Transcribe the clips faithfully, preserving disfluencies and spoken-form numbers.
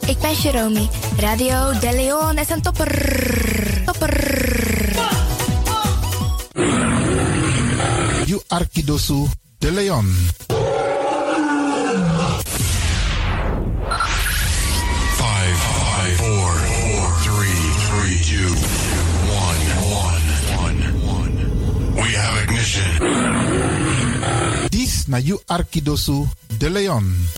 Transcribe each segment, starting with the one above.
ik ben Jerome. Radio De Leon is een topper. Topper. You Arkidosu De Leon. Five, five, four, four, three, three, two, one, one, one, one. We have ignition. This na You Arkidosu De Leon.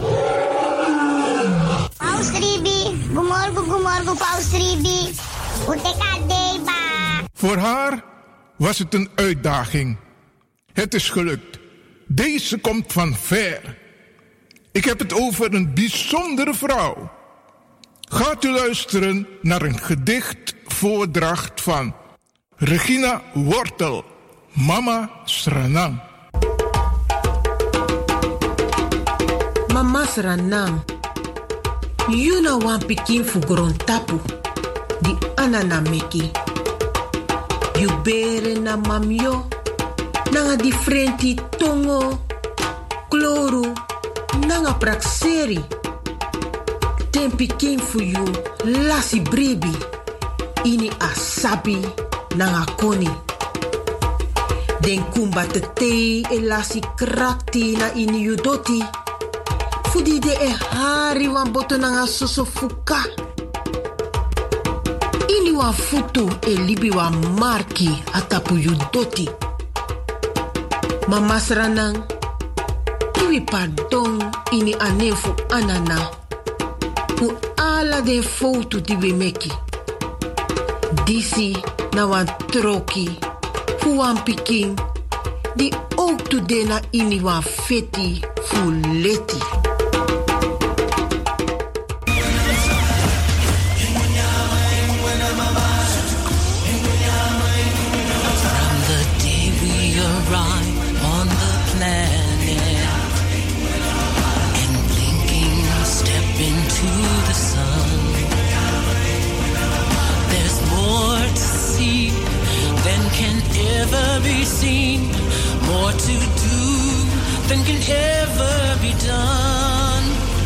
Paus Ribi, gumorgo, gumorgo, Paus Ribi. Utekadeba. Voor haar was het een uitdaging. Het is gelukt. Deze komt van ver. Ik heb het over een bijzondere vrouw. Gaat u luisteren naar een gedichtvoordracht van Regina Wortel, Mama Sranam. Mama Sranam, you na wan pikin fu tapu, di anana meki. You bere na mamyo, nanga differenti tongo, kloru, nanga prakseri. Ten pikin fu you, lasi brebi, ini asabi, nanga koni. Den kumba te te e lasi krakti na ini you doti. Fudi de e hari wan boto nanga soso fuka. Ini wan futu e libi wan marki atapu you doti. Mama Sranang, kiwi pardon ini anefu anana. Fu ala de foto di we meki. Disi na wan troki, fu wan pikin, di ook tu de na ini wan feti fu leti. Ever be seen, more to do than can ever be done.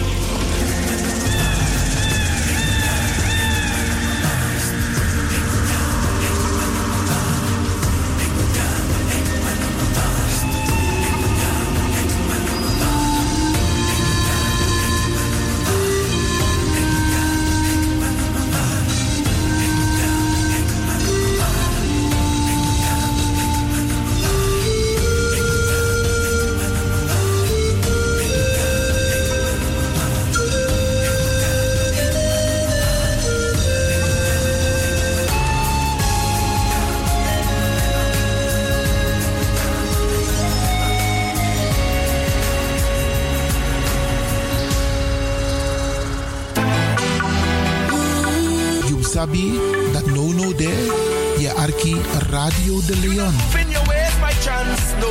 Sabi dat no no there, je arki Radio De Leon. Fin your ways by chance, no.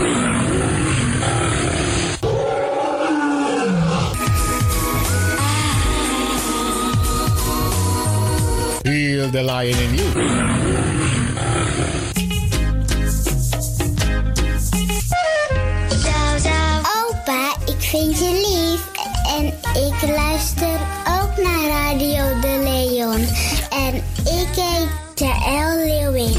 Feel the lion in you. Opa, ik vind je lief en ik luister ook naar Radio De Leon. En ik heet Jaël Leeuwin.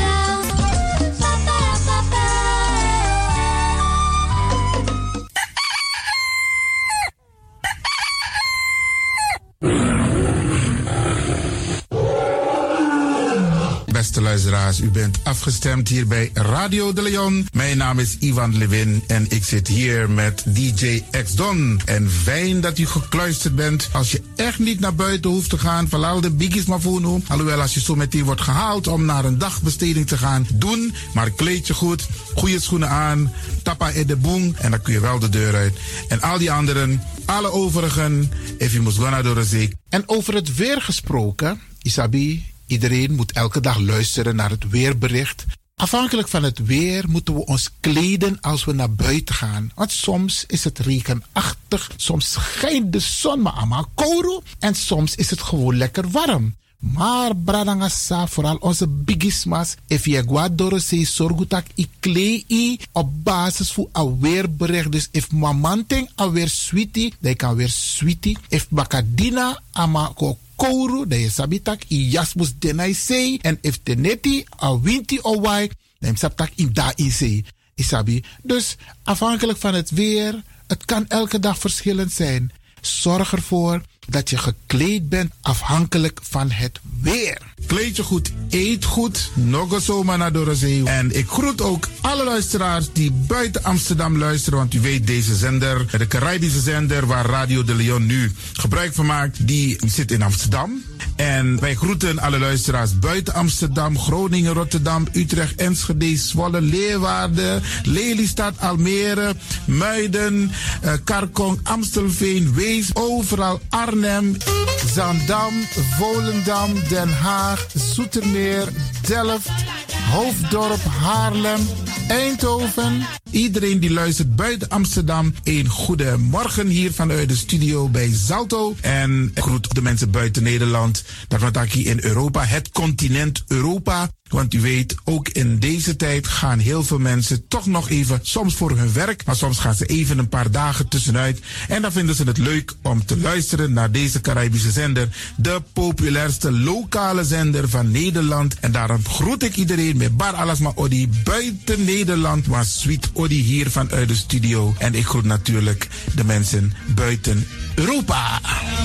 Beste luisteraars, u bent afgestemd hier bij Radio De Leon. Mijn naam is Ivan Levin en ik zit hier met D J X-Don. En fijn dat u gekluisterd bent. Als je echt niet naar buiten hoeft te gaan, vooral de biggies maar voelen. Alhoewel, als je zo meteen wordt gehaald om naar een dagbesteding te gaan, doen. Maar kleed je goed, goede schoenen aan, tappa in de boom en dan kun je wel de deur uit. En al die anderen, alle overigen, if you must go naar de zee. En over het weer gesproken, Isabi, iedereen moet elke dag luisteren naar het weerbericht. Afhankelijk van het weer moeten we ons kleden als we naar buiten gaan. Want soms is het regenachtig, soms schijnt de zon maar allemaal kouro en soms is het gewoon lekker warm. Maar bradangasa, vooral onze bigismas, if je guadoro se sorgutak i klei op basis van aweerbericht. Dus if mamanting aweer sweetie, dan kan weer sweetie. If bakadina ama ko kouru, dan je sabitak i jasmus denai sei. En if teneti a winti owai, dan sabtak in da in sei. Isabi. Dus afhankelijk van het weer, het kan elke dag verschillend zijn. Zorg ervoor dat je gekleed bent afhankelijk van het weer. Kleed je goed, eet goed, nog zomaar naar Dorozee. En ik groet ook alle luisteraars die buiten Amsterdam luisteren. Want u weet, deze zender, de Caribische zender waar Radio de Leon nu gebruik van maakt, die zit in Amsterdam. En wij groeten alle luisteraars buiten Amsterdam, Groningen, Rotterdam, Utrecht, Enschede, Zwolle, Leeuwarden, Lelystad, Almere, Muiden, uh, Karkong, Amstelveen, Wees, overal Arnhem, Zaandam, Volendam, Den Haag, Zoetermeer, Delft, Hoofddorp, Haarlem, Eindhoven. Iedereen die luistert buiten Amsterdam, een goede morgen hier vanuit de studio bij Zalto. En ik groet de mensen buiten Nederland, dat wat ik hier in Europa, het continent Europa. Want u weet, ook in deze tijd gaan heel veel mensen toch nog even, soms voor hun werk, maar soms gaan ze even een paar dagen tussenuit. En dan vinden ze het leuk om te luisteren naar deze Caribische zender, de populairste lokale zender van Nederland. En daarom groet ik iedereen met bar alasma odi buiten Nederland, maar sweet odi hier vanuit de studio. En ik groet natuurlijk de mensen buiten Europa.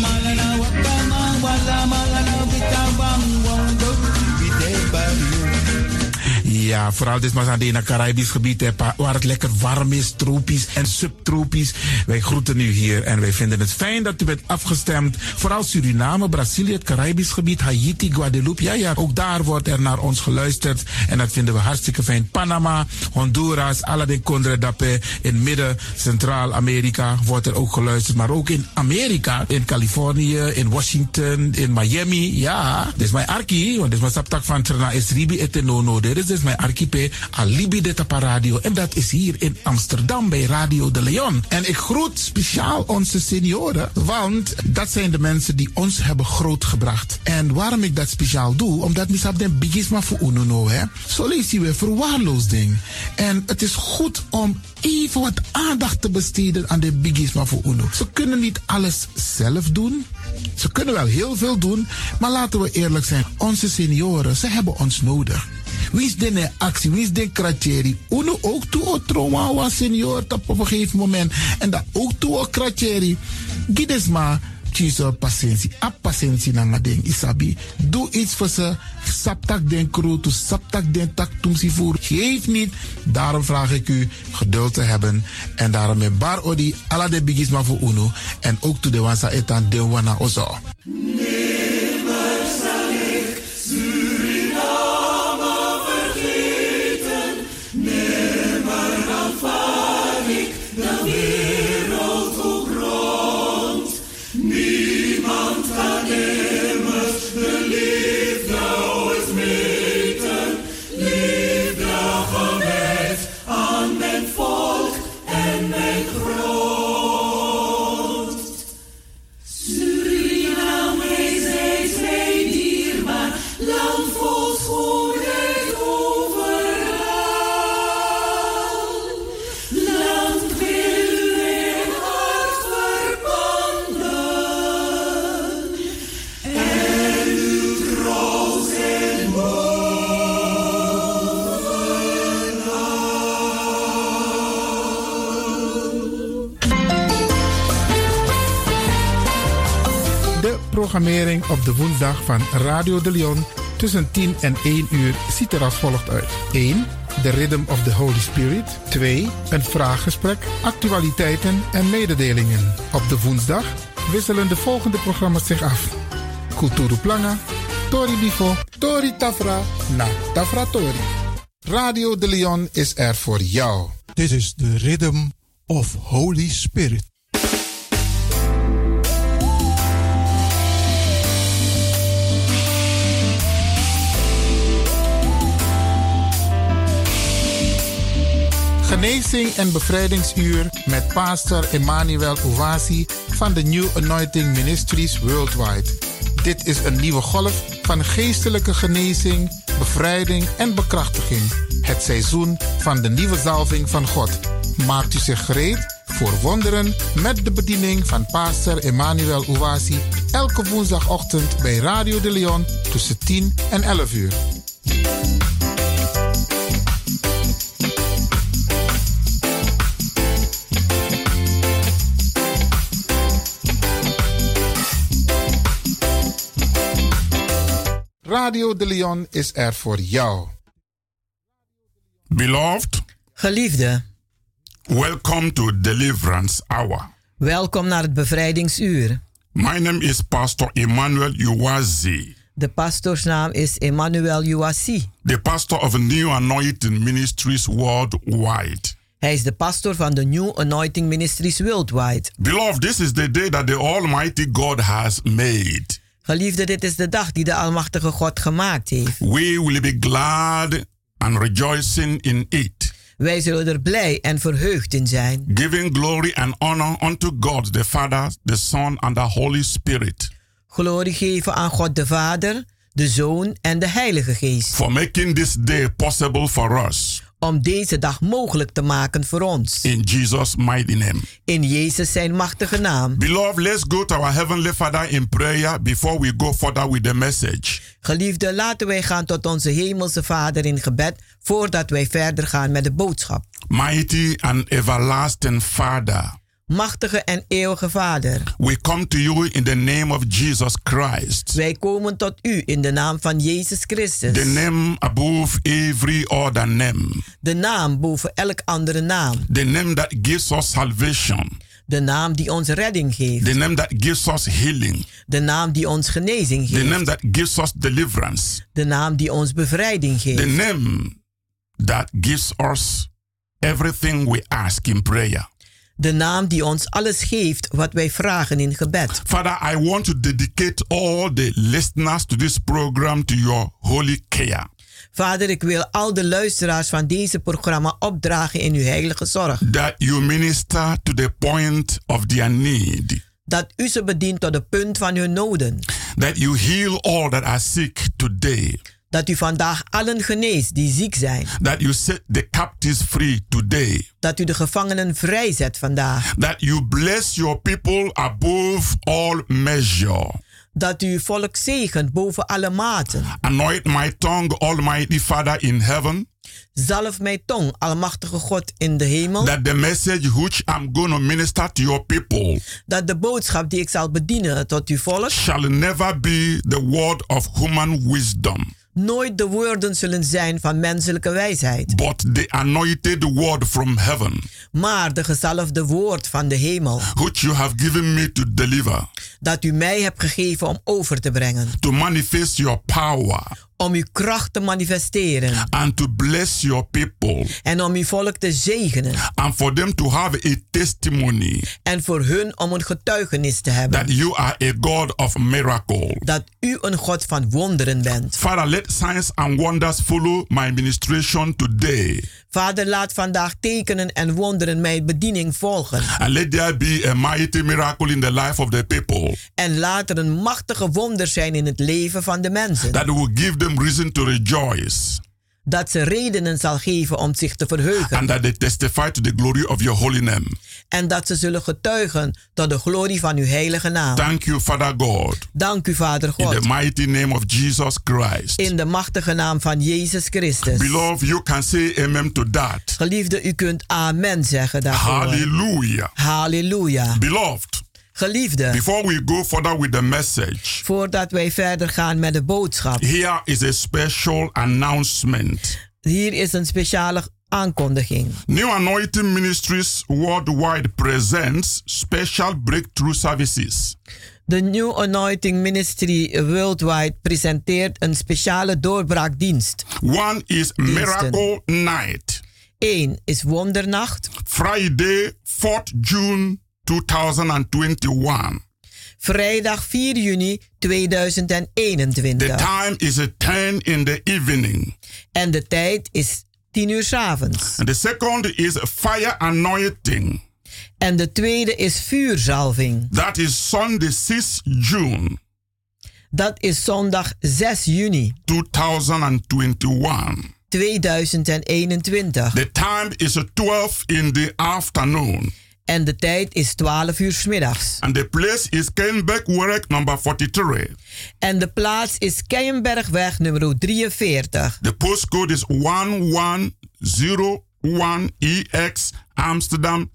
Ja, vooral dit maar aan het Caribisch gebied, hè, waar het lekker warm is, tropisch en subtropisch. Wij groeten u hier en wij vinden het fijn dat u bent afgestemd. Vooral Suriname, Brazilië, het Caribisch gebied, Haiti, Guadeloupe. Ja, ja, ook daar wordt er naar ons geluisterd en dat vinden we hartstikke fijn. Panama, Honduras, Aladdin Condre Dapé, in midden, Centraal-Amerika wordt er ook geluisterd. Maar ook in Amerika, in Californië, in Washington, in Miami. Ja, dit is mijn arki, want dit is mijn saptak van Trana Esribi etenono. Dit is mijn archipel Alibi de Tapa Radio. En dat is hier in Amsterdam bij Radio de Leon. En ik groet speciaal onze senioren, want dat zijn de mensen die ons hebben grootgebracht. En waarom ik dat speciaal doe, omdat we hebben bigisma voor uno, hè. Zo lezen we verwaarloosding. En het is goed om even wat aandacht te besteden aan de bigisma voor uno. Ze kunnen niet alles zelf doen. Ze kunnen wel heel veel doen, maar laten we eerlijk zijn. Onze senioren, ze hebben ons nodig. Wie is de actie, wie is de kratjeri? Uno ook toe o trauma was senior op een gegeven moment. En dat ook toe o kratjeri. Gides maar kiezen patiëntie. A patiëntie na nga ding isabi. Doe iets voor ze. Saptak den kroot, to saptak den tak tumsi voer. Geef niet. Daarom vraag ik u geduld te hebben. En daarom met bar odi ala de bigisma voor uno. En ook toe de wansa etan de wana ozo. Programmering op de woensdag van Radio de Leon tussen tien en één uur ziet er als volgt uit. één. The Rhythm of the Holy Spirit. twee. Een vraaggesprek, actualiteiten en mededelingen. Op de woensdag wisselen de volgende programma's zich af. Kulturu Planga, Tori Bifo, Tori Tafra, na Tafra Tori. Radio de Leon is er voor jou. This is the Rhythm of Holy Spirit. Genezing en bevrijdingsuur met pastor Emmanuel Owasi van de New Anointing Ministries Worldwide. Dit is een nieuwe golf van geestelijke genezing, bevrijding en bekrachtiging. Het seizoen van de nieuwe zalving van God. Maakt u zich gereed voor wonderen met de bediening van pastor Emmanuel Ouassi elke woensdagochtend bij Radio de Leon tussen tien en elf uur. Radio de Leon is er voor jou. Beloved, geliefde, welcome to Deliverance Hour. Welkom naar het bevrijdingsuur. My name is Pastor Emmanuel Ouassi. De pastoorsnaam is Emmanuel Ouassi. The pastor of New Anointing Ministries worldwide. Hij is de pastor van de New Anointing Ministries worldwide. Beloved, this is the day that the Almighty God has made. Geliefde, dit is de dag die de Almachtige God gemaakt heeft. We will be glad and rejoicing in it. Wij zullen er blij en verheugd in zijn. Giving glory and honor unto God the Father, the Son and the Holy Spirit. Glorie geven aan God de Vader, de Zoon en de Heilige Geest. For making this day possible for us. Om deze dag mogelijk te maken voor ons. In Jesus' mighty name. In Jezus zijn machtige naam. Beloved, let's go to our Heavenly Father in prayer before we go further with the message. Geliefde, laten wij gaan tot onze Hemelse Vader in gebed voordat wij verder gaan met de boodschap. Mighty and everlasting Father. Machtige en eeuwige Vader. We come to you in the name of Jesus Christ. Wij komen tot u in de naam van Jezus Christus. The name above every other name. De naam boven elk andere naam. The name that gives us salvation. De naam die ons redding geeft. The name that gives us healing. De naam die ons genezing geeft. The name that gives us deliverance. De naam die ons bevrijding geeft. The name that gives us everything we ask in prayer. De naam die ons alles geeft wat wij vragen in gebed. Father, I want to dedicate all the listeners to this program to your holy care. Vader, ik wil al de luisteraars van deze programma opdragen in uw heilige zorg. That you minister to the point of their need. Dat u ze bedient tot de punt van hun noden. That you heal all that are sick today. Dat u vandaag allen geneest die ziek zijn. That you set the captives free today. Dat u de gevangenen vrijzet vandaag. That you bless your people above all measure. Dat u volk zegent boven alle maten. Anoint my tongue, Almighty Father in heaven. Zalf mijn tong, Almachtige God in de hemel. That the message which I'm going to minister to your people. Dat de boodschap die ik zal bedienen tot uw volk. Shall never be the word of human wisdom. Nooit de woorden zullen zijn van menselijke wijsheid. But the anointed word from heaven. Maar de gezalfde woord van de hemel. Which you have given me to deliver. Dat u mij hebt gegeven om over te brengen. To manifest your power. Om uw kracht te manifesteren. And to bless your people. En om uw volk te zegenen. And for them to have a testimony. En voor hun om een getuigenis te hebben. That you are a God of miracle. Dat u een God van wonderen bent. Father, let signs and wonders follow my ministration today. Vader, laat vandaag tekenen en wonderen mijn bediening volgen. And let there be a mighty miracle in the life of the people. En laat er een machtige wonder zijn in het leven van de mensen. That will give them reason to rejoice. Dat ze redenen zal geven om zich te verheugen. And that they testify to the glory of your holy name. En dat ze zullen getuigen tot de glorie van uw heilige naam. Thank you, Father God. Dank u, Vader God. In the mighty name of Jesus Christ. In de machtige naam van Jezus Christus. Beloved, you can say amen to that. Geliefde, u kunt amen zeggen daarvoor. Hallelujah. Halleluja. Beloved. Geliefde, before we go further with the message, voordat wij verder gaan met de boodschap, here is a special announcement. Hier is een speciale aankondiging. New Anointing Ministries Worldwide presents special breakthrough services. De New Anointing Ministry Worldwide presenteert een speciale doorbraakdienst. One is Miracle Night. Eén is Wondernacht. Friday, fourth June twenty twenty-one. Vrijdag vier juni tweeduizend eenentwintig. The time is at ten in the evening. En de tijd is tien uur 's avonds. And the second is fire anointing. En de tweede is vuurzalving. That is Sunday sixth June. Dat is zondag zes juni twenty twenty-one. tweeduizend eenentwintig. The time is twelve in the afternoon. En de tijd is twaalf uur 's middags. And the place is Kenbergweg number forty-three. En de plaats is Keienbergweg nummer drieënveertig. The postcode is one one zero one E X Amsterdam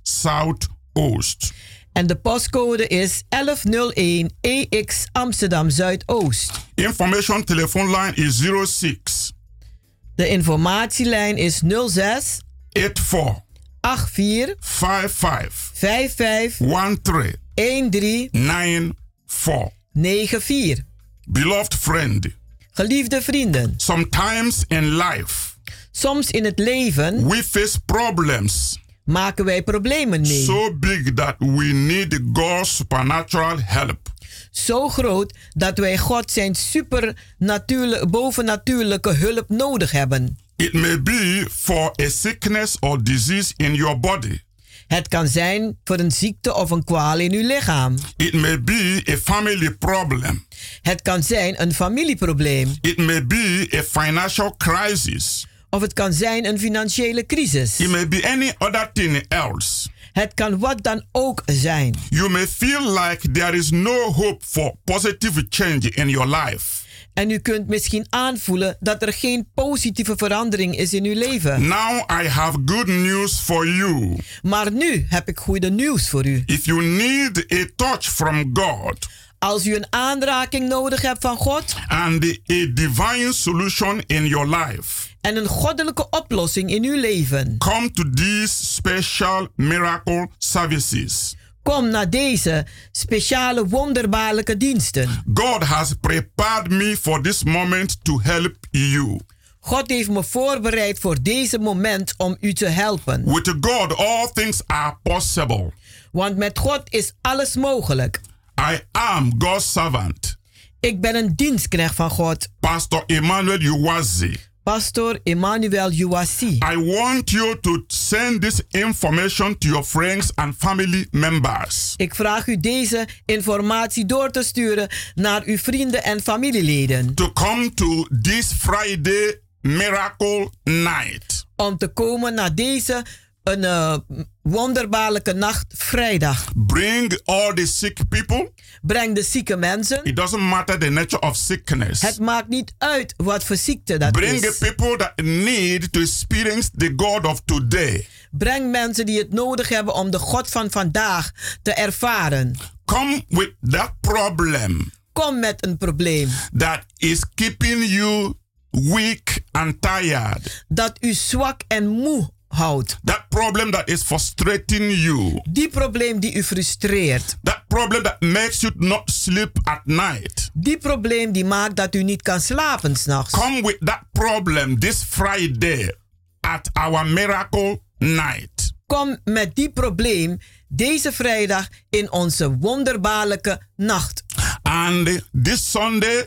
Zuidoost. En de postcode is elf nul één E X Amsterdam Zuidoost. Information telephone line is zero six. De informatielijn is nul zes eighty-four achtenveertig fifty-five vijfenvijftig thirteen thirteen ninety-four. vierennegentig. Beloved friend. Geliefde vrienden. Sometimes in life. Soms in het leven. We face problems. Maken wij problemen mee. So big that we need God's supernatural help. Zo groot dat wij God zijn supernatuurlijke, bovennatuurlijke hulp nodig hebben. It may be for a sickness or disease in your body. Het kan zijn voor een ziekte of een kwaal in uw lichaam. It may be a family problem. Het kan zijn een familieprobleem. It may be a financial crisis. Of het kan zijn een financiële crisis. It may be any other thing else. Het kan wat dan ook zijn. You may feel like there is no hope for positive change in your life. En u kunt misschien aanvoelen dat er geen positieve verandering is in uw leven. Now I have good news for you. Maar nu heb ik goede nieuws voor u. If you need a touch from God. Als u een aanraking nodig hebt van God. And a divine solution in your life. En een goddelijke oplossing in uw leven. Come to these special miracle services. Kom naar deze speciale wonderbaarlijke diensten. God has prepared me for this moment to help you. God heeft me voorbereid voor deze moment om u te helpen. With God all things are possible. Want met God is alles mogelijk. I am God's servant. Ik ben een dienstknecht van God. Pastor Emmanuel Uwazi. Pastor Emmanuel Uwasi. I want you to send this information to your friends and family members. Ik vraag u deze informatie door te sturen naar uw vrienden en familieleden. To come to this Friday miracle night. Om te komen naar deze een uh, wonderbaarlijke nacht vrijdag. Bring all the sick people. Breng de zieke mensen. It doesn't matter the nature of sickness. Het maakt niet uit wat voor ziekte dat Bring is. Bring the people that need to experience the God of today. Breng mensen die het nodig hebben om de God van vandaag te ervaren. Come with that problem. Kom met een probleem. That is keeping you weak and tired. Dat u zwak en moe houdt. That problem that is frustrating you. Die probleem die u frustreert. That problem that makes you not sleep at night. Die probleem die maakt dat u niet kan slapen 's nachts. Come with that problem this Friday at our miracle night. Kom met die probleem deze vrijdag in onze wonderbaarlijke nacht. And this Sunday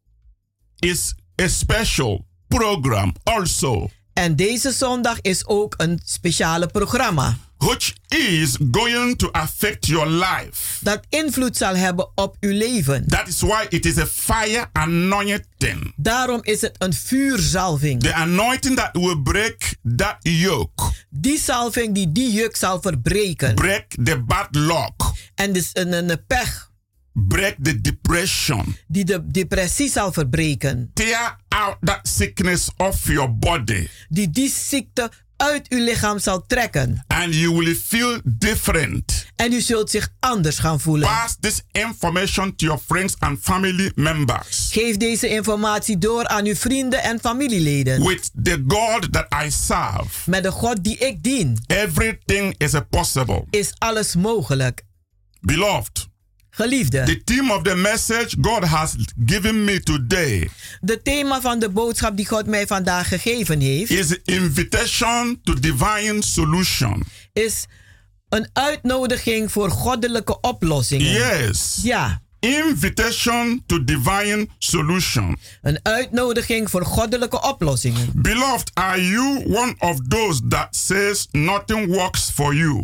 is a special program also. En deze zondag is ook een speciale programma. Which is going to affect your life. Dat invloed zal hebben op uw leven. That is why it is a fire anointing. Daarom is het een vuurzalving. The anointing that will break that yoke. Die zalving die die juk zal verbreken. Break the bad luck. En dus een, een, een pech. Break the depression. Die de depressie zal verbreken. Tear out that sickness off your body. Die die ziekte uit uw lichaam zal trekken. And you will feel different. En u zult zich anders gaan voelen. Pass this information to your friends and family members. Geef deze informatie door aan uw vrienden en familieleden. With the God that I serve. Met de God die ik dien. Everything is possible. Is alles mogelijk. Beloved. Geliefde. The theme of the message God has given me today. De thema van de boodschap die God mij vandaag gegeven heeft. Is invitation to divine solution. Is een uitnodiging voor goddelijke oplossingen. Yes. Ja. Invitation to divine solution. Een uitnodiging voor goddelijke oplossingen. Beloved, are you one of those that says nothing works for you?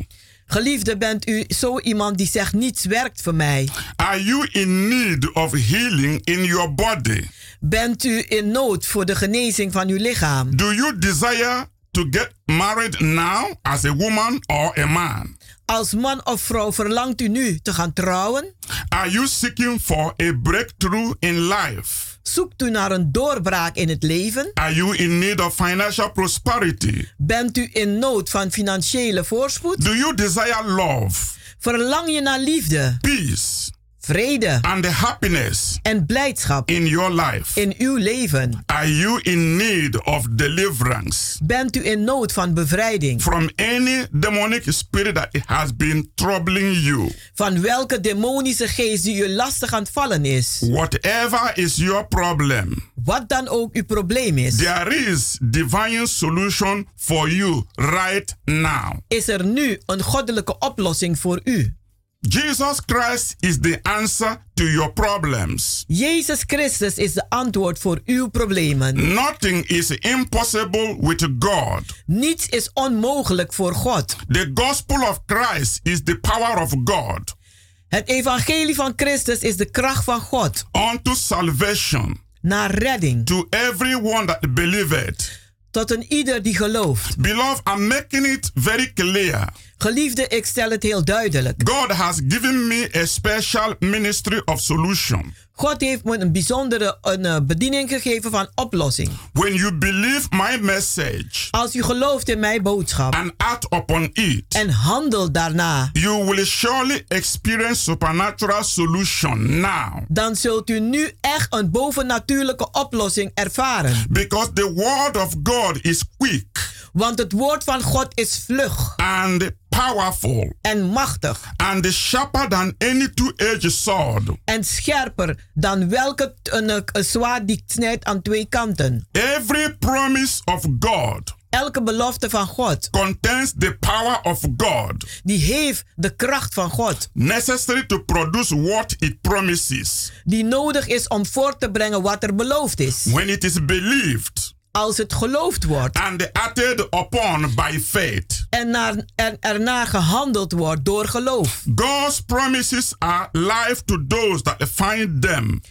Geliefde, bent u zo iemand die zegt niets werkt voor mij? Are you in need of healing in your body? Bent u in nood voor de genezing van uw lichaam? Do you desire to get married now as a woman or a man? Als man of vrouw verlangt u nu te gaan trouwen? Are you seeking for a breakthrough in life? Zoekt u naar een doorbraak in het leven? Are you in need of financial prosperity? Bent u in nood van financiële voorspoed? Do you desire love? Verlang je naar liefde, peace, vrede and the happiness en blijdschap in your life? In uw leven? Are you in need of deliverance? Bent u in nood van bevrijding? From any demonic spirit that has been troubling you? Van welke demonische geest die u lastig aan het vallen is? Whatever is your problem, wat dan ook uw probleem is, there is divine solution for you right now. Is er nu een goddelijke oplossing voor u? Jesus Christ is the answer to your problems. Jezus Christus is de antwoord voor uw problemen. Nothing is impossible with God. Niets is onmogelijk voor God. The gospel of Christ is the power of God. Het evangelie van Christus is de kracht van God. Unto salvation. Naar redding. To everyone that believeth. Tot een ieder die gelooft. Beloved, I'm making it very clear. Geliefde, ik stel het heel duidelijk. God has given me a special ministry of solution. God heeft me een bijzondere een, uh, bediening gegeven van oplossing. When you believe my message, als u gelooft in mijn boodschap, and act upon it, en handelt daarna, you will surely experience supernatural solution now. Dan zult u nu echt een bovennatuurlijke oplossing ervaren. Because the word of God is quick. Want het woord van God is vlug. And powerful. En machtig. And sharper than any two-edged sword. En scherper dan welke een, een zwaard die snijdt aan twee kanten. Every promise of God. Elke belofte van God contains the power of God. Die heeft de kracht van God. Necessary to produce what it promises. Die nodig is om voort te brengen wat er beloofd is. When it is believed. Als het geloofd wordt. And acted upon by faith. En naar, er, ernaar gehandeld wordt door geloof. God's promises are life to those that find them.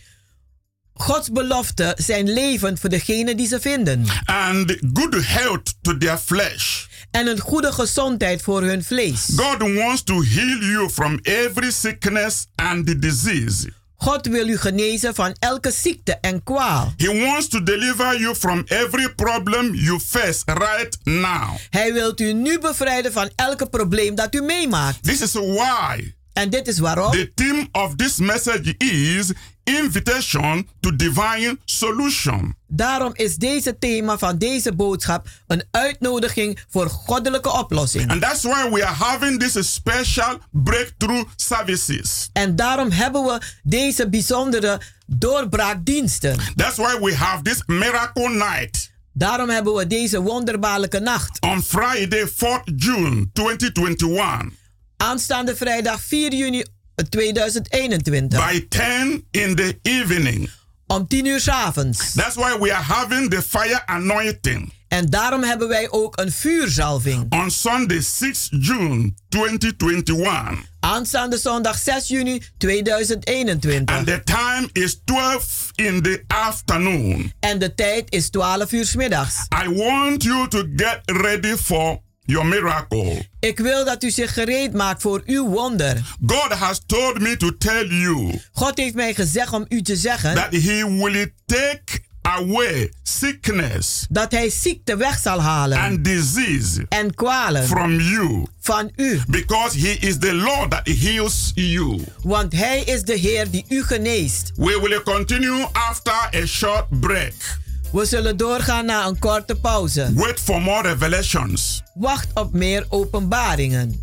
Gods beloften zijn levend voor degenen die ze vinden. And good health to their flesh. En een goede gezondheid voor hun vlees. God wants to heal you from every sickness and disease. God wil u genezen van elke ziekte en kwaal. He wants to deliver you from every problem you face right now. Hij wil u nu bevrijden van elke probleem dat u meemaakt. This is why. En dit is waarom. The theme of this message is invitation to divine solution. Daarom is deze thema van deze boodschap een uitnodiging voor goddelijke oplossing. And that's why we are having this special breakthrough services. En daarom hebben we deze bijzondere doorbraakdiensten. That's why we have this miracle night. Daarom hebben we deze wonderbaarlijke nacht. On Friday, fourth June twenty twenty-one. Aanstaande vrijdag vier juni tweeduizend eenentwintig. By ten in the evening. Om tien uur 's avonds. That's why we are having the fire anointing. En daarom hebben wij ook een vuurzalving. On Sunday, sixth June twenty twenty-one. Aanstaande zondag zes juni tweeduizend eenentwintig. And the time is twelve in the afternoon. En de tijd is twaalf uur 's middags. I want you to get ready for your miracle. Ik wil dat u zich gereed maakt voor uw wonder. God has told me to tell you. God heeft mij gezegd om u te zeggen. That he will take away sickness. Dat hij ziekte weg zal halen. And disease. En kwalen. From you. Van u. Because he is the Lord that heals you. Want hij is de Heer die u geneest. We will continue after a short break. We zullen doorgaan na een korte pauze. Wait for more revelations. Wacht op meer openbaringen.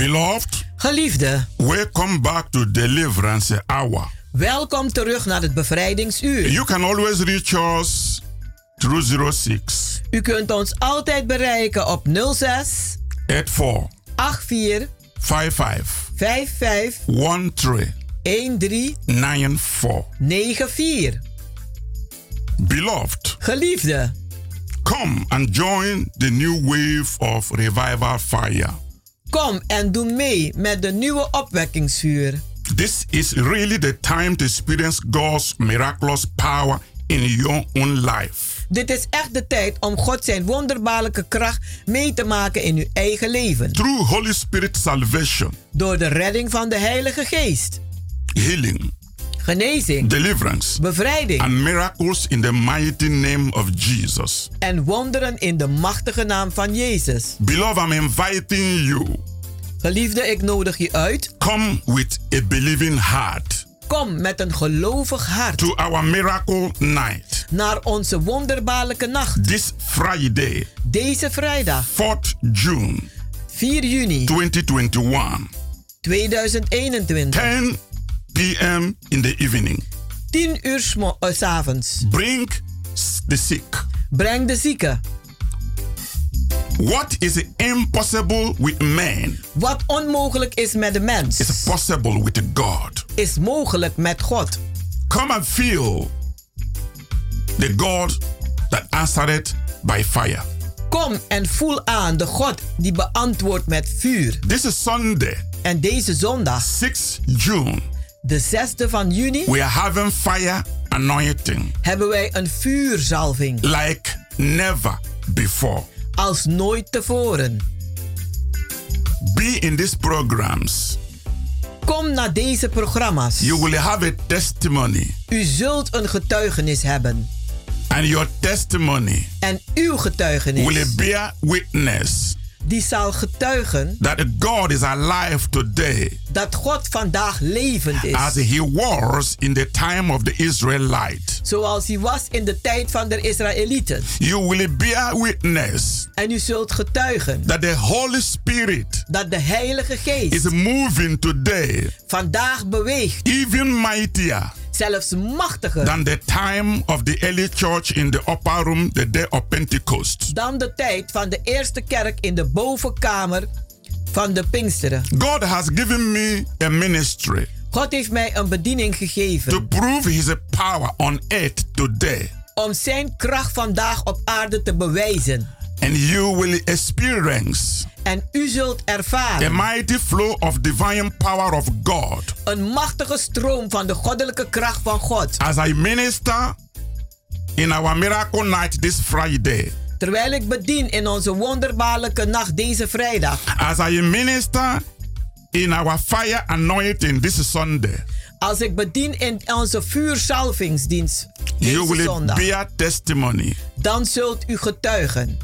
Beloved, geliefde, welcome back to Deliverance Hour. Welkom terug naar het bevrijdingsuur. You can always reach us through zero six. U kunt ons altijd bereiken op nul zes 84 vier vijf vijf vijf vijf one three een drie nine four. negen vier. Beloved, geliefde, come and join the new wave of revival fire. Kom en doe mee met de nieuwe opwekkingsvuur. This is really the time to experience God's miraculous power in your own life. Dit is echt de tijd om God zijn wonderbaarlijke kracht mee te maken in uw eigen leven. Through Holy Spirit salvation. Door de redding van de Heilige Geest. Healing. Genezing. Deliverance. Bevrijding. And miracles in the mighty name of Jesus. En wonderen in de machtige naam van Jezus. Beloved, I'm inviting you. Geliefde, ik nodig je uit. Come with a believing heart. Kom met een gelovig hart. To our miracle night. Naar onze wonderbaarlijke nacht. This Friday. Deze vrijdag. fourth June. vier juni. twenty twenty-one. tweeduizend eenentwintig. ten p m in the evening. tien uur smo- uh, 's avonds. Bring the sick. Breng de zieken. What is impossible with man? Wat onmogelijk is met de mens. Is possible with God. Is mogelijk met God. Come and feel the God that answered by fire. Kom en voel aan de God die beantwoordt met vuur. This is Sunday. En deze zondag. sixth June. De zesde van juni. We are having fire anointing. Hebben wij een vuurzalving. Like never before. Als nooit tevoren. Be in these programs. Kom naar deze programma's. You will have a testimony. U zult een getuigenis hebben. And your testimony. En uw getuigenis. Will bear witness. Die zal getuigen. That God is alive today. Dat God vandaag levend is. As he was in the time of the Israelites. Zoals hij was in de tijd van de Israëlieten. You will bear witness. En u zult getuigen. That the Holy Spirit. Dat de Heilige Geest. Is moving today. Vandaag beweegt. Even mightier. Zelfs machtiger. Than the time of the early church in the upper room, the day of Pentecost. Dan de tijd van de eerste kerk in de bovenkamer van de Pinksteren. God has given me a ministry. God heeft mij een bediening gegeven. To prove his power on earth today. Om zijn kracht vandaag op aarde te bewijzen. And you will experience. En u zult ervaren. A mighty flow of divine power of God. Een machtige stroom van de goddelijke kracht van God. As I minister in our miracle night this Friday. Terwijl ik bedien in onze wonderbaarlijke nacht deze vrijdag. As I minister in our fire anointing this Sunday. Als ik bedien in onze vuursalvingsdienst deze you will zondag. Bear testimony. Dan zult u getuigen.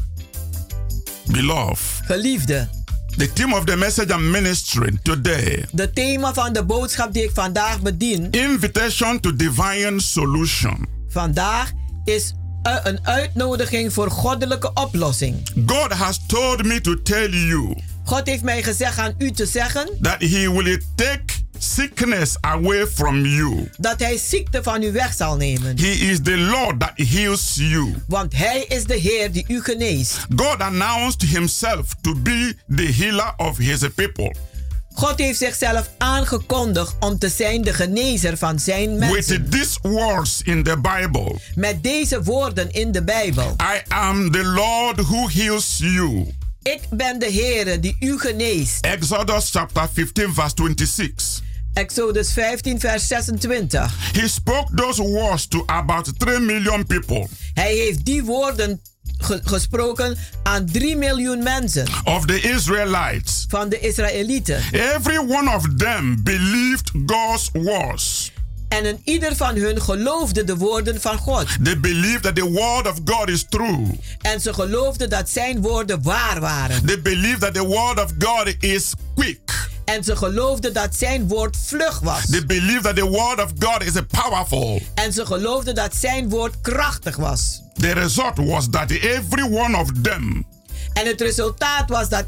Beloved. Geliefde. The theme of the message I'm ministering today. De thema van de boodschap die ik vandaag bedien. Invitation to divine solution. Vandaag is een uitnodiging voor goddelijke oplossing. God has told me to tell you. God heeft mij gezegd aan u te zeggen. That he will take sickness away from you. Dat hij ziekte van u weg zal nemen. He is the Lord that heals you. Want hij is de Heer die u geneest. God announced himself to be the healer of his people. God heeft zichzelf aangekondigd om te zijn de genezer van zijn mensen. With these words in the Bible. Met deze woorden in de Bijbel. I am the Lord who heals you. Ik ben de Heer die u geneest. Exodus chapter fifteen verse twenty-six. Exodus vijftien vers zesentwintig. He spoke those words to about three million people. Hij heeft die woorden ge- gesproken aan drie miljoen mensen. Of the Israelites. Van de Israëlieten. Every one of them believed God's words. En een ieder van hun geloofde de woorden van God. They believed that the word of God is true. En ze geloofden dat zijn woorden waar waren. They believed that the word of God is quick. En ze geloofden dat zijn woord vlug was. They believed that the word of God is powerful. En ze geloofden dat zijn woord krachtig was. The result was that every one of them. En het resultaat was dat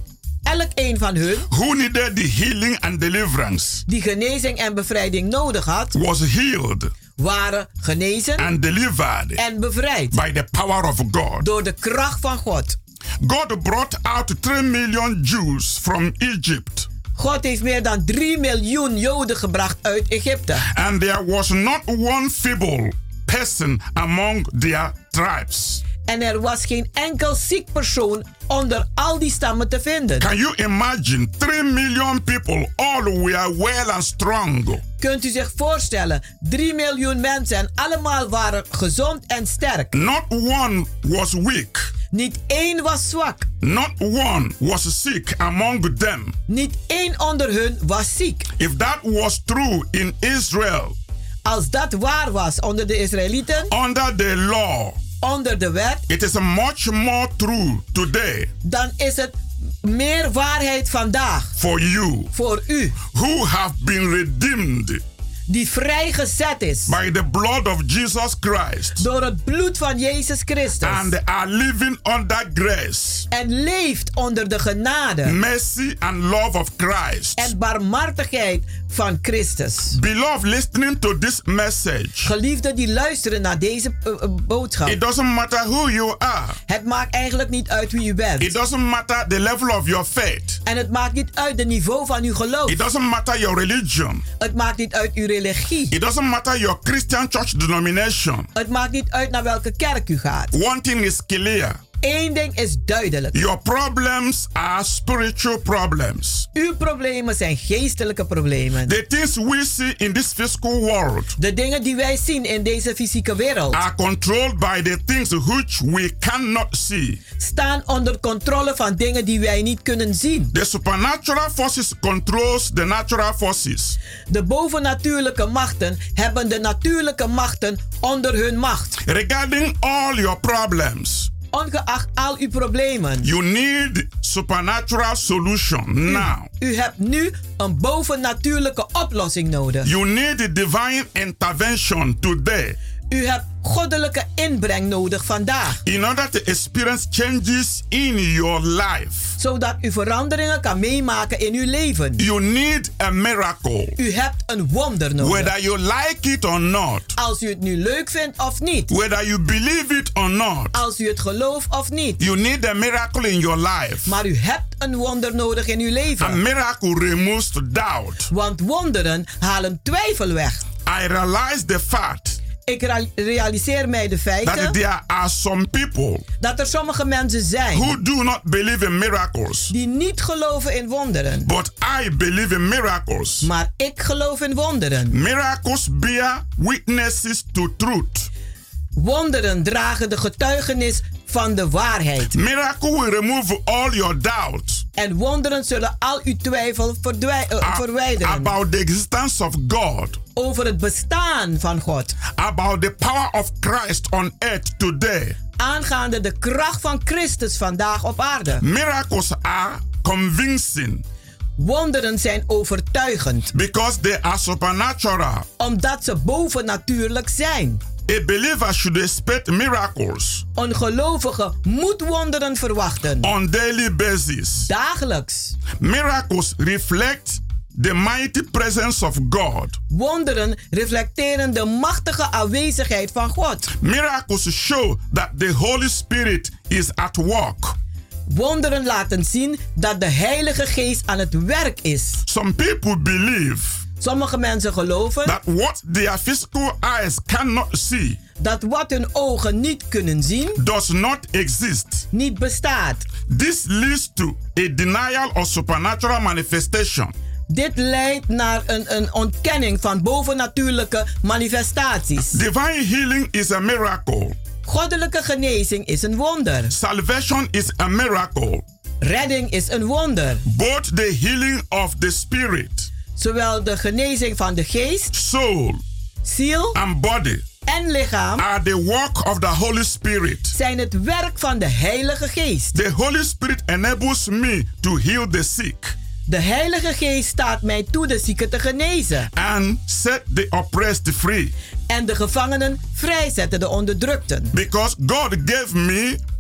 elk een van hun, who needed the healing and deliverance, die genezing en bevrijding nodig had, was healed waren genezen and delivered en bevrijd by the power of God. door de kracht van God. God brought out three million Jews from Egypt. God heeft meer dan drie miljoen Joden gebracht uit Egypte. And there was not one feeble person among their tribes. En er was geen enkel ziek persoon onder al die stammen te vinden. Can you imagine? Three million people, all were well and strong. Kunt u zich voorstellen, drie miljoen mensen en allemaal waren gezond en sterk. Not one was weak. Niet één was zwak. Not one was sick among them. Niet één onder hun was ziek. If that was true in Israel, als dat waar was onder de Israëlieten, under the law, onder de wet, it is much more true today. Dan is het meer waarheid vandaag. For you, voor u, who have been redeemed, die vrijgezet is by the blood of Jesus Christ, door het bloed van Jezus Christus, and are living under grace, en leeft onder de genade, mercy and love of Christ, en barmhartigheid van Christus. Beloved, listening to this message, geliefden die luisteren naar deze uh, uh, boodschap. It doesn't matter who you are. Het maakt eigenlijk niet uit wie u bent. It doesn't matter the level of your faith. En het maakt niet uit het niveau van uw geloof. It doesn't matter your religion. Het maakt niet uit uw religie. It doesn't matter your Christian church denomination. Het maakt niet uit naar welke kerk u gaat. One thing is clear. Eén ding is duidelijk. Your problems are spiritual problems. Uw problemen zijn geestelijke problemen. The things we see in this physical world, de dingen die wij zien in deze fysieke wereld, are controlled by the things which we cannot see. Staan onder controle van dingen die wij niet kunnen zien. The supernatural forces controls the natural forces. De bovennatuurlijke machten hebben de natuurlijke machten onder hun macht. Regarding all your problems, ongeacht al uw problemen, you need supernatural solution u, now. U hebt nu een bovennatuurlijke oplossing nodig. You need divine intervention today. U hebt goddelijke inbreng nodig vandaag. In order to experience changes in your life. Zodat u veranderingen kan meemaken in uw leven. You need a miracle. U hebt een wonder nodig. Whether you like it or not. Als u het nu leuk vindt of niet. Whether you believe it or not. Als u het gelooft of niet. You need a miracle in your life. Maar u hebt een wonder nodig in uw leven. A miracle removes doubt. Want wonderen halen twijfel weg. I realize the fact. Ik realiseer mij de feiten that there are some people dat er sommige mensen zijn who do not believe in miracles, die niet geloven in wonderen. But I believe in miracles. Maar ik geloof in wonderen. Miracles bear witnesses to truth. Wonderen dragen de getuigenis van de waarheid. Miracle will remove all your doubts. En wonderen zullen al uw twijfel verdwij- uh, verwijderen. About the existence of God. Over het bestaan van God. About the power of Christ on earth today. Aangaande de kracht van Christus vandaag op aarde. Miracles are convincing. Wonderen zijn overtuigend. Because they are supernatural. Omdat ze bovennatuurlijk zijn. A believer should expect miracles. Een gelovige moet wonderen verwachten. On daily basis. Dagelijks. Miracles reflect the mighty presence of God. Wonderen reflecteren de machtige aanwezigheid van God. Miracles show that the Holy Spirit is at work. Wonderen laten zien dat de Heilige Geest aan het werk is. Some people believe. Sommige mensen geloven that what their physical eyes cannot see, dat wat hun ogen niet kunnen zien, does not exist, niet bestaat. This leads to a denial of supernatural manifestation. Dit leidt naar een, een ontkenning van bovennatuurlijke manifestaties. Divine healing is a miracle. Goddelijke genezing is een wonder. Salvation is a miracle. Redding is een wonder. Both the healing of the spirit, zowel de genezing van de geest, soul, ziel and body, en lichaam, are the work of the Holy Spirit. Zijn het werk van de Heilige Geest. The Holy Spirit enables me to heal the sick. De Heilige Geest staat mij toe de zieken te genezen. And set the oppressed free. En de gevangenen vrijzetten, de onderdrukten. Because God gave me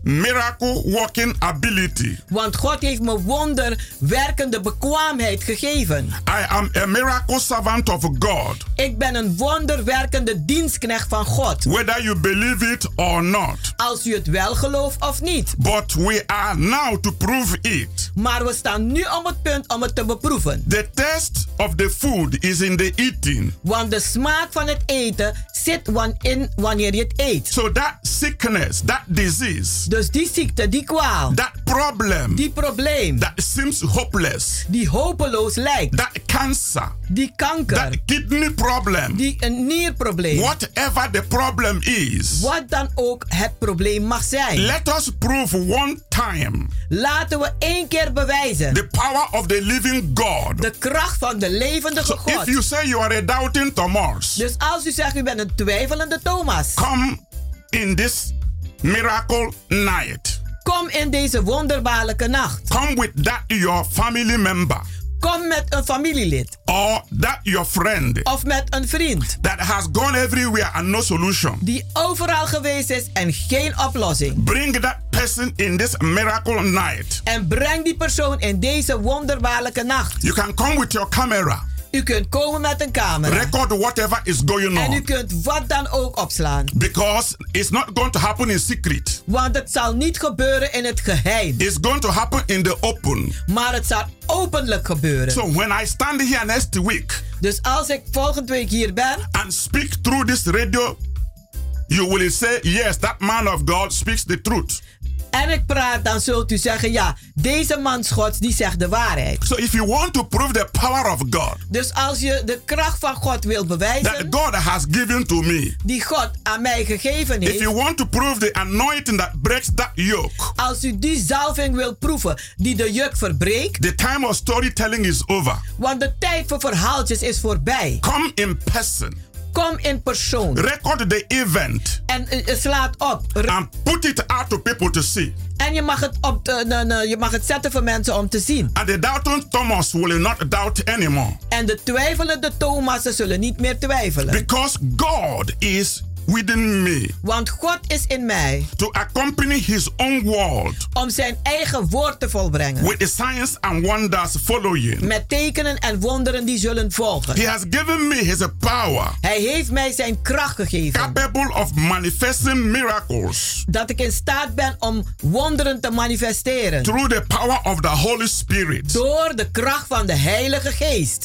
miracle working ability. Want God heeft me wonderwerkende bekwaamheid gegeven. I am a miracle servant of God. Ik ben een wonderwerkende dienstknecht van God. Whether you believe it or not. Als u het wel gelooft of niet. But we are now to prove it. Maar we staan nu op het punt om het te beproeven. The taste of the food is in the eating. Want de smaak van het eten zit in wanneer je het eet. So that sickness, that disease. Dus die ziekte, die kwaal. That problem. Die probleem. That seems hopeless. Die hopeloos lijkt. That cancer. Die kanker. That kidney problem. Die een nierprobleem. Whatever the problem is. Wat dan ook het probleem mag zijn. Let us prove one time. Laten we één keer bewijzen. The power of the living God. De kracht van de levendige so God. If you say you are a doubting Thomas. Dus als u zegt u bent een twijfelende Thomas. Come in this miracle night. Kom in deze wonderbaarlijke nacht. Come with that your family member. Kom met een familielid. Or that your friend. Of met een vriend. That has gone everywhere and no solution. Die overal geweest is en geen oplossing. Bring that person in this miracle night. En breng die persoon in deze wonderbaarlijke nacht. You can come with your camera. U kunt komen met een camera. Record whatever is going on. En u kunt wat dan ook opslaan. Because it's not going to happen in secret. Want het zal niet gebeuren in het geheim. It's going to happen in the open. Maar het zal openlijk gebeuren. So when I stand here next week. Dus als ik volgende week hier ben. And speak through this radio. You will say yes, that man of God speaks the truth. En ik praat, dan zult u zeggen, ja, deze man Gods die zegt de waarheid. So if you want to prove the power of God. Dus als je de kracht van God wilt bewijzen. That God has given to me. Die God aan mij gegeven heeft. If you want to prove the anointing that breaks that yoke. Als u die zalving wilt proeven die de juk verbreekt. The time of storytelling is over. Want de tijd voor verhaaltjes is voorbij. Come in person. Kom in persoon. Record the event. En uh, slaat op. And put it out to people to see. En je mag het op de, ne, ne, je mag het zetten voor mensen om te zien. And the doubting Thomas will not doubt anymore. En de twijfelende Thomassen zullen niet meer twijfelen. Because God is within me. Want God is in mij. To accompany his own word. Om zijn eigen woord te volbrengen. With the signs and wonders following. Met tekenen en wonderen die zullen volgen. He has given me his power. Hij heeft mij zijn kracht gegeven. Capable of manifesting miracles. Dat ik in staat ben om wonderen te manifesteren. Through the power of the Holy Spirit. Door de kracht van de Heilige Geest.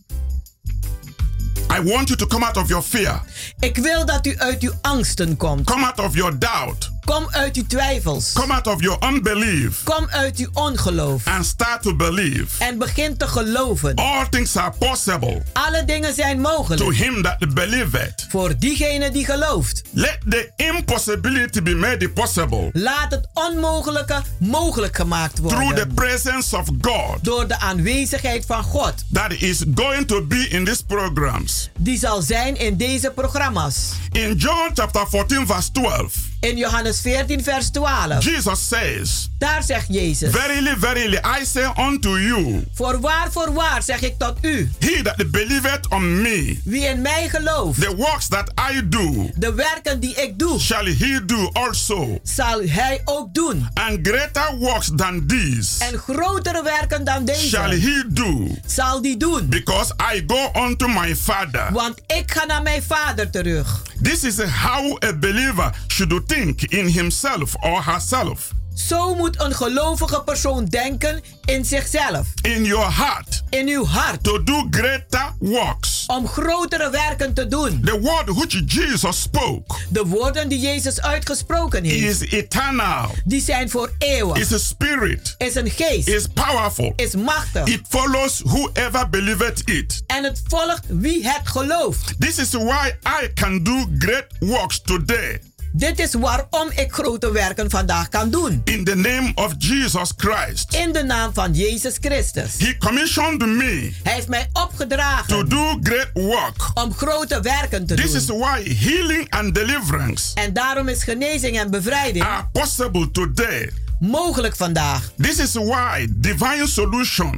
I want you to come out of your fear. Ik wil dat u uit uw angsten komt. Come out of your doubt. Kom uit uw twijfels. Come out of your unbelief. Kom uit uw ongeloof. And start to believe. En begin te geloven. All things are possible. Alle dingen zijn mogelijk. To him that believeth. Voor diegene die gelooft. Let the impossibility be made possible. Laat het onmogelijke mogelijk gemaakt worden. Through the presence of God. Door de aanwezigheid van God. That is going to be in these programs. Die zal zijn in deze programma's. In John chapter fourteen verse twelve. In Johannes veertien vers twaalf. Jesus says. Daar zegt Jezus. Verily, verily, I say unto you. Voorwaar, voorwaar zeg ik tot u. He that believeth on me. Wie in mij gelooft. The works that I do. De werken die ik doe. Shall he do also. Zal hij ook doen. And greater works than these. En grotere werken dan deze. Shall he do. Zal die doen. Because I go unto my Father. Want ik ga naar mijn Vader terug. This is how a believer should think in himself or herself. Zo moet een gelovige persoon denken in zichzelf. In your heart. In uw hart. To do greater works. Om grotere werken te doen. The word which Jesus spoke. De woorden die Jezus uitgesproken heeft. Is eternal. Die zijn voor eeuwig. Is a spirit. Is een geest. Is powerful. Is machtig. It follows whoever believeth it. En het volgt wie het gelooft. This is why I can do great works today. Dit is waarom ik grote werken vandaag kan doen. In the name of Jesus Christ. In de naam van Jezus Christus. He commissioned me. Hij heeft mij opgedragen. To do great work. Om grote werken te This doen. This is why healing and deliverance. En daarom is genezing en bevrijding. Are possible today. Mogelijk vandaag. This is why divine solution.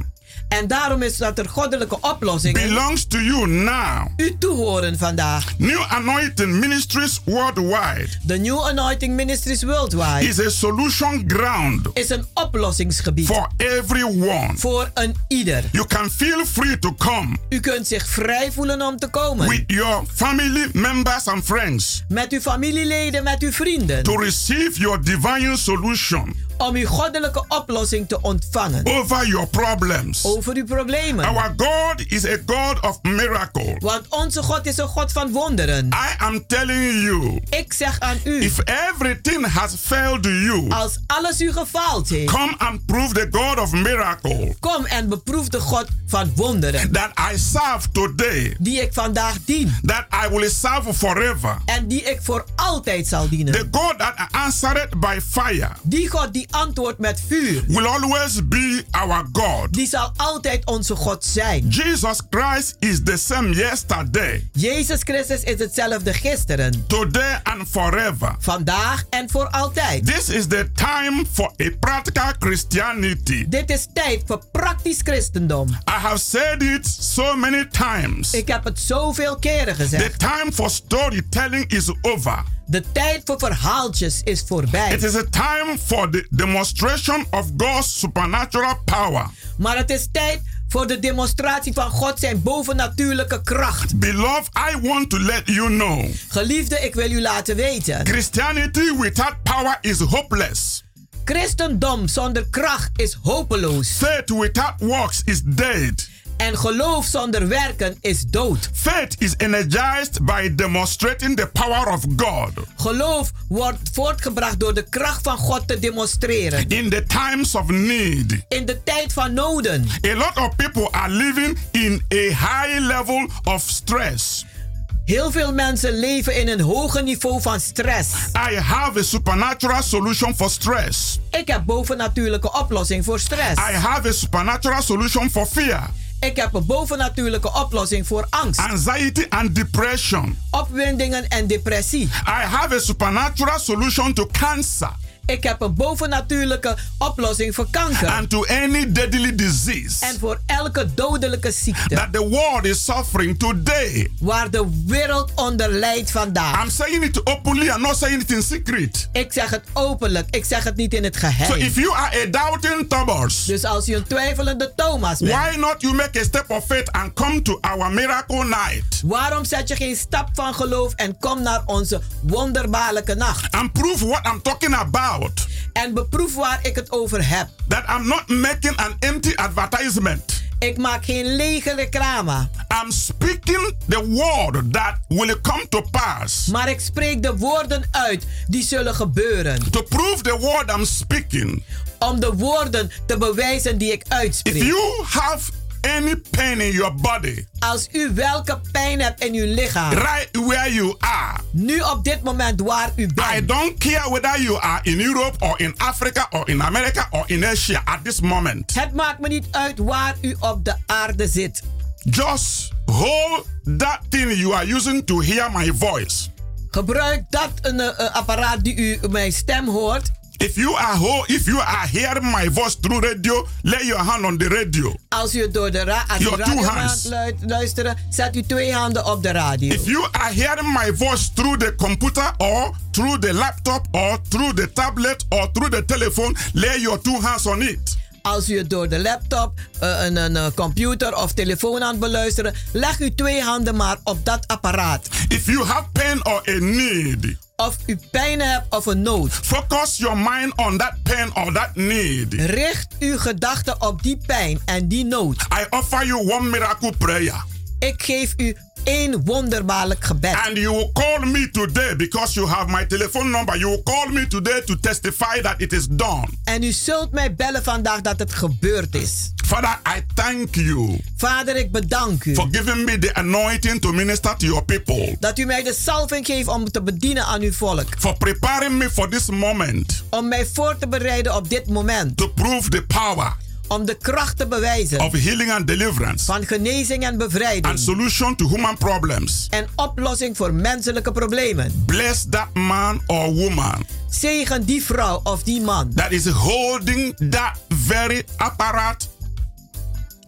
En daarom is dat er goddelijke oplossingen belongs to you now. U toehoren vandaag. New Anointing Ministries worldwide. De New Anointing Ministries worldwide is a solution ground. Is een oplossingsgebied. For everyone. Voor een ieder. You can feel free to come. U kunt zich vrij voelen om te komen. With your family members and friends. Met uw familieleden, met uw vrienden. To receive your divine solution. Om uw goddelijke oplossing te ontvangen. Over your problems. Over uw problemen. Our God is a God of miracle. Want onze God is een God van wonderen. I am telling you. Ik zeg aan u. If everything has failed you. Als alles u gefaald heeft. Come and prove the God of miracle. Kom en beproef de God van wonderen. That I serve today. Die ik vandaag dien. That I will serve forever. En die ik voor altijd zal dienen. The God that answered by fire. Die God die antwoordt met vuur. Will always be our God. Die zal altijd onze God zijn. Jesus Christ is the same yesterday. Jezus Christus is hetzelfde gisteren. Today and forever. Vandaag en voor altijd. This is the time for a practical Christianity. Dit is tijd voor praktisch christendom. I have said it so many times. Ik heb het zoveel keren gezegd. The time for storytelling is over. De tijd voor verhaaltjes is voorbij. It is a time for the demonstration of God's supernatural power. Maar het is tijd voor de demonstratie van God zijn bovennatuurlijke kracht. Beloved, I want to let you know. Geliefde, ik wil u laten weten. Christianity without power is hopeless. Christendom zonder kracht is hopeloos. Faith without works is dead. En geloof zonder werken is dood. Faith is energized by demonstrating the power of God. Geloof wordt voortgebracht door de kracht van God te demonstreren. In the times of need. In de tijd van noden. A lot of people are living in a high level of stress. Heel veel mensen leven in een hoger niveau van stress. I have a supernatural solution for stress. Ik heb bovennatuurlijke oplossing voor stress. I have a supernatural solution for fear. Ik heb een bovennatuurlijke oplossing voor angst. Anxiety and depression. Opwindingen en depressie. I have a supernatural solution to cancer. Ik heb een bovennatuurlijke oplossing voor kanker. And to any deadly disease. En voor elke dodelijke ziekte. That the world is suffering today. Waar de wereld onder lijdt vandaag. I'm saying it openly and not saying it in secret. Ik zeg het openlijk, ik zeg het niet in het geheim. So if you are a doubting Thomas. Dus als u een twijfelende Thomas bent. Why not you make a step of faith and come to our miracle night? Waarom zet je geen stap van geloof en kom naar onze wonderbaarlijke nacht? And prove what I'm talking about. En beproef waar ik het over heb. That I'm not making an empty advertisement. Ik maak geen lege reclame. I'm speaking the word that will come to pass. Maar ik spreek de woorden uit die zullen gebeuren. To prove the word I'm speaking. Om de woorden te bewijzen die ik uitspreek. If you have any pain in your body. Als u welke pijn hebt in uw lichaam. Right where you are. Nu op dit moment waar u bent. I don't care whether you are in Europe or in Africa or in America or in Asia at this moment. Het maakt me niet uit waar u op de aarde zit. Just hold that thing you are using to hear my voice. Gebruik dat een uh, apparaat die u mijn stem hoort. If you are ho- if you are hearing my voice through radio, lay your hand on the radio. Als u het door de ra- als your radio two hands. Lu- luisteren, zet u twee handen op de radio. If you are hearing my voice through the computer or through the laptop or through the tablet or through the telephone, lay your two hands on it. Als u het door de laptop, uh, een, een, een computer of telefoon aan het beluisteren, leg uw twee handen maar op dat apparaat. If you have pain or a need. Of u pijn hebt of een nood. Focus your mind on that pain or that need. Richt uw gedachten op die pijn en die nood. I offer you one miracle prayer. Ik geef u één wonderbaarlijk gebed. And you will call me today because you have my telephone number. You will call me today to testify that it is done. En u zult mij bellen vandaag dat het gebeurd is. Father, I thank you. Vader, ik bedank u. For giving me the anointing to minister to your people. Dat u mij de salving geeft om te bedienen aan uw volk. For preparing me for this moment. Om mij voor te bereiden op dit moment. To prove the power. Om de kracht te bewijzen. Of healing and deliverance. Van genezing en bevrijding. And solution to human problems. En oplossing voor menselijke problemen. Bless that man or woman. Zegen die vrouw of die man. That is holding that very apparat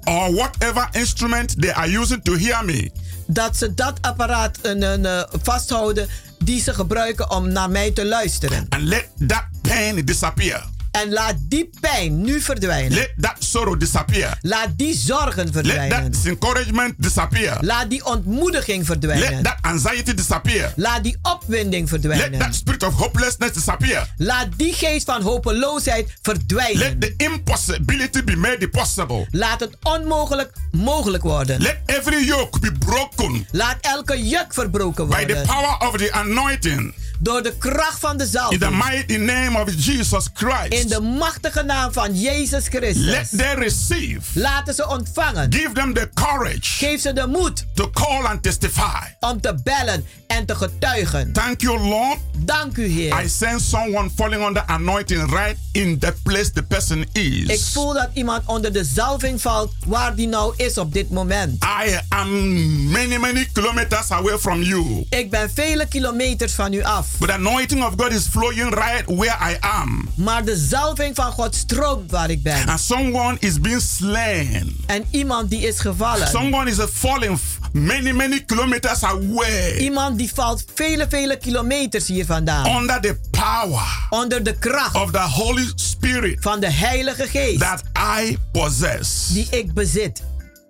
or whatever instrument they are using to hear me. Dat ze dat apparaat een, een, uh, vasthouden die ze gebruiken om naar mij te luisteren. And let that pain disappear. En laat die pijn nu verdwijnen. Let that sorrow disappear. Laat die zorgen verdwijnen. Let that discouragement disappear. Laat die ontmoediging verdwijnen. Let that anxiety disappear. Laat die opwinding verdwijnen. Let that spirit of hopelessness disappear. Laat die geest van hopeloosheid verdwijnen. Let the impossibility be made possible. Laat het onmogelijk mogelijk worden. Let every yoke be broken. Laat elke juk verbroken worden. By the power of the anointing. Door de kracht van de zalving. In the mighty name of Jesus Christ. In de machtige naam van Jezus Christus. Let them receive. Laten ze ontvangen. Give them the courage. Geef ze de moed. To call and testify. Om te bellen en te getuigen. Thank you, Lord. Dank u, Heer. I sense someone falling under anointing right in the place the person is. Ik voel dat iemand onder de zalving valt waar die nou is op dit moment. I am many, many kilometers away from you. Ik ben vele kilometers van u af. But the anointing of God is flowing right where I am. Maar de zalving van God stroomt waar ik ben. And someone is being slain. En iemand die is gevallen. Someone is falling many, many kilometers away. Iemand die valt vele, vele kilometers hier vandaan. Under the power. Onder de kracht. Of the Holy Spirit. Van de Heilige Geest. That I possess. Die ik bezit.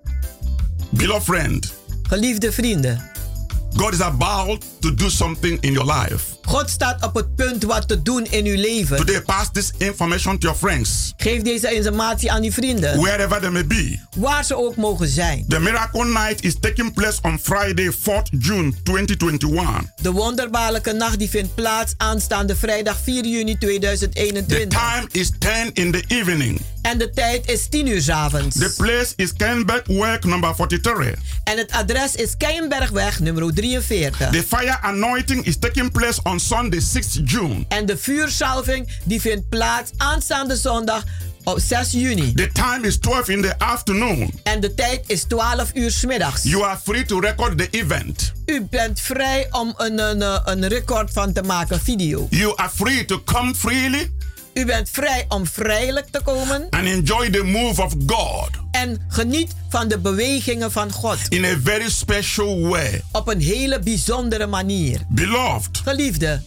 Beloved friend. Geliefde vrienden. God is about to do something in your life. God staat op het punt wat te doen in uw leven. Today, pass this information to your friends. Geef deze informatie aan uw vrienden. Wherever they may be. Waar ze ook mogen zijn. The Miracle Night is taking place on Friday, fourth June twenty twenty-one. De wonderbaarlijke nacht die vindt plaats aanstaande vrijdag vier juni tweeduizend eenentwintig. The time is ten in the evening. En de tijd is tien uur 's avonds. The place is Kenbergweg number forty-three. En het adres is Keienbergweg nummer drieënveertig. The fire anointing is taking place on Sunday, sixth June. En de vuurzalving die vindt plaats aanstaande zondag op zes juni. The time is twelve in the afternoon. En de tijd is twaalf uur 's middags. You are free to record the event. U bent vrij om een, een, een record van te maken, video. You are free to come freely. U bent vrij om vrijelijk te komen. And enjoy the move of God. En geniet van de bewegingen van God. In a very special way. Op een hele bijzondere manier. Beloved. Geliefde.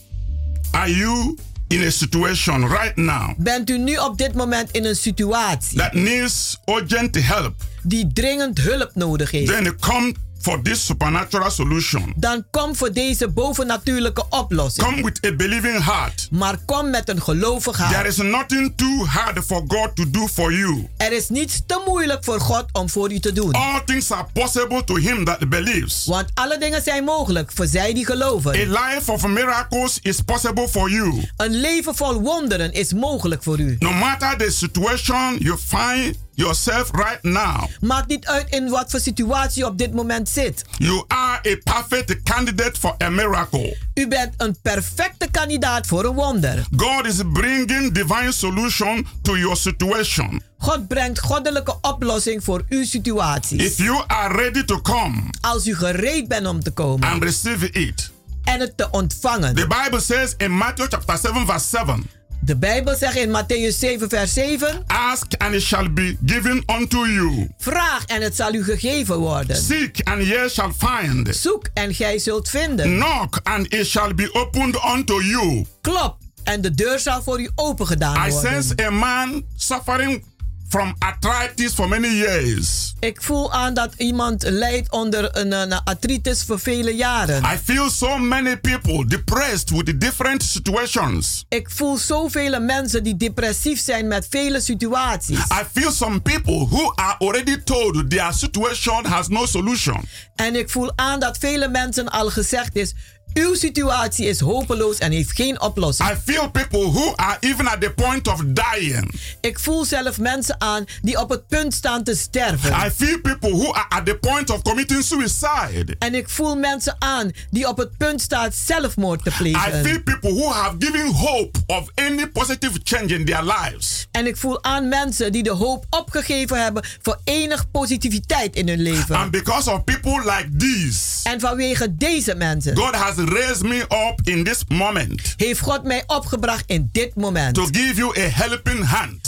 Are you in a situation right now? Bent u nu op dit moment in een situatie. That needs urgent help. Die dringend hulp nodig heeft. Then come for this supernatural solution. Dan kom voor deze bovennatuurlijke oplossing. Come with a believing heart. Maar kom met een gelovig hart. There is nothing too hard for God to do for you. Er is niets te moeilijk voor God om voor u te doen. All things are possible to him that believes. Want alle dingen zijn mogelijk voor zij die geloven. A life of miracles is possible for you. Een leven vol wonderen is mogelijk voor u. No matter the situation you find yourself right now. Maakt niet uit in wat voor situatie je op dit moment zit. You are a perfect candidate for a miracle. U bent een perfecte kandidaat voor een wonder. God is bringing divine solution to your situation. God brengt goddelijke oplossing voor uw situatie. If you are ready to come. Als u gereed bent om te komen. And receive it. En het te ontvangen. The Bible says in Matthew chapter seven verse seven. De Bijbel zegt in Mattheüs zeven vers zeven. Ask and it shall be given unto you. Vraag en het zal u gegeven worden. Seek and ye shall find. Zoek en gij zult vinden. Knock and it shall be opened unto you. Klop en de deur zal voor u open gedaan worden. I sense a man suffering from arthritis for many years. Ik voel aan dat iemand lijdt onder een, een artritis voor vele jaren. I feel so many people depressed with different situations. Ik voel zoveel mensen die depressief zijn met vele situaties. I feel some people who are already told their situation has no solution. En ik voel aan dat vele mensen al gezegd is: uw situatie is hopeloos en heeft geen oplossing. I feel people who are even at the point of dying. Ik voel zelf mensen aan die op het punt staan te sterven. I feel people who are at the point of committing suicide. En ik voel mensen aan die op het punt staan zelfmoord te plegen. I feel people who have given hope of any positive change in their lives. En ik voel aan mensen die de hoop opgegeven hebben voor enig positiviteit in hun leven. And because of people like these. En vanwege deze mensen. God has raised me up in this moment. Heeft God mij opgebracht in dit moment. To give you a helping hand.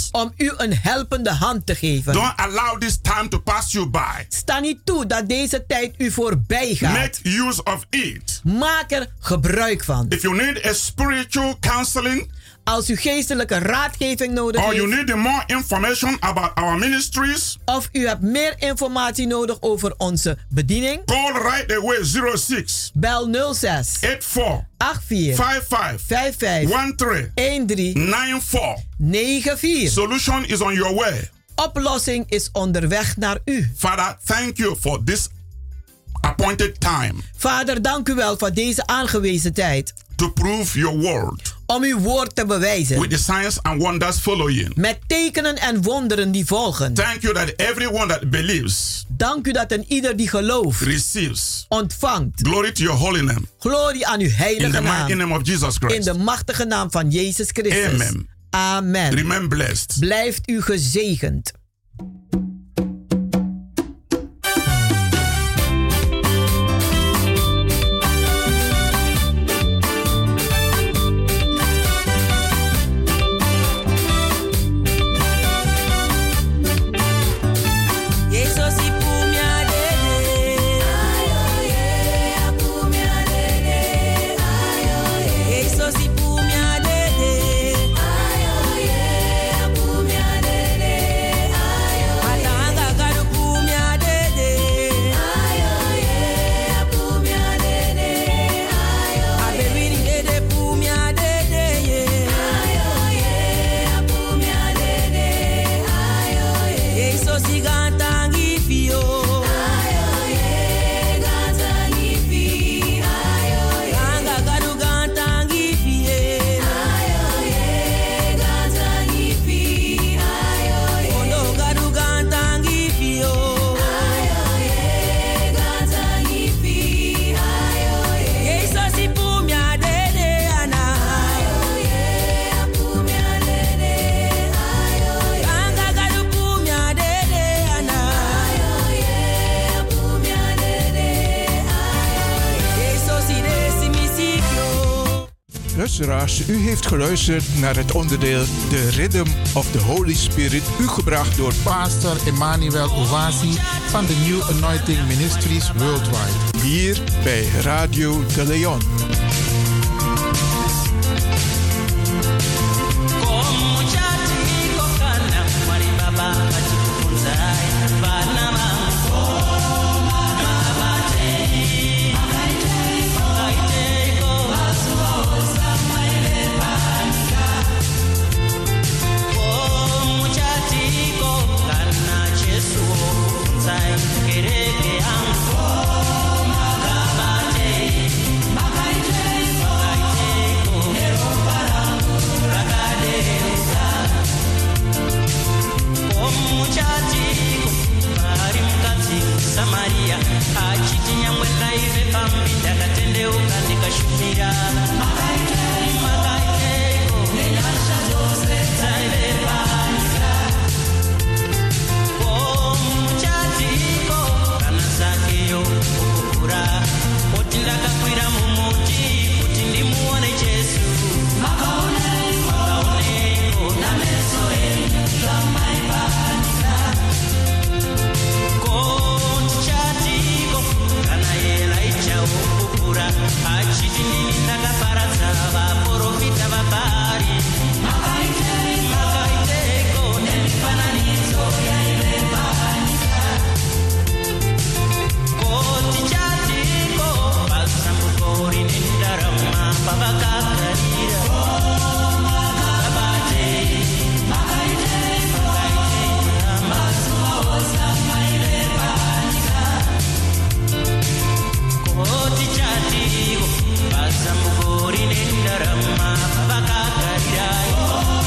Om u een helpende hand te geven. Don't allow this time to pass you by. Sta niet toe dat deze tijd u voorbij gaat. Make use of it. Maak er gebruik van. If you need a spiritual counseling, als u geestelijke raadgeving nodig or heeft, you need more information about our ministries, of u hebt meer informatie nodig over onze bediening, call right away zero six. Bel nul zes eight four acht vier five five vijf vijf one three een drie nine four. negen vier. Solution is on your way. Oplossing is onderweg naar u. Father, thank you for this appointed time. Vader, dank u wel voor deze aangewezen tijd. To prove your word. Om uw woord te bewijzen. With the signs and wonders following. Met tekenen en wonderen die volgen. Thank you that everyone that believes. Dank u dat een ieder die gelooft. Receives. Ontvangt. Glory to your holy name. Glorie aan uw heilige In the naam. mighty name of Jesus Christ. In de machtige naam van Jezus Christus. Amen. Amen. Remain blessed. Blijft u gezegend. Luisteraars, u heeft geluisterd naar het onderdeel The Rhythm of the Holy Spirit, u gebracht door Pastor Emmanuel Owasi van de New Anointing Ministries Worldwide. Hier bij Radio De Leon. Samaria achiti nyamwe naive pambi ndakatendeuka ndikashumira makaiteko nenyasha dzose dzaive panyika muchatiko kana zakeyo kukura oti ndakakwira mumuti kuti ndimuone Jesu makaoneko nameso enyu zvamaipanika achiti ndini ndakaparadza vaprofita vabhari makaiteko nemifananidzo yaive panyika koti chatiko pasambuko rine ndarama pavakagarira vabatei makaiteko mazuva ose amaive panyika koti chatiko pasambuko rine ndarama pavakagarirayo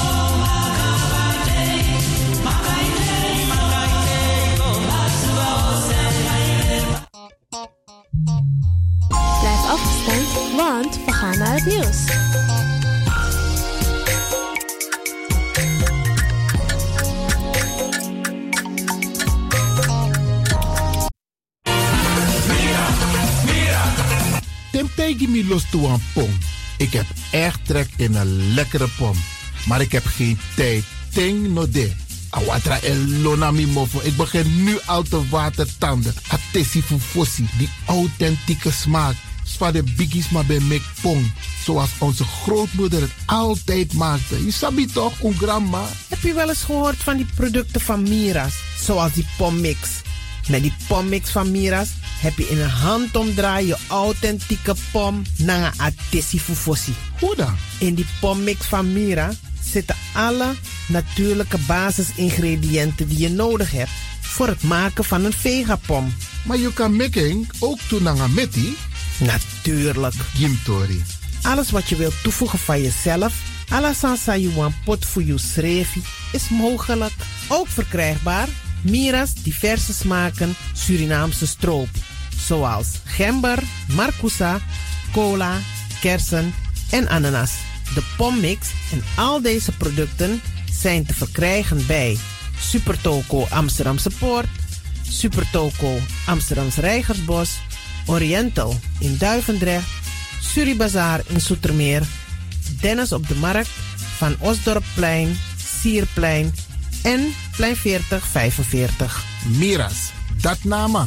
Blijf afgestemd, want we gaan naar het nieuws. Temptegi mi los toe een pom. Ik heb echt trek in een lekkere pom. Maar ik heb geen tijd. ting no de. Awatra elonami mofo. Ik begin nu al te watertanden. Atesi fufosi, die authentieke smaak. Zwa de biggies maar bij mekpong. Zoals onze grootmoeder het altijd maakte. Je sabi toch, een grandma? Heb je wel eens gehoord van die producten van Mira's? Zoals die pommix. Met die pommix van Mira's heb je in een handomdraai je authentieke pom naar een atesi fufosi. Hoe dan? In die pommix van Mira zitten alle natuurlijke basisingrediënten die je nodig hebt voor het maken van een vegapom. Maar je kan making ook doen naar een meti? Natuurlijk. Gimtori. Alles wat je wilt toevoegen van jezelf, alla sansa you want pot voor je srefi, is mogelijk. Ook verkrijgbaar Mira's diverse smaken Surinaamse stroop. Zoals gember, marcousa, cola, kersen en ananas. De pommix en al deze producten zijn te verkrijgen bij Supertoco Amsterdamse Poort, Supertoco Amsterdamse Reigersbos, Oriental in Duivendrecht, Suribazaar in Zoetermeer, Dennis op de Markt, Van Osdorpplein, Sierplein en Plein veertig vijfenveertig. Mira's, dat nama.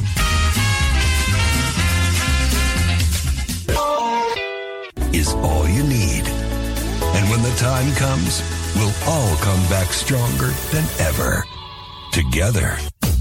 Is all you need. And when the time comes, we'll all come back stronger than ever. Together.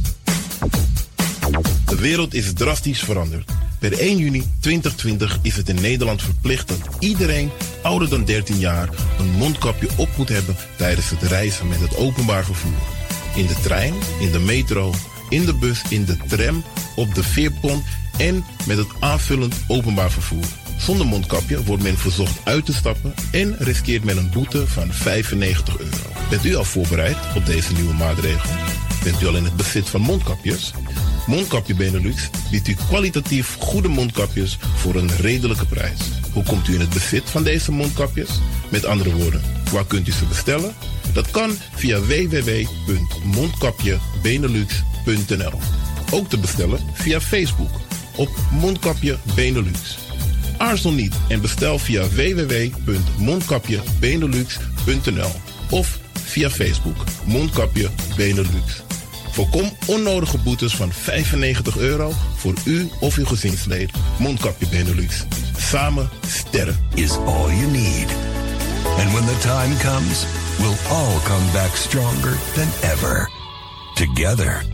De wereld is drastisch veranderd. Per één juni tweeduizend twintig is het in Nederland verplicht dat iedereen ouder dan dertien jaar een mondkapje op moet hebben tijdens het reizen met het openbaar vervoer. In de trein, in de metro, in de bus, in de tram, op de veerpont en met het aanvullend openbaar vervoer. Zonder mondkapje wordt men verzocht uit te stappen en riskeert men een boete van vijfennegentig euro. Bent u al voorbereid op deze nieuwe maatregel? Bent u al in het bezit van mondkapjes? Mondkapje Benelux biedt u kwalitatief goede mondkapjes voor een redelijke prijs. Hoe komt u in het bezit van deze mondkapjes? Met andere woorden, waar kunt u ze bestellen? Dat kan via w w w punt mondkapje benelux punt n l. Ook te bestellen via Facebook op Mondkapje Benelux. Aarzel niet en bestel via w w w punt mondkapje benelux punt n l of via Facebook Mondkapje Benelux. Voorkom onnodige boetes van vijfennegentig euro voor u of uw gezinslid. Mondkapje Benelux. Samen sterren. Is all you need. And when the time comes, we'll all come back stronger than ever. Together.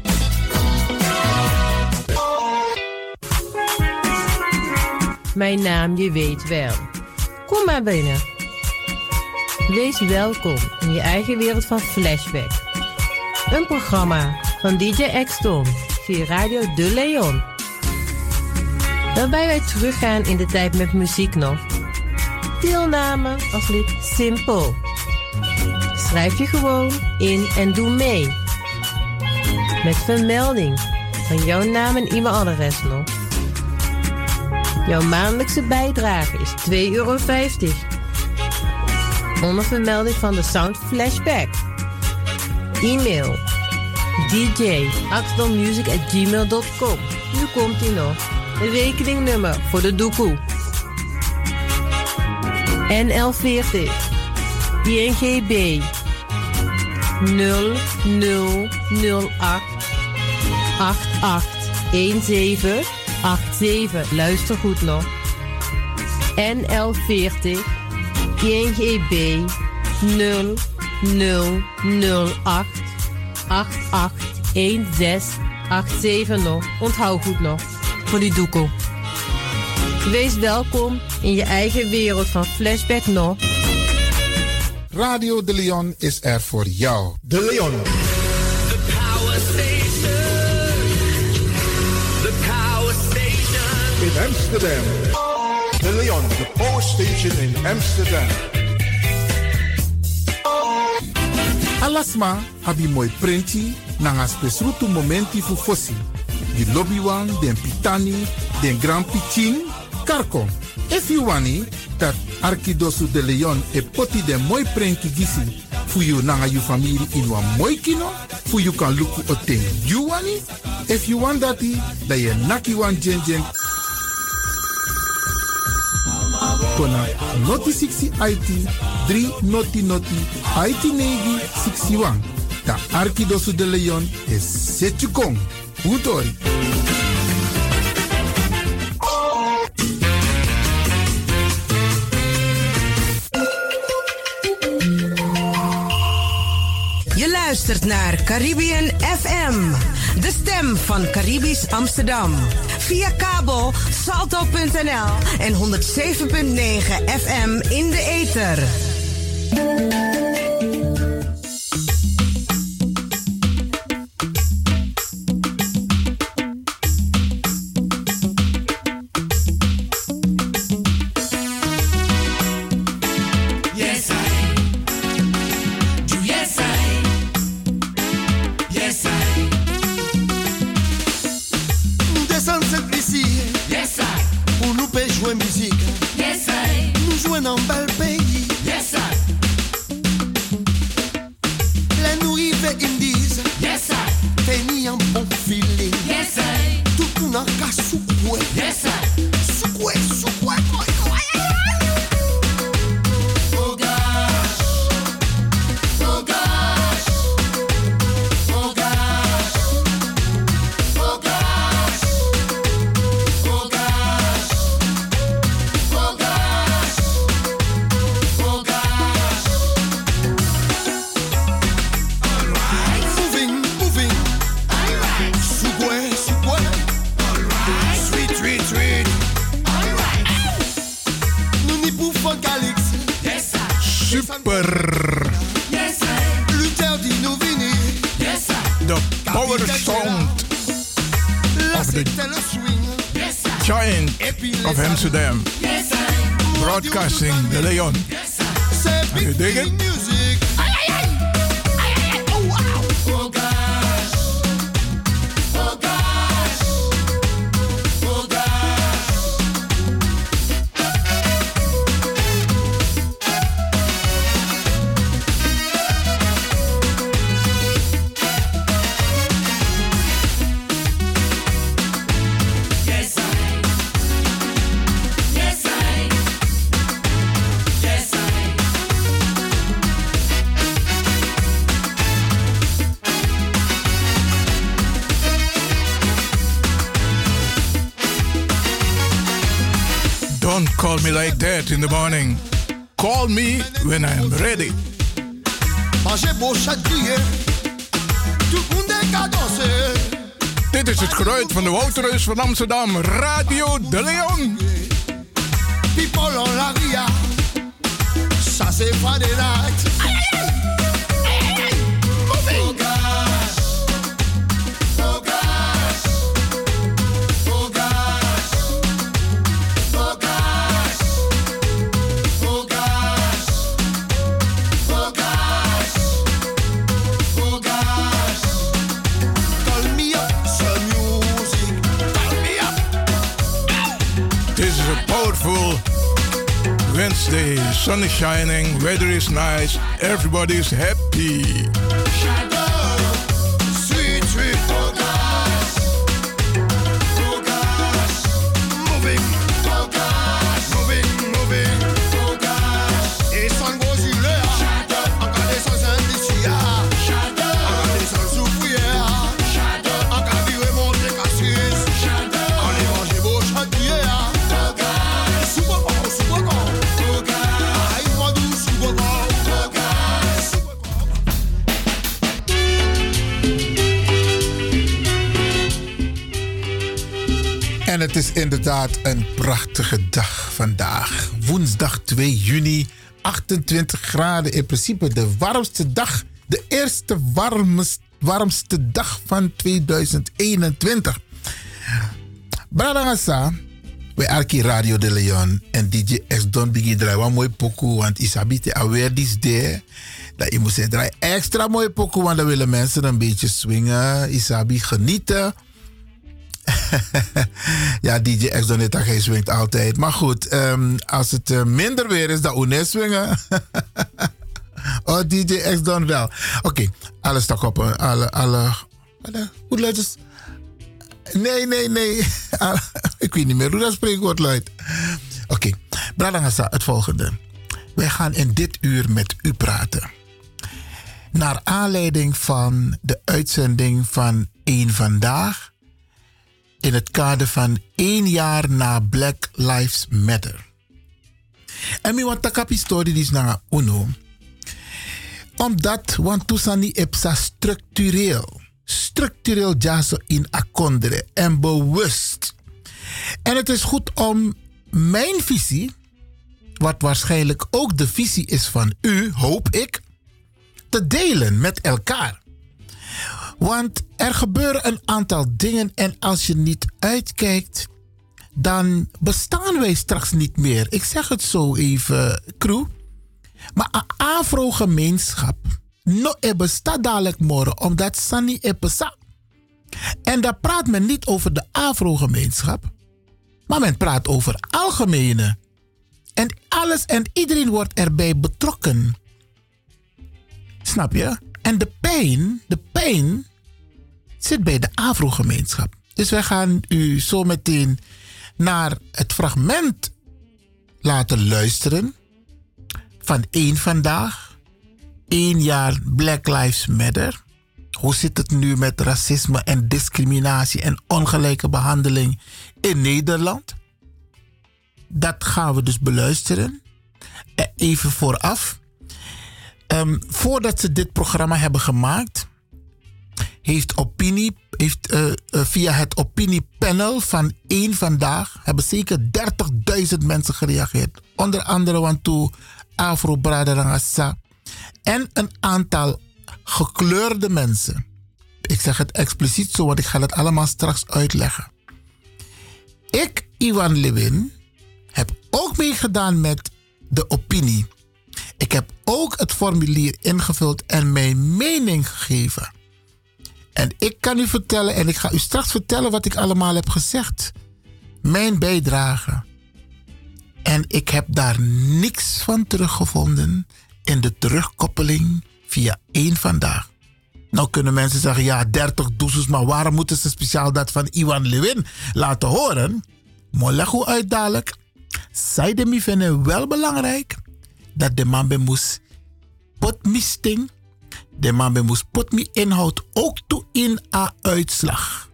Mijn naam, je weet wel. Kom maar binnen. Wees welkom in je eigen wereld van Flashback. Een programma van D J X-Don via Radio De Leon. Waarbij wij teruggaan in de tijd met muziek nog. Deelname als lid simpel. Schrijf je gewoon in en doe mee. Met vermelding van jouw naam en e-mailadres nog. Jouw maandelijkse bijdrage is twee euro vijftig. Onder vermelding van de Sound Flashback. E-mail d j axdon music at gmail dot com. Nu komt ie nog. Een rekeningnummer voor de doekoe. N L veertig I N G B nul nul nul acht acht acht een zeven acht zeven. Luister goed nog. N L veertig I N G B nul nul nul acht acht acht een zes acht zeven nog. Onthoud goed nog. Voor die doekoe. Wees welkom in je eigen wereld van Flashback nog. Radio De Leon is er voor jou. De Leon. The Power Station. The Power Station. In Amsterdam. De Leon, the Power Station in Amsterdam. Alasma abi mooi prenti nanga spesrutu momenti fu fossi. Di lobby wan, den pitani, den grand pitin, karko. If you wani, dat Arkidosu de Leon e poti den mooi prenti gisi fu you nanga you family in wan mooi kino, fu you kan luku o ten you wani. If you want dati, da ye naki wan jen jen. Kona noti sixty I T drie noti noti Haiti negi sixty-one. Da Arkidosu de Leon is Setjukong. Utori. Je luistert naar Caribbean F M, de stem van Caribisch Amsterdam. Via kabel salto punt n l en honderd zeven punt negen F M in de ether. Amsterdam, broadcasting De Leon. Are you dig it? Call me like that in the morning. Call me when I am ready. Dit is het geluid van de Wouterhuis van Amsterdam, Radio De Leon. People on la via, ça c'est pas des nights. Wednesday, sun is shining, weather is nice, everybody is happy. Sweet, sweet, oh gosh. Oh gosh. Moving, oh gosh. Moving, moving, oh gosh. Et sans gros gilet, encore des sans indicia, encore des sans souffrière, encore vivre monter cassis, on est mangé beau chantier. En het is inderdaad een prachtige dag vandaag. Woensdag twee juni, achtentwintig graden. In principe de warmste dag. De eerste warmste, warmste dag van tweeduizend eenentwintig. Bradangasa, we Arki Radio De Leon en D J X-Don Biggie draai een mooi pokoe, want Isabite aware this day. Dat je moet zeggen, draai extra mooi pokoe, want dan willen mensen een beetje swingen. Isabi genieten. Ja, D J X-Don heeft hij swingt altijd. Maar goed, um, als het uh, minder weer is, dan Oene swingen. Oh, D J X-Don wel. Oké, okay, alle stak op. Alle, alle, alle, hoe luidt het? Nee, nee, nee. Ik weet niet meer hoe dat spreekwoord luidt. Oké, okay. Bradangasa, het volgende. Wij gaan in dit uur met u praten. Naar aanleiding van de uitzending van één Vandaag. In het kader van één jaar na Black Lives Matter. En mi want takapi story dis na uno. Omdat want tusani epsa structureel. Structureel jaso in akondre en bewust. En het is goed om mijn visie, wat waarschijnlijk ook de visie is van u, hoop ik, te delen met elkaar. Want er gebeuren een aantal dingen en als je niet uitkijkt, dan bestaan wij straks niet meer. Ik zeg het zo even, crew. Maar een Afro-gemeenschap, no e bestaat dadelijk morgen, omdat Sani e pesa. En daar praat men niet over de Afro-gemeenschap, maar men praat over algemene. En alles en iedereen wordt erbij betrokken. Snap je? En de pijn, de pijn zit bij de Afro-gemeenschap. Dus wij gaan u zo meteen naar het fragment laten luisteren van één Vandaag. één jaar Black Lives Matter. Hoe zit het nu met racisme en discriminatie en ongelijke behandeling in Nederland? Dat gaan we dus beluisteren. Even vooraf. Um, voordat ze dit programma hebben gemaakt, heeft opinie, heeft, uh, uh, via het opiniepanel van één Vandaag, hebben zeker dertigduizend mensen gereageerd. Onder andere want toe Afro Braderangasa en een aantal gekleurde mensen. Ik zeg het expliciet zo, want ik ga het allemaal straks uitleggen. Ik, Ivan Lewin, heb ook meegedaan met de opinie. Ik heb ook het formulier ingevuld en mijn mening gegeven. En ik kan u vertellen, en ik ga u straks vertellen wat ik allemaal heb gezegd. Mijn bijdrage. En ik heb daar niks van teruggevonden in de terugkoppeling via één Vandaag. Nou kunnen mensen zeggen, ja, dertig doezoes, maar waarom moeten ze speciaal dat van Ivan Lewin laten horen? Maar leg hoe uit dadelijk. Zij de mi vinden wel belangrijk dat de man bij moest pot misting. De man bij moest pot mi inhoud ook toe in a uitslag.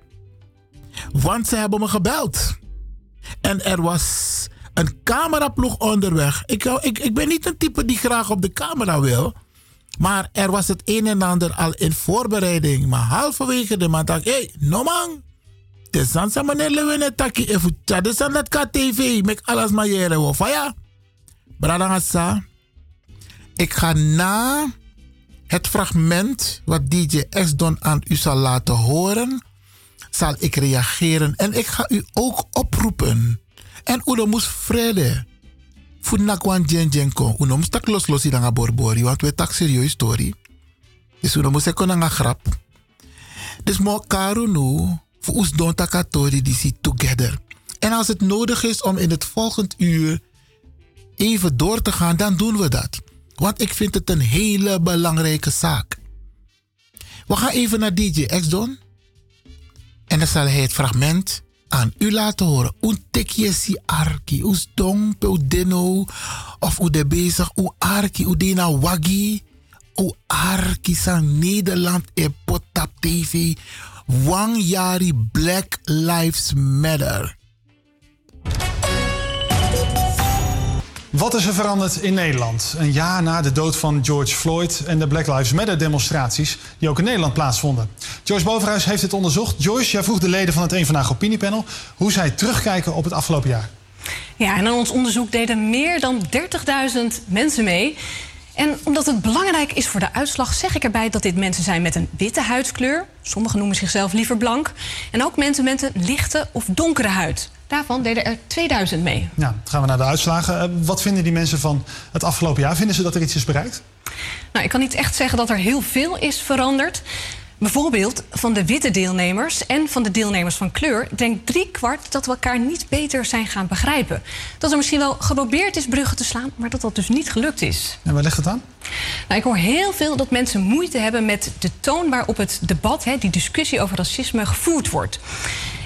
Want ze hebben me gebeld. En er was een cameraploeg onderweg. Ik, ik, ik ben niet een type die graag op de camera wil. Maar er was het een en ander al in voorbereiding. Maar halverwege de man dacht ik, hé, hey, no man. De sansa meneer Lewin taki even tjade san dat ka tv. Mek alles maar jere wo. Faya. Bradangasa. Ik ga na het fragment wat D J X-Don aan u zal laten horen, zal ik reageren. En ik ga u ook oproepen. En u moest vrede. Voor nakwan jen jen kon. U moest tak los losi dan borbori. Want we tak serieus story. Dus u moest ekon een grap. Dus mo karu nu. Voor ons don takatori die zit together. En als het nodig is om in het volgend uur even door te gaan, dan doen we dat. Want ik vind het een hele belangrijke zaak. We gaan even naar D J X-Don. En dan zal hij het fragment aan u laten horen. Un tekjesi arki, us dong pe deno, of u de bezig, u arki, u de na wagi, u arki sang Nederland e potap T V, wang jari Black Lives Matter. Wat is er veranderd in Nederland? Een jaar na de dood van George Floyd en de Black Lives Matter demonstraties die ook in Nederland plaatsvonden. Joyce Bovenhuis heeft dit onderzocht. Joyce, jij vroeg de leden van het één Vandaag opiniepanel hoe zij terugkijken op het afgelopen jaar. Ja, en aan ons onderzoek deden meer dan dertigduizend mensen mee. En omdat het belangrijk is voor de uitslag, zeg ik erbij dat dit mensen zijn met een witte huidskleur. Sommigen noemen zichzelf liever blank. En ook mensen met een lichte of donkere huid. Daarvan deden er tweeduizend mee. Ja, dan gaan we naar de uitslagen. Wat vinden die mensen van het afgelopen jaar? Vinden ze dat er iets is bereikt? Nou, ik kan niet echt zeggen dat er heel veel is veranderd. Bijvoorbeeld van de witte deelnemers en van de deelnemers van kleur denkt driekwart dat we elkaar niet beter zijn gaan begrijpen. Dat er misschien wel geprobeerd is bruggen te slaan, maar dat dat dus niet gelukt is. En waar ligt het aan? Nou, ik hoor heel veel dat mensen moeite hebben met de toon waarop het debat, hè, die discussie over racisme, gevoerd wordt.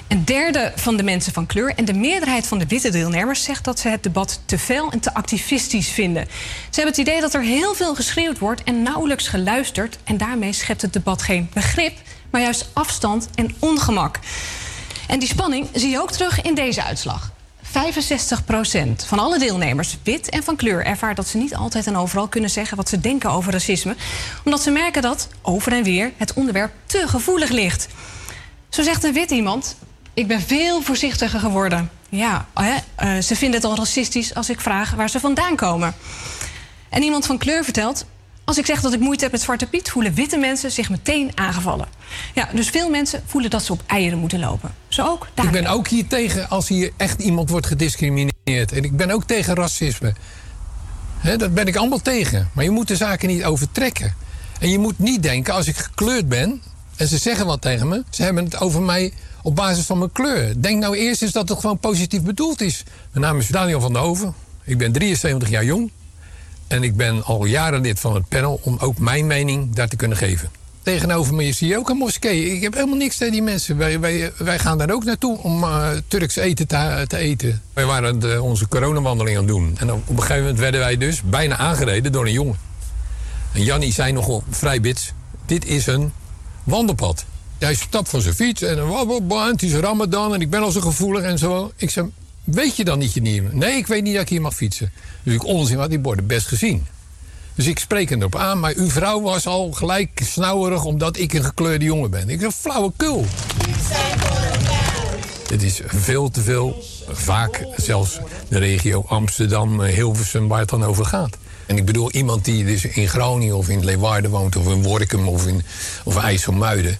Een derde van de mensen van kleur en de meerderheid van de witte deelnemers zegt dat ze het debat te fel en te activistisch vinden. Ze hebben het idee dat er heel veel geschreeuwd wordt en nauwelijks geluisterd. En daarmee schept het debat geen begrip, maar juist afstand en ongemak. En die spanning zie je ook terug in deze uitslag. vijfenzestig procent van alle deelnemers, wit en van kleur, ervaart dat ze niet altijd en overal kunnen zeggen wat ze denken over racisme. Omdat ze merken dat, over en weer, het onderwerp te gevoelig ligt. Zo zegt een wit iemand: ik ben veel voorzichtiger geworden. Ja, hè, uh, ze vinden het al racistisch als ik vraag waar ze vandaan komen. En iemand van kleur vertelt: als ik zeg dat ik moeite heb met Zwarte Piet, voelen witte mensen zich meteen aangevallen. Ja, dus veel mensen voelen dat ze op eieren moeten lopen. Zo ook daar. Ik ben ook hier tegen als hier echt iemand wordt gediscrimineerd. En ik ben ook tegen racisme. He, dat ben ik allemaal tegen. Maar je moet de zaken niet overtrekken. En je moet niet denken, als ik gekleurd ben en ze zeggen wat tegen me, ze hebben het over mij op basis van mijn kleur. Denk nou eerst eens dat het gewoon positief bedoeld is. Mijn naam is Daniel van der Hoven. Ik ben drieënzeventig jaar jong. En ik ben al jaren lid van het panel om ook mijn mening daar te kunnen geven. Tegenover me zie je ook een moskee. Ik heb helemaal niks tegen die mensen. Wij, wij, wij gaan daar ook naartoe om uh, Turks eten te, te eten. Wij waren de, onze coronawandeling aan het doen. En op een gegeven moment werden wij dus bijna aangereden door een jongen. En Jannie zei nogal vrij bits: dit is een wandelpad. Hij stapt van zijn fiets en het is Ramadan en ik ben al zo gevoelig en zo. Ik zei: weet je dan niet je niet? Nee, ik weet niet dat ik hier mag fietsen. Dus ik onzin, had die borden best gezien. Dus ik spreek hem erop aan, maar uw vrouw was al gelijk snauwerig omdat ik een gekleurde jongen ben. Ik zeg: flauwekul. Het is veel te veel, vaak zelfs de regio Amsterdam, Hilversum, waar het dan over gaat. En ik bedoel, iemand die dus in Groningen of in Leeuwarden woont, of in Workum of in of IJsselmuiden.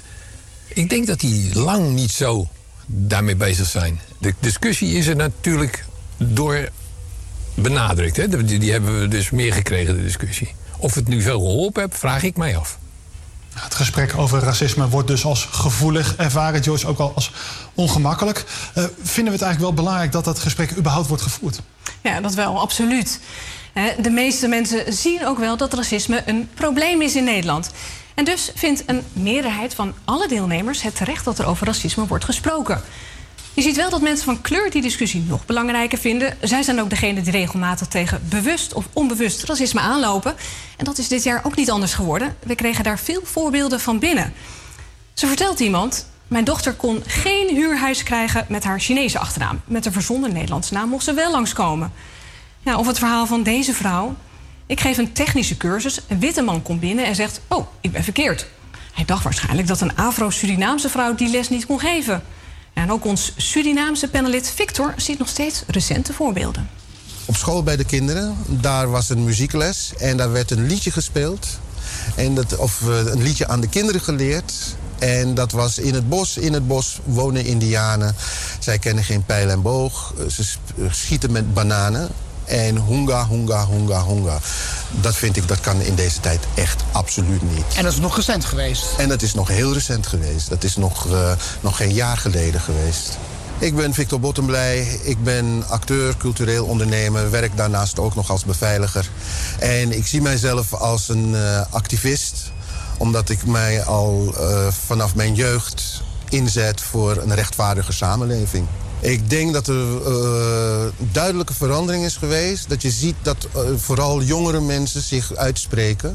Ik denk dat die lang niet zo daarmee bezig zijn. De discussie is er natuurlijk door benadrukt. Hè? Die, die hebben we dus meer gekregen, de discussie. Of het nu veel geholpen heeft, vraag ik mij af. Het gesprek over racisme wordt dus als gevoelig ervaren, Joyce, ook al als ongemakkelijk. Uh, vinden we het eigenlijk wel belangrijk dat dat gesprek überhaupt wordt gevoerd? Ja, dat wel, absoluut. De meeste mensen zien ook wel dat racisme een probleem is in Nederland. En dus vindt een meerderheid van alle deelnemers het terecht dat er over racisme wordt gesproken. Je ziet wel dat mensen van kleur die discussie nog belangrijker vinden. Zij zijn ook degene die regelmatig tegen bewust of onbewust racisme aanlopen. En dat is dit jaar ook niet anders geworden. We kregen daar veel voorbeelden van binnen. Zo vertelt iemand: mijn dochter kon geen huurhuis krijgen met haar Chinese achternaam. Met een verzonnen Nederlandse naam mocht ze wel langskomen. Ja, of het verhaal van deze vrouw: ik geef een technische cursus, een witte man komt binnen en zegt: oh, ik ben verkeerd. Hij dacht waarschijnlijk dat een Afro-Surinaamse vrouw die les niet kon geven. Ja, en ook ons Surinaamse panelid Victor ziet nog steeds recente voorbeelden. Op school bij de kinderen, daar was een muziekles en daar werd een liedje gespeeld. En dat, of uh, een liedje aan de kinderen geleerd. En dat was in het bos. In het bos wonen indianen. Zij kennen geen pijl en boog. Ze schieten met bananen. En honga, honga, honga, honga. Dat vind ik, dat kan in deze tijd echt absoluut niet. En dat is nog recent geweest? En dat is nog heel recent geweest. Dat is nog, uh, nog geen jaar geleden geweest. Ik ben Victor Bottenblij. Ik ben acteur, cultureel ondernemer. Werk daarnaast ook nog als beveiliger. En ik zie mijzelf als een uh, activist. Omdat ik mij al uh, vanaf mijn jeugd inzet voor een rechtvaardige samenleving. Ik denk dat er uh, duidelijke verandering is geweest. Dat je ziet dat uh, vooral jongere mensen zich uitspreken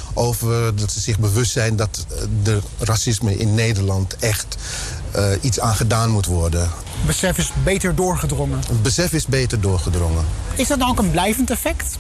over dat ze zich bewust zijn dat de racisme in Nederland echt uh, iets aan gedaan moet worden. Besef is beter doorgedrongen. Het besef is beter doorgedrongen. Is dat dan ook een blijvend effect?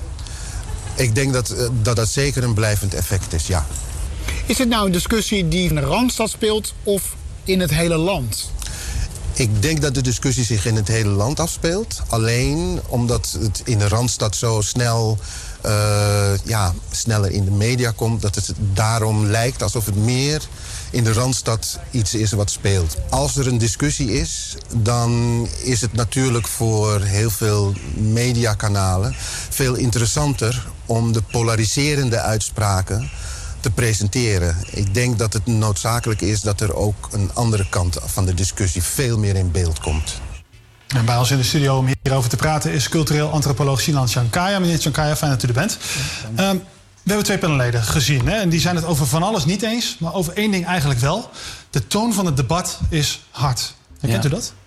Ik denk dat uh, dat, dat zeker een blijvend effect is, ja. Is het nou een discussie die in de Randstad speelt of in het hele land? Ik denk dat de discussie zich in het hele land afspeelt. Alleen omdat het in de Randstad zo snel, uh, ja, sneller in de media komt, dat het daarom lijkt alsof het meer in de Randstad iets is wat speelt. Als er een discussie is, dan is het natuurlijk voor heel veel mediakanalen veel interessanter om de polariserende uitspraken te presenteren. Ik denk dat het noodzakelijk is dat er ook een andere kant van de discussie veel meer in beeld komt. En bij ons in de studio om hierover te praten is cultureel antropoloog Sinan Chankaya. Meneer Chankaya, fijn dat u er bent. Ja, um, we hebben twee panelleden gezien, hè? En die zijn het over van alles niet eens, maar over één ding eigenlijk wel. De toon van het debat is hard. Herkent Ja. u dat?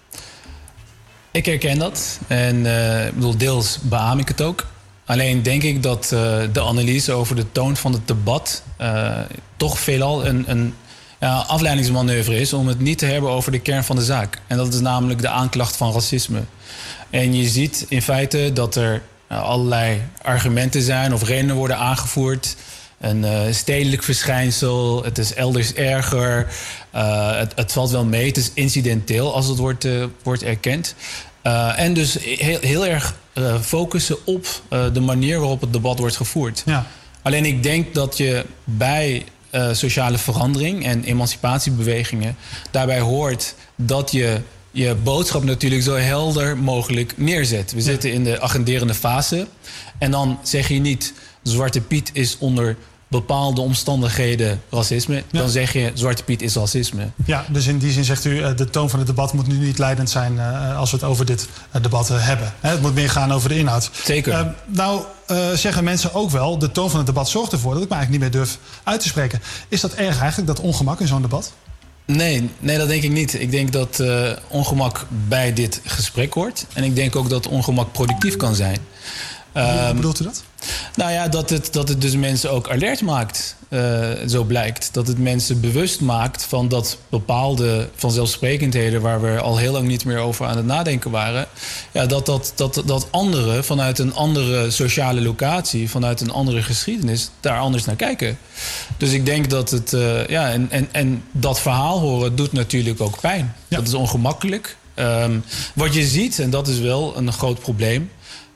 Ik herken dat. En uh, ik bedoel, deels beaam ik het ook. Alleen denk ik dat uh, de analyse over de toon van het debat uh, toch veelal een, een ja, afleidingsmanoeuvre is om het niet te hebben over de kern van de zaak. En dat is namelijk de aanklacht van racisme. En je ziet in feite dat er uh, allerlei argumenten zijn of redenen worden aangevoerd. Een uh, stedelijk verschijnsel, het is elders erger, uh, het, het valt wel mee, het is incidenteel als het wordt, uh, wordt erkend. Uh, en dus heel, heel erg uh, focussen op uh, de manier waarop het debat wordt gevoerd. Ja. Alleen ik denk dat je bij uh, sociale verandering en emancipatiebewegingen daarbij hoort dat je je boodschap natuurlijk zo helder mogelijk neerzet. We ja. zitten in de agenderende fase en dan zeg je niet Zwarte Piet is onder bepaalde omstandigheden racisme. Ja. Dan zeg je Zwarte Piet is racisme. Ja, dus in die zin zegt u de toon van het debat moet nu niet leidend zijn uh, als we het over dit uh, debat uh, hebben. Hè, het moet meer gaan over de inhoud. Zeker. Uh, nou uh, zeggen mensen ook wel, de toon van het debat zorgt ervoor dat ik me eigenlijk niet meer durf uit te spreken. Is dat erg eigenlijk, dat ongemak in zo'n debat? Nee, nee, dat denk ik niet. Ik denk dat uh, ongemak bij dit gesprek hoort. En ik denk ook dat ongemak productief kan zijn. Hoe um, bedoelt u dat? Nou ja, dat het, dat het dus mensen ook alert maakt, uh, zo blijkt. Dat het mensen bewust maakt van dat bepaalde vanzelfsprekendheden waar we al heel lang niet meer over aan het nadenken waren. Ja, dat, dat, dat, dat anderen vanuit een andere sociale locatie, vanuit een andere geschiedenis, daar anders naar kijken. Dus ik denk dat het, uh, ja, en, en, en dat verhaal horen doet natuurlijk ook pijn. Ja. Dat is ongemakkelijk. Um, wat je ziet, en dat is wel een groot probleem,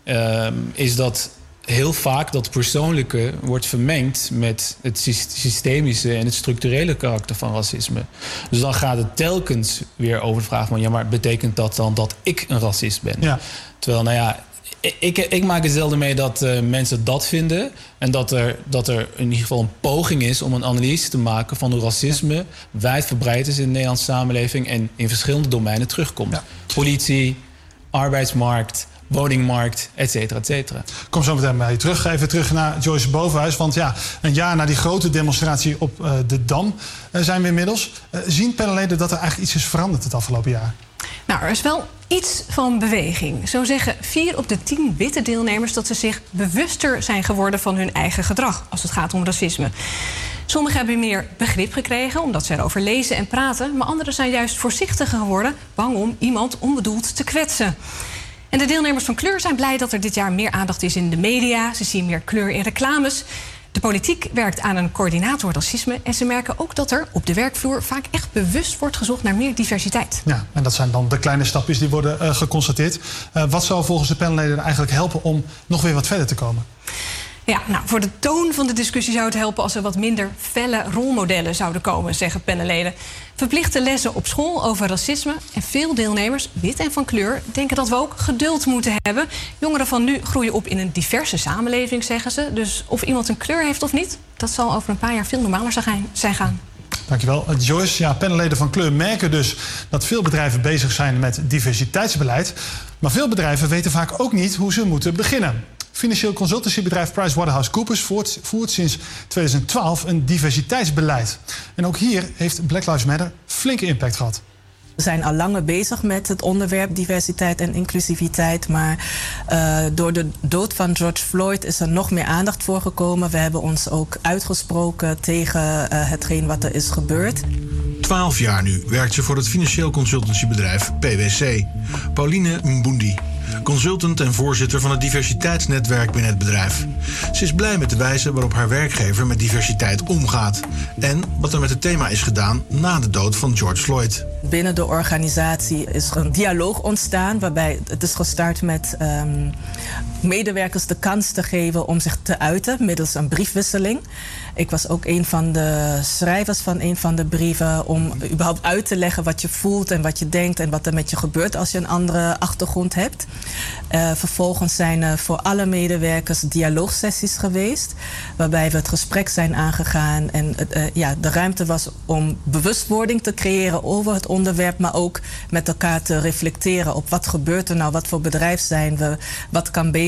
um, is dat heel vaak dat persoonlijke wordt vermengd met het systemische en het structurele karakter van racisme. Dus dan gaat het telkens weer over de vraag van ja, maar betekent dat dan dat ik een racist ben? Ja. Terwijl, nou ja, ik, ik, ik maak het zelden mee dat uh, mensen dat vinden en dat er, dat er in ieder geval een poging is om een analyse te maken van hoe racisme ja. wijdverbreid is in de Nederlandse samenleving en in verschillende domeinen terugkomt. Ja. Politie, arbeidsmarkt, woningmarkt, et cetera, et cetera. Kom zo meteen bij je terug. Even terug naar Joyce Bovenhuis. Want ja, een jaar na die grote demonstratie op uh, de Dam uh, zijn we inmiddels. Uh, zien panelleden dat er eigenlijk iets is veranderd het afgelopen jaar? Nou, er is wel iets van beweging. Zo zeggen vier op de tien witte deelnemers dat ze zich bewuster zijn geworden van hun eigen gedrag als het gaat om racisme. Sommigen hebben meer begrip gekregen omdat ze erover lezen en praten, maar anderen zijn juist voorzichtiger geworden, bang om iemand onbedoeld te kwetsen. En de deelnemers van kleur zijn blij dat er dit jaar meer aandacht is in de media. Ze zien meer kleur in reclames. De politiek werkt aan een coördinator racisme. En ze merken ook dat er op de werkvloer vaak echt bewust wordt gezocht naar meer diversiteit. Ja, en dat zijn dan de kleine stapjes die worden uh, geconstateerd. Uh, wat zou volgens de panelleden eigenlijk helpen om nog weer wat verder te komen? Ja, nou, voor de toon van de discussie zou het helpen als er wat minder felle rolmodellen zouden komen, zeggen panelleden. Verplichte lessen op school over racisme. En veel deelnemers, wit en van kleur, denken dat we ook geduld moeten hebben. Jongeren van nu groeien op in een diverse samenleving, zeggen ze. Dus of iemand een kleur heeft of niet, dat zal over een paar jaar veel normaler zijn gaan. Dankjewel. Joyce, ja, panelleden van kleur merken dus dat veel bedrijven bezig zijn met diversiteitsbeleid. Maar veel bedrijven weten vaak ook niet hoe ze moeten beginnen. Financieel consultancybedrijf PricewaterhouseCoopers voert, voert sinds tweeduizend twaalf een diversiteitsbeleid. En ook hier heeft Black Lives Matter flinke impact gehad. We zijn al langer bezig met het onderwerp diversiteit en inclusiviteit. Maar uh, door de dood van George Floyd is er nog meer aandacht voor gekomen. We hebben ons ook uitgesproken tegen uh, hetgeen wat er is gebeurd. Twaalf jaar nu werkt ze voor het financieel consultancybedrijf P W C. Pauline Mbundi, consultant en voorzitter van het diversiteitsnetwerk binnen het bedrijf. Ze is blij met de wijze waarop haar werkgever met diversiteit omgaat. En wat er met het thema is gedaan na de dood van George Floyd. Binnen de organisatie is er een dialoog ontstaan waarbij het is gestart met um, medewerkers de kans te geven om zich te uiten middels een briefwisseling. Ik was ook een van de schrijvers van een van de brieven om überhaupt uit te leggen wat je voelt en wat je denkt en wat er met je gebeurt als je een andere achtergrond hebt. Uh, vervolgens zijn er voor alle medewerkers dialoogsessies geweest waarbij we het gesprek zijn aangegaan en uh, ja, de ruimte was om bewustwording te creëren over het onderwerp, maar ook met elkaar te reflecteren op wat gebeurt er nou, wat voor bedrijf zijn we, wat kan beter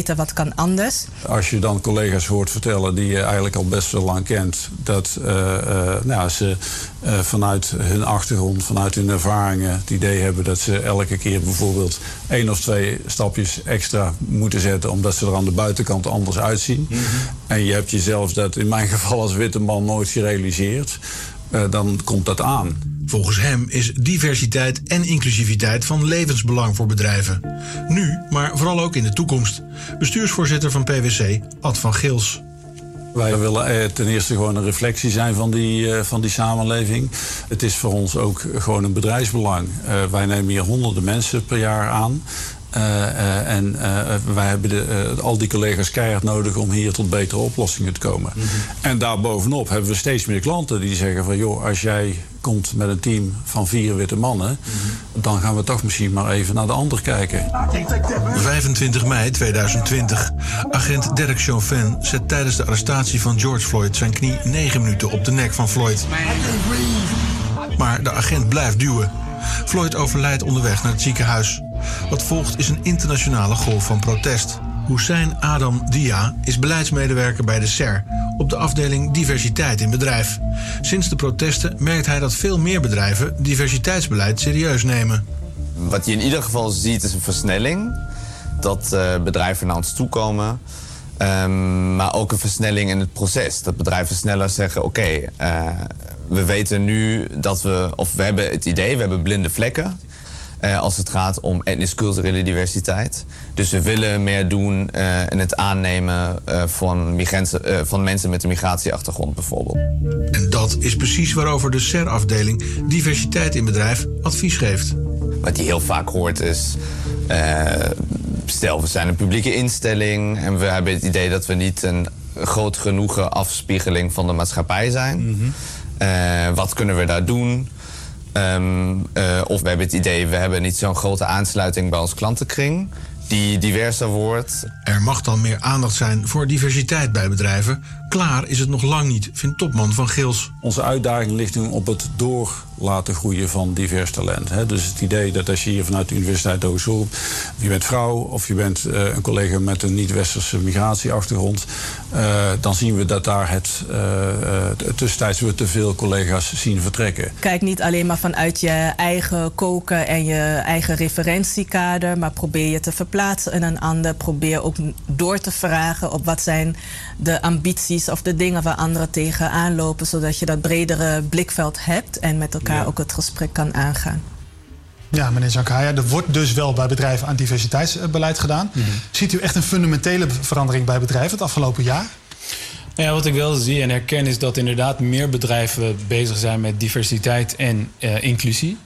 beter, wat kan anders. Als je dan collega's hoort vertellen die je eigenlijk al best wel lang kent, dat uh, uh, nou, ze uh, vanuit hun achtergrond, vanuit hun ervaringen, het idee hebben dat ze elke keer bijvoorbeeld één of twee stapjes extra moeten zetten, omdat ze er aan de buitenkant anders uitzien. Mm-hmm. En je hebt jezelf dat in mijn geval als witte man nooit gerealiseerd. Uh, dan komt dat aan. Volgens hem is diversiteit en inclusiviteit van levensbelang voor bedrijven. Nu, maar vooral ook in de toekomst. Bestuursvoorzitter van P W C, Ad van Gils. Wij willen ten eerste gewoon een reflectie zijn van die, uh, van die samenleving. Het is voor ons ook gewoon een bedrijfsbelang. Uh, wij nemen hier honderden mensen per jaar aan. Uh, uh, en uh, wij hebben de, uh, al die collega's keihard nodig om hier tot betere oplossingen te komen. Mm-hmm. En daarbovenop hebben we steeds meer klanten die zeggen van, joh, als jij komt met een team van vier witte mannen, mm-hmm. dan gaan we toch misschien maar even naar de ander kijken. vijfentwintig mei tweeduizend twintig. Agent Derek Chauvin zet tijdens de arrestatie van George Floyd zijn knie negen minuten op de nek van Floyd. Maar de agent blijft duwen. Floyd overlijdt onderweg naar het ziekenhuis. Wat volgt is een internationale golf van protest. Hussein Adam Dia is beleidsmedewerker bij de S E R op de afdeling diversiteit in bedrijf. Sinds de protesten merkt hij dat veel meer bedrijven diversiteitsbeleid serieus nemen. Wat je in ieder geval ziet is een versnelling. Dat uh, bedrijven naar ons toe komen. Um, maar ook een versnelling in het proces. Dat bedrijven sneller zeggen, oké, okay, uh, we weten nu dat we, of we hebben het idee, we hebben blinde vlekken. Uh, als het gaat om etnisch-culturele diversiteit. Dus we willen meer doen uh, in het aannemen uh, van, migranten, uh, van mensen met een migratieachtergrond bijvoorbeeld. En dat is precies waarover de S E R-afdeling diversiteit in bedrijf advies geeft. Wat je heel vaak hoort is, uh, stel we zijn een publieke instelling en we hebben het idee dat we niet een groot genoegen afspiegeling van de maatschappij zijn. Mm-hmm. Uh, wat kunnen we daar doen? Um, uh, of we hebben het idee, we hebben niet zo'n grote aansluiting bij ons klantenkring die diverser wordt. Er mag dan meer aandacht zijn voor diversiteit bij bedrijven. Klaar is het nog lang niet, vindt topman Van Gils. Onze uitdaging ligt nu op het door laten groeien van divers talent. Hè. Dus het idee dat als je hier vanuit de Universiteit Hogeschool, je bent vrouw of je bent uh, een collega met een niet-westerse migratieachtergrond, uh, dan zien we dat daar het uh, uh, tussentijds weer te veel collega's zien vertrekken. Kijk niet alleen maar vanuit je eigen koken en je eigen referentiekader, maar probeer je te verplaatsen in een ander. Probeer ook door te vragen op wat zijn de ambities of de dingen waar anderen tegenaan lopen, zodat je dat bredere blikveld hebt en met elkaar ja. ook het gesprek kan aangaan. Ja, meneer Zankaya, er wordt dus wel bij bedrijven aan diversiteitsbeleid gedaan. Mm-hmm. Ziet u echt een fundamentele verandering bij bedrijven het afgelopen jaar? Ja, wat ik wel zie en herken is dat inderdaad meer bedrijven bezig zijn met diversiteit en uh, inclusie.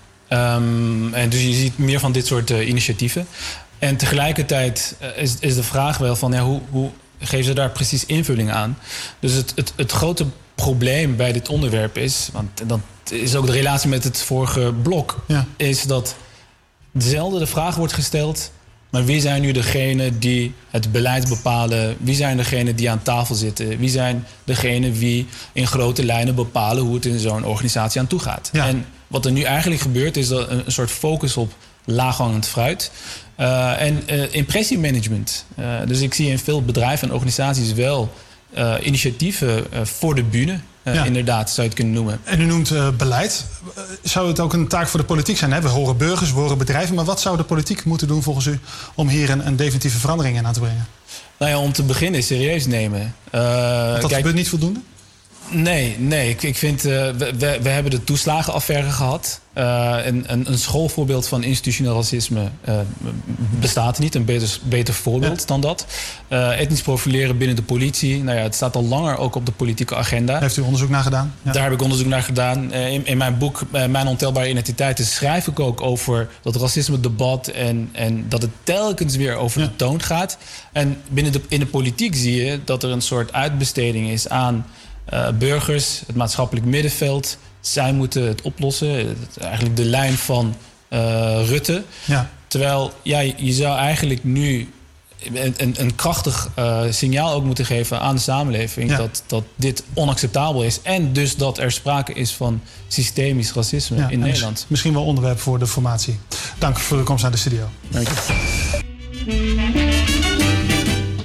Um, en dus je ziet meer van dit soort uh, initiatieven. En tegelijkertijd uh, is, is de vraag wel van ja, hoe, hoe geven ze daar precies invulling aan? Dus het, het, het grote probleem bij dit onderwerp is, want dat is ook de relatie met het vorige blok, ja. is dat zelden de vraag wordt gesteld, maar wie zijn nu degenen die het beleid bepalen? Wie zijn degenen die aan tafel zitten? Wie zijn degenen die in grote lijnen bepalen hoe het in zo'n organisatie aan toe gaat? Ja. En wat er nu eigenlijk gebeurt is dat een, een soort focus op laaghangend fruit. Uh, en uh, impressiemanagement. Uh, dus ik zie in veel bedrijven en organisaties wel uh, initiatieven uh, voor de bühne. Uh, ja. Inderdaad, zou je het kunnen noemen. En u noemt uh, beleid. Uh, zou het ook een taak voor de politiek zijn? Hè? We horen burgers, we horen bedrijven. Maar wat zou de politiek moeten doen volgens u om hier een, een definitieve verandering in aan te brengen? Nou ja, om te beginnen serieus nemen. Uh, dat kijk, gebeurt niet voldoende? Nee, nee. Ik, ik vind, uh, we, we, we hebben de toeslagenaffaire gehad. Uh, een, een, een schoolvoorbeeld van institutioneel racisme uh, bestaat niet. Een beter, beter voorbeeld ja. dan dat. Uh, etnisch profileren binnen de politie. Nou ja, het staat al langer ook op de politieke agenda. Heeft u onderzoek naar gedaan? Ja. Daar heb ik onderzoek naar gedaan. Uh, in, in mijn boek uh, Mijn Ontelbare Identiteiten schrijf ik ook over dat racisme-debat en, en dat het telkens weer over ja. de toon gaat. En binnen de, in de politiek zie je dat er een soort uitbesteding is aan uh, burgers, het maatschappelijk middenveld. Zij moeten het oplossen. Eigenlijk de lijn van uh, Rutte. Ja. Terwijl ja, je zou eigenlijk nu een, een, een krachtig uh, signaal ook moeten geven aan de samenleving. Ja. Dat, dat dit onacceptabel is. En dus dat er sprake is van systemisch racisme ja, in Nederland. Misschien wel onderwerp voor de formatie. Dank voor de komst naar de studio. Dank je.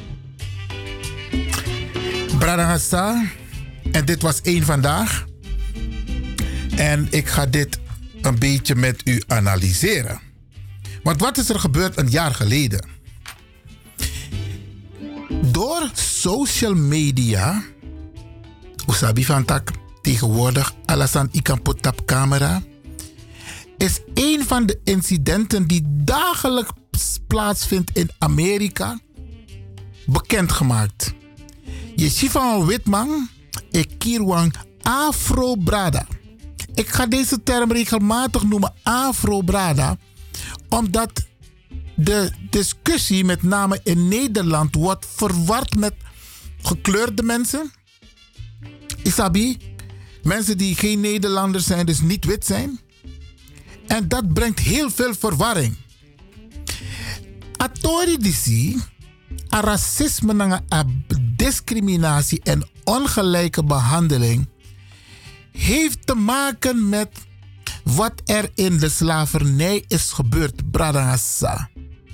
Bradangasa. En dit was één vandaag. En ik ga dit een beetje met u analyseren. Want wat is er gebeurd een jaar geleden? Door social media, usabi van tak tegenwoordig alasan ikan potap camera, is een van de incidenten die dagelijks plaatsvindt in Amerika bekendgemaakt. Je ziet van een witman, ik kierwang Afro-Brada. Ik ga deze term regelmatig noemen Afro-Brada, omdat de discussie met name in Nederland wordt verward met gekleurde mensen. Isabi, mensen die geen Nederlanders zijn, dus niet wit zijn. En dat brengt heel veel verwarring. Atori disi, a racisme, a discriminatie en ongelijke behandeling heeft te maken met wat er in de slavernij is gebeurd, Bradangasa.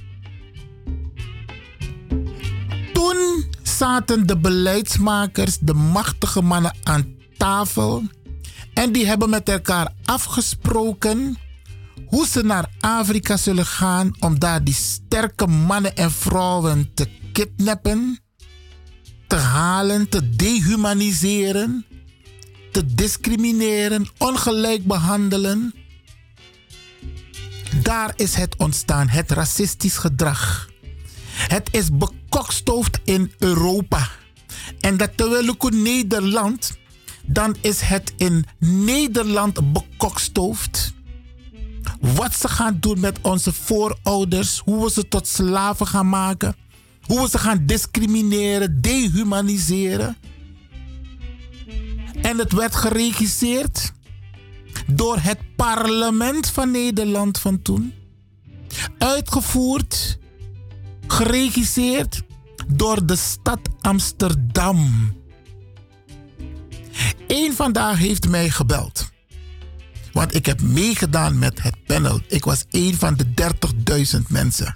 Toen zaten de beleidsmakers, de machtige mannen aan tafel en die hebben met elkaar afgesproken hoe ze naar Afrika zullen gaan om daar die sterke mannen en vrouwen te kidnappen, te halen, te dehumaniseren, te discrimineren, ongelijk behandelen. Daar is het ontstaan, het racistisch gedrag. Het is bekokstoofd in Europa. En dat terwijl ik in Nederland, dan is het in Nederland bekokstoofd. Wat ze gaan doen met onze voorouders, hoe we ze tot slaven gaan maken, hoe we ze gaan discrimineren, dehumaniseren. En het werd geregisseerd door het parlement van Nederland van toen. Uitgevoerd, geregisseerd door de stad Amsterdam. Eén vandaag heeft mij gebeld. Want ik heb meegedaan met het panel. Ik was één van de dertigduizend mensen.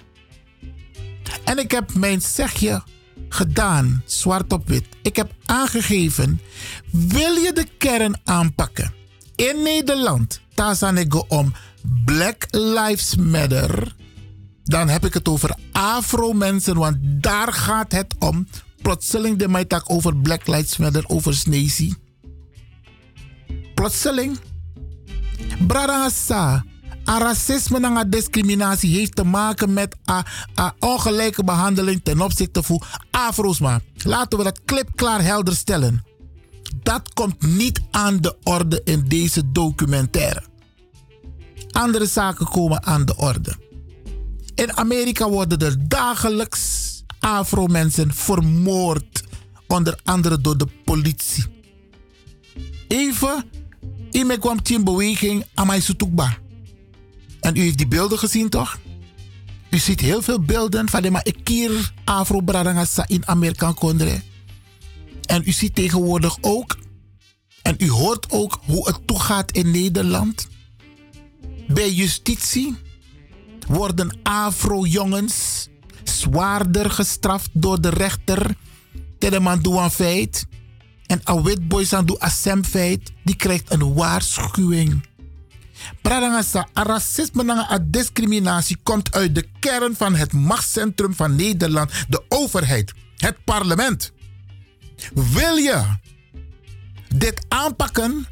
En ik heb mijn zegje gedaan, zwart op wit. Ik heb aangegeven, wil je de kern aanpakken in Nederland, Tazanego om Black Lives Matter, dan heb ik het over Afro-mensen, want daar gaat het om. Plotseling de mij tak over Black Lives Matter, over Sneezy. Plotseling. Bradangasa. A racisme en a discriminatie heeft te maken met a, a ongelijke behandeling ten opzichte van Afro's. Maar laten we dat klipklaar helder stellen. Dat komt niet aan de orde in deze documentaire. Andere zaken komen aan de orde. In Amerika worden er dagelijks Afro-mensen vermoord. Onder andere door de politie. Even, ik kwam in beweging aan mijn Soetukba. En u heeft die beelden gezien, toch? U ziet heel veel beelden van de maar ik keer Afro-Bradangasa in Amerika kondre. En u ziet tegenwoordig ook, en u hoort ook hoe het toegaat in Nederland. Bij justitie worden Afro-jongens zwaarder gestraft door de rechter. Teleman doet een feit. En een witboy aan doet een feit. Die krijgt een waarschuwing. Bradangasa, racisme en discriminatie komt uit de kern van het machtscentrum van Nederland, de overheid, het parlement. Wil je dit aanpakken,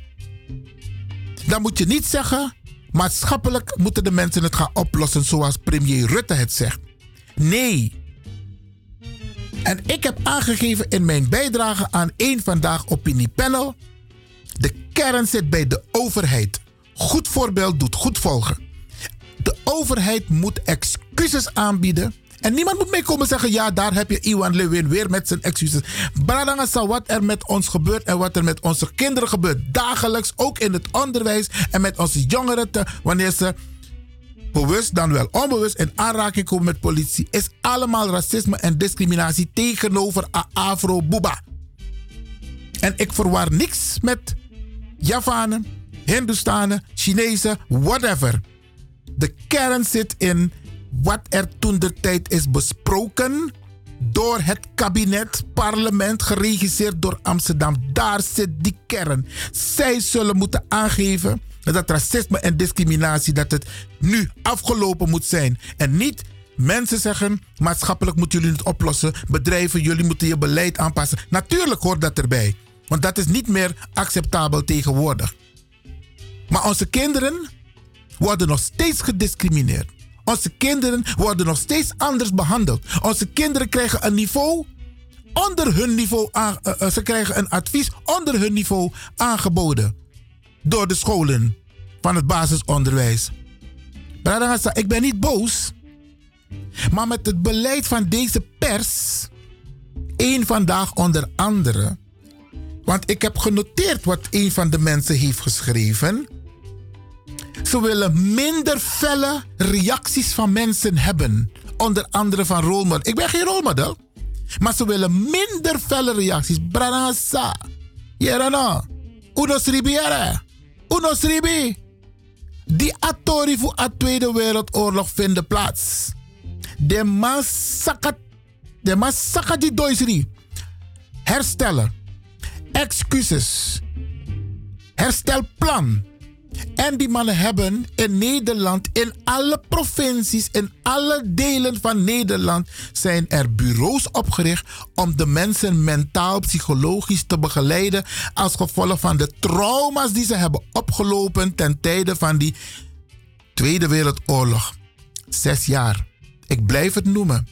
dan moet je niet zeggen, maatschappelijk moeten de mensen het gaan oplossen zoals premier Rutte het zegt. Nee. En ik heb aangegeven in mijn bijdrage aan één Vandaag Opiniepanel, de kern zit bij de overheid. Goed voorbeeld doet goed volgen. De overheid moet excuses aanbieden. En niemand moet mee komen zeggen, ja, daar heb je Iwan Lewin weer met zijn excuses. Bradangasa, wat er met ons gebeurt en wat er met onze kinderen gebeurt. Dagelijks, ook in het onderwijs en met onze jongeren. Te, wanneer ze bewust dan wel onbewust in aanraking komen met politie. Is allemaal racisme en discriminatie tegenover Afro-Buba. En ik verwar niks met Javanen, Hindustanen, Chinezen, whatever. De kern zit in wat er toen de tijd is besproken door het kabinet, parlement, geregisseerd door Amsterdam. Daar zit die kern. Zij zullen moeten aangeven dat racisme en discriminatie, dat het nu afgelopen moet zijn. En niet mensen zeggen, maatschappelijk moeten jullie het oplossen. Bedrijven, jullie moeten je beleid aanpassen. Natuurlijk hoort dat erbij. Want dat is niet meer acceptabel tegenwoordig. Maar onze kinderen worden nog steeds gediscrimineerd. Onze kinderen worden nog steeds anders behandeld. Onze kinderen krijgen een niveau onder hun niveau. Aan, uh, ze krijgen een advies onder hun niveau aangeboden. Door de scholen van het basisonderwijs. Bradangasa, ik ben niet boos. Maar met het beleid van deze pers, één vandaag onder andere. Want ik heb genoteerd wat een van de mensen heeft geschreven. Ze willen minder felle reacties van mensen hebben. Onder andere van rolmodel. Ik ben geen rolmodel. Maar ze willen minder felle reacties. Branasa. Yerana. Unos ribiere. Unos ribi. Die atori voor de Tweede Wereldoorlog vinden plaats. De massacre. De massacre die doisri. Herstellen. Excuses. Herstelplan. En die mannen hebben in Nederland, in alle provincies, in alle delen van Nederland, zijn er bureaus opgericht om de mensen mentaal, psychologisch te begeleiden als gevolg van de trauma's die ze hebben opgelopen ten tijde van die Tweede Wereldoorlog. Zes jaar. Ik blijf het noemen.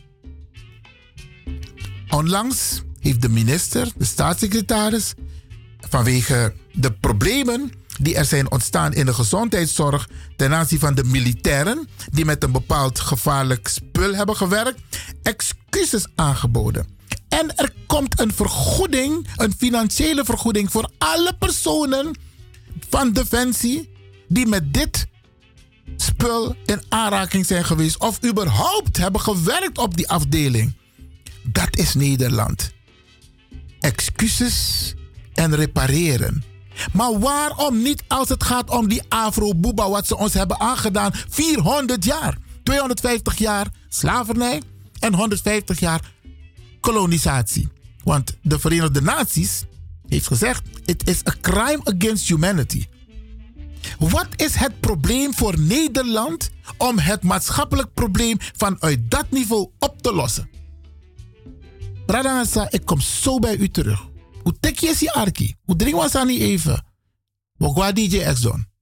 Onlangs heeft de minister, de staatssecretaris, vanwege de problemen die er zijn ontstaan in de gezondheidszorg ten aanzien van de militairen die met een bepaald gevaarlijk spul hebben gewerkt, excuses aangeboden. En er komt een vergoeding, een financiële vergoeding voor alle personen van Defensie die met dit spul in aanraking zijn geweest of überhaupt hebben gewerkt op die afdeling. Dat is Nederland. Excuses en repareren. Maar waarom niet als het gaat om die Afro-Boeba wat ze ons hebben aangedaan? vierhonderd jaar, tweehonderdvijftig jaar slavernij en honderdvijftig jaar kolonisatie. Want de Verenigde Naties heeft gezegd, it is a crime against humanity. Wat is het probleem voor Nederland om het maatschappelijk probleem vanuit dat niveau op te lossen? Bradangasa, ik kom zo bij u terug. Hoe tek je si arki? Hoe drink was aan niet even? Wat gaat D J X doen?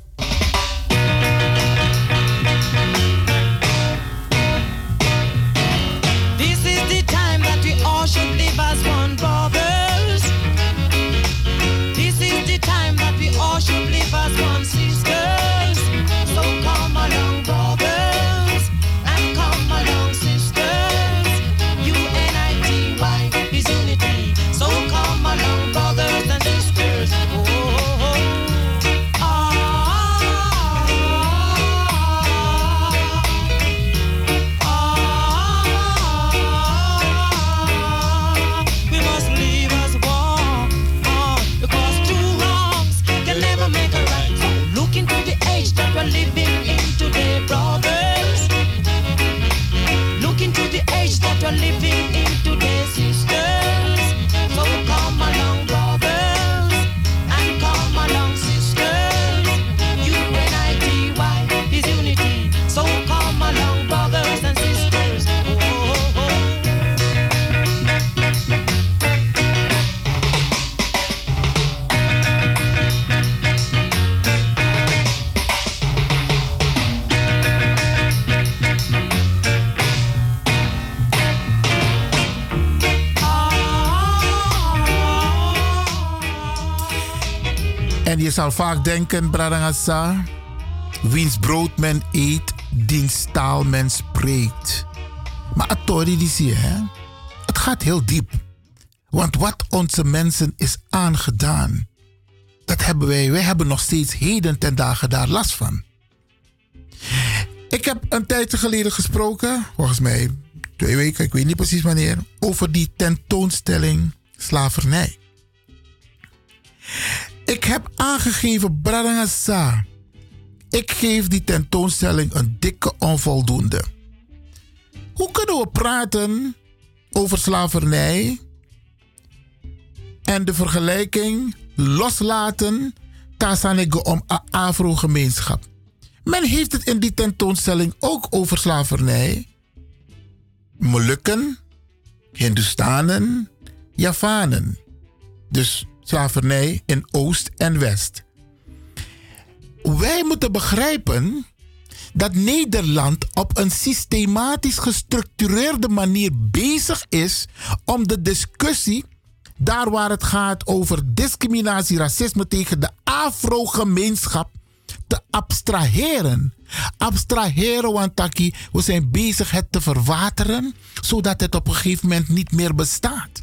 This is the time that we all should live as one, brothers. This is the time that we all should live as one, sisters. So come along, brothers, and come along, sisters. U N I T Y is unity. So come along, brothers and sisters. Oh, oh, oh. Living in today, brothers. Look into the age that we're living in today, sisters. So come along, brothers, and come along, sisters. U N I T Y is unity. So come along, brothers and sisters. Oh, oh, oh. En je zal vaak denken, Bradangasa, wiens brood men eet, diens taal men spreekt. Maar Atori die zie je, hè? Het gaat heel diep. Want wat onze mensen is aangedaan, dat hebben wij, wij hebben nog steeds heden ten dagen daar last van. Ik heb een tijdje geleden gesproken, volgens mij twee weken, ik weet niet precies wanneer, over die tentoonstelling slavernij. Ik heb aangegeven, Bradangasa, ik geef die tentoonstelling een dikke onvoldoende. Hoe kunnen we praten over slavernij en de vergelijking loslaten tasanego om een Afro-gemeenschap. Men heeft het in die tentoonstelling ook over slavernij. Molukken, Hindustanen, Javanen. Dus slavernij in Oost en West. Wij moeten begrijpen dat Nederland op een systematisch gestructureerde manier bezig is om de discussie, daar waar het gaat over discriminatie, racisme tegen de Afro-gemeenschap, te abstraheren. Abstraheren, want taki, we zijn bezig het te verwateren, zodat het op een gegeven moment niet meer bestaat.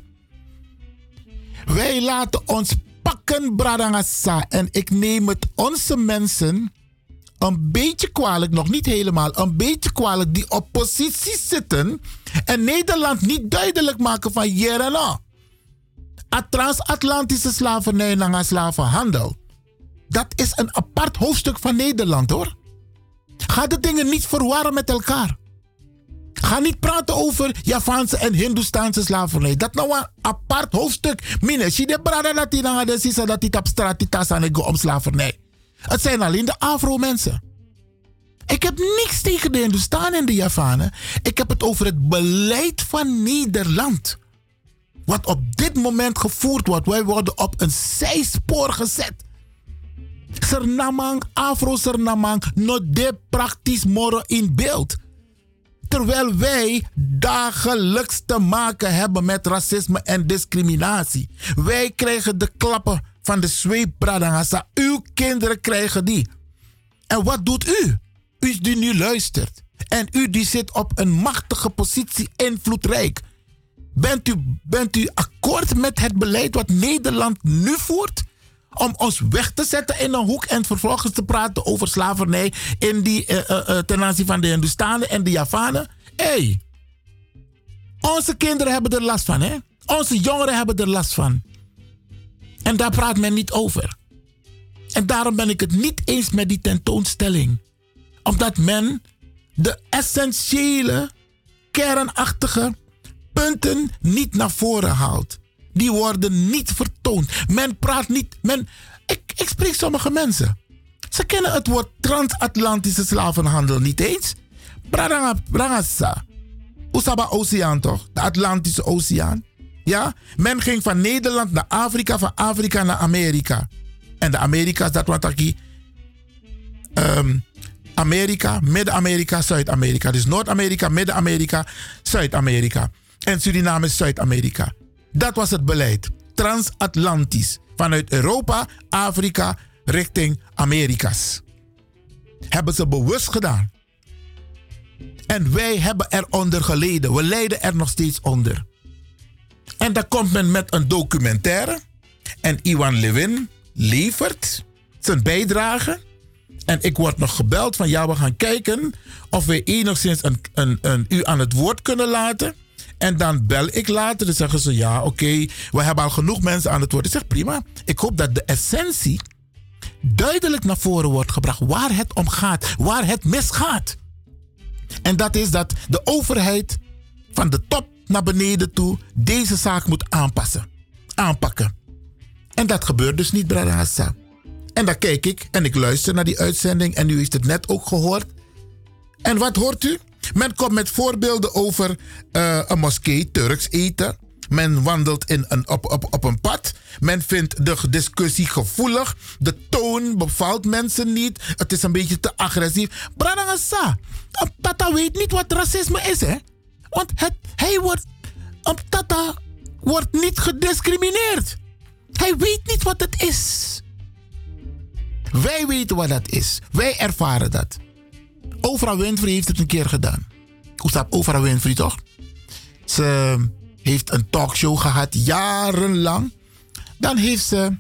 Wij laten ons pakken, Bradangasa, en ik neem het onze mensen een beetje kwalijk, nog niet helemaal, een beetje kwalijk, die op positie zitten en Nederland niet duidelijk maken van ja en no. A transatlantische slavernij en slavenhandel. Dat is een apart hoofdstuk van Nederland, hoor. Ga de dingen niet verwarren met elkaar. Ga niet praten over Javaanse en Hindoestaanse slavernij. Dat nou een apart hoofdstuk. Mine, si de brada dat die dan de sisa dat die op straat die tas aan om slavernij. Het zijn alleen de Afro-mensen. Ik heb niks tegen de Hindoestanen en de Javanen. Ik heb het over het beleid van Nederland. Wat op dit moment gevoerd wordt. Wij worden op een zijspoor gezet. Sernamang, Afro-Sernamang, no de praktisch morgen in beeld. Terwijl wij dagelijks te maken hebben met racisme en discriminatie. Wij krijgen de klappen van de zweep, Bradangasa. Uw kinderen krijgen die. En wat doet u? U die nu luistert. En u die zit op een machtige positie, invloedrijk. Bent u, bent u akkoord met het beleid wat Nederland nu voert? Om ons weg te zetten in een hoek en vervolgens te praten over slavernij in die, uh, uh, uh, ten aanzien van de Hindoestanen en de Javanen. Hé, hey, onze kinderen hebben er last van, hè? Onze jongeren hebben er last van. En daar praat men niet over. En daarom ben ik het niet eens met die tentoonstelling. Omdat men de essentiële, kernachtige punten niet naar voren haalt. Die worden niet vertoond. Men praat niet... Men, ik, ik spreek sommige mensen. Ze kennen het woord transatlantische slavenhandel niet eens. Brangasa. Oesaba Oceaan toch? De Atlantische Oceaan. Ja? Men ging van Nederland naar Afrika, van Afrika naar Amerika. En de Amerika's, dat wat ik... Um, Amerika, Midden-Amerika, Zuid-Amerika. Dus Noord-Amerika, Midden-Amerika, Zuid-Amerika. En Suriname is Zuid-Amerika. Dat was het beleid. Transatlantisch. Vanuit Europa, Afrika, richting Amerika's. Hebben ze bewust gedaan. En wij hebben eronder geleden. We lijden er nog steeds onder. En dan komt men met een documentaire. En Iwan Levin levert zijn bijdrage. En ik word nog gebeld van ja, we gaan kijken of we enigszins een, een, een u aan het woord kunnen laten. En dan bel ik later. Dan zeggen ze ja, oké, okay, we hebben al genoeg mensen aan het woord. Ik zeg prima. Ik hoop dat de essentie duidelijk naar voren wordt gebracht. Waar het om gaat. Waar het misgaat. En dat is dat de overheid van de top naar beneden toe deze zaak moet aanpassen. Aanpakken. En dat gebeurt dus niet, Brada Hassan. En dan kijk ik en ik luister naar die uitzending. En u heeft het net ook gehoord. En wat hoort u? Men komt met voorbeelden over uh, een moskee, Turks eten. Men wandelt in een, op, op, op een pad. Men vindt de discussie gevoelig. De toon bevalt mensen niet. Het is een beetje te agressief. Bradangasa, een tata weet niet wat racisme is, hè? Want het, hij wordt, een tata wordt niet gediscrimineerd. Hij weet niet wat het is. Wij weten wat dat is. Wij ervaren dat. Oprah Winfrey heeft het een keer gedaan. Hoe staat Oprah Winfrey toch? Ze heeft een talkshow gehad, jarenlang. Dan heeft ze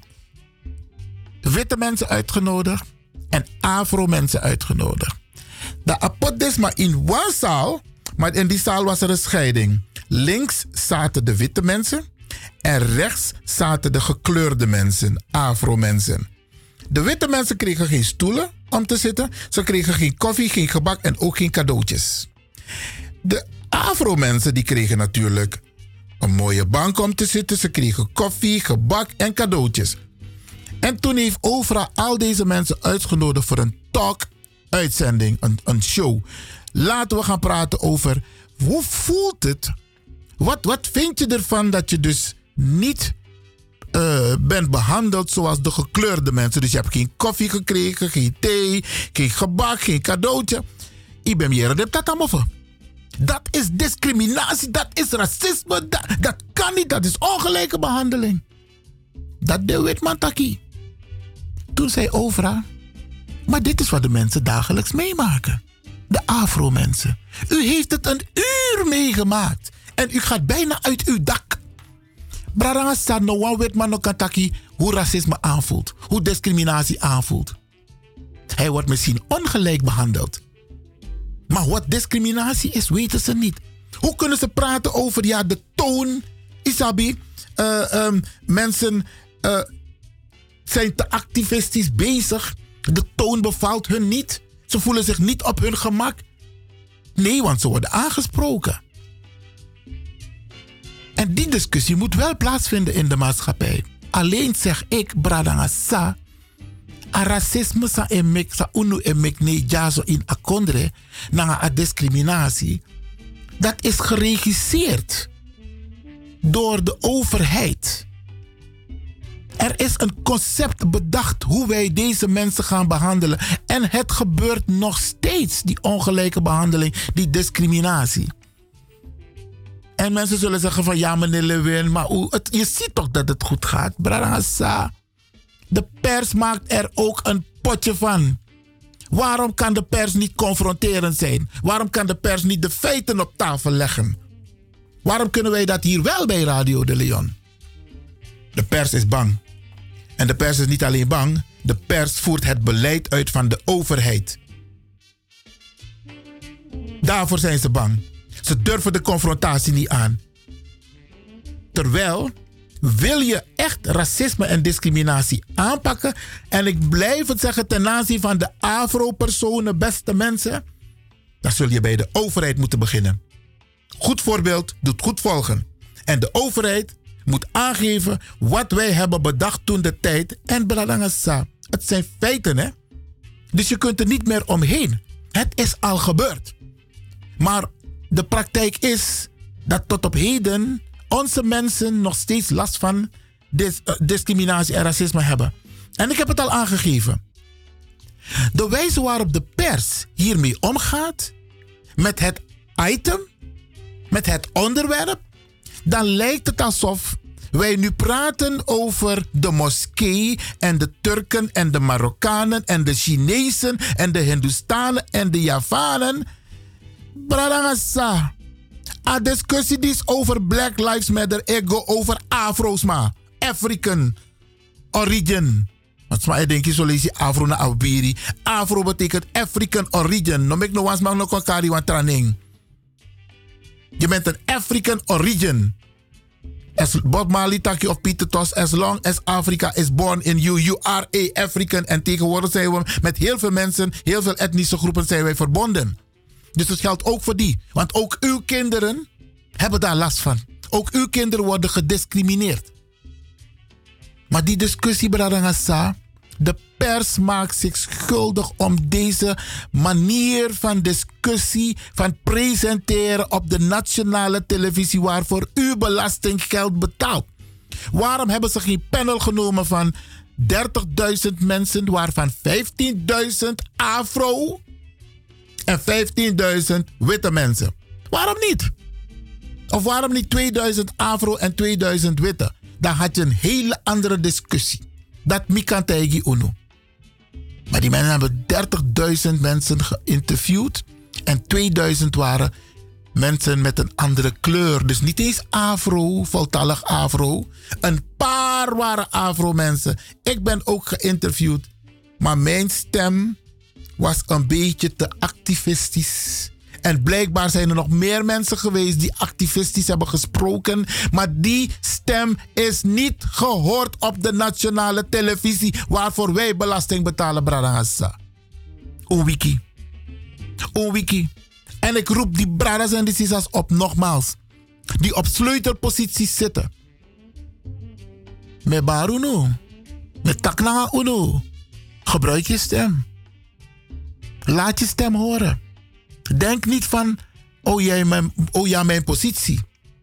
witte mensen uitgenodigd en Afro-mensen uitgenodigd. De apot is maar in one zaal, maar in die zaal was er een scheiding. Links zaten de witte mensen en rechts zaten de gekleurde mensen, Afro-mensen. De witte mensen kregen geen stoelen om te zitten. Ze kregen geen koffie, geen gebak en ook geen cadeautjes. De Afro-mensen die kregen natuurlijk een mooie bank om te zitten. Ze kregen koffie, gebak en cadeautjes. En toen heeft Ovra al deze mensen uitgenodigd voor een talk-uitzending, een, een show. Laten we gaan praten over hoe voelt het? Wat, wat vind je ervan dat je dus niet uh, bent behandeld zoals de gekleurde mensen? Dus je hebt geen koffie gekregen, geen thee, geen gebak, geen cadeautje. Ik ben meer dan dat allemaal. Dat is discriminatie, dat is racisme, dat, dat kan niet, dat is ongelijke behandeling. Dat de Witman Taki. Toen zei Ovra, maar dit is wat de mensen dagelijks meemaken. De Afro-mensen. U heeft het een uur meegemaakt. En u gaat bijna uit uw dak. Braranga staat no one Witman no Kataki hoe racisme aanvoelt. Hoe discriminatie aanvoelt. Hij wordt misschien ongelijk behandeld. Maar wat discriminatie is, weten ze niet. Hoe kunnen ze praten over ja, de toon, Isabi? Uh, um, mensen uh, zijn te activistisch bezig. De toon bevalt hun niet. Ze voelen zich niet op hun gemak. Nee, want ze worden aangesproken. En die discussie moet wel plaatsvinden in de maatschappij. Alleen zeg ik, Bradangasa, a racisme sa emek sa unu emek ne jazo in akondre na a discriminatie. Dat is geregisseerd door de overheid. Er is een concept bedacht hoe wij deze mensen gaan behandelen. En het gebeurt nog steeds, die ongelijke behandeling, die discriminatie. En mensen zullen zeggen van ja meneer Lewin, maar hoe, het, je ziet toch dat het goed gaat. Brarasa. De pers maakt er ook een potje van. Waarom kan de pers niet confronterend zijn? Waarom kan de pers niet de feiten op tafel leggen? Waarom kunnen wij dat hier wel bij Radio de Leon? De pers is bang. En de pers is niet alleen bang. De pers voert het beleid uit van de overheid. Daarvoor zijn ze bang. Ze durven de confrontatie niet aan. Terwijl, wil je echt racisme en discriminatie aanpakken, en ik blijf het zeggen ten aanzien van de Afro-personen, beste mensen, dan zul je bij de overheid moeten beginnen. Goed voorbeeld doet goed volgen. En de overheid moet aangeven wat wij hebben bedacht toen de tijd. En belangrijk, het zijn feiten, hè? Dus je kunt er niet meer omheen. Het is al gebeurd. Maar de praktijk is dat tot op heden onze mensen nog steeds last van dis- uh, discriminatie en racisme hebben. En ik heb het al aangegeven. De wijze waarop de pers hiermee omgaat, met het item, met het onderwerp, dan lijkt het alsof wij nu praten over de moskee en de Turken en de Marokkanen en de Chinezen en de Hindustanen en de Javanen. Bradangasa. A discussie die is over Black Lives Matter. Ik go over Afro's ma. African origin. Want ik denk je zo lees je Afro na Abiri. Afro betekent African origin. No mek no was mag no kokari wan traning. Je bent een African origin. As Bob Marley takje of Peter Tosh. As long as Africa is born in you. You are a African. En tegenwoordig zijn we met heel veel mensen, heel veel etnische groepen zijn wij verbonden. Dus dat geldt ook voor die. Want ook uw kinderen hebben daar last van. Ook uw kinderen worden gediscrimineerd. Maar die discussie, Bradangasa, de pers maakt zich schuldig om deze manier van discussie, van presenteren op de nationale televisie waarvoor u belastinggeld betaalt. Waarom hebben ze geen panel genomen van dertigduizend mensen, waarvan vijftienduizend Afro en vijftienduizend witte mensen? Waarom niet? Of waarom niet tweeduizend Afro en tweeduizend witte? Dan had je een hele andere discussie. Dat Mikantegi Uno. Maar die mensen hebben dertigduizend mensen geïnterviewd. En tweeduizend waren mensen met een andere kleur. Dus niet eens Afro, voltallig Afro. Een paar waren Afro-mensen. Ik ben ook geïnterviewd. Maar mijn stem was een beetje te activistisch. En blijkbaar zijn er nog meer mensen geweest die activistisch hebben gesproken. Maar die stem is niet gehoord op de nationale televisie waarvoor wij belasting betalen, Bradangasa. Een wiki. Een wiki. En ik roep die bradas en die sisas op nogmaals. die op sleutelposities zitten. Met baruno, met takna uno. Gebruik je stem. Laat je stem horen. Denk niet van, oh, jij mijn, oh ja, mijn positie.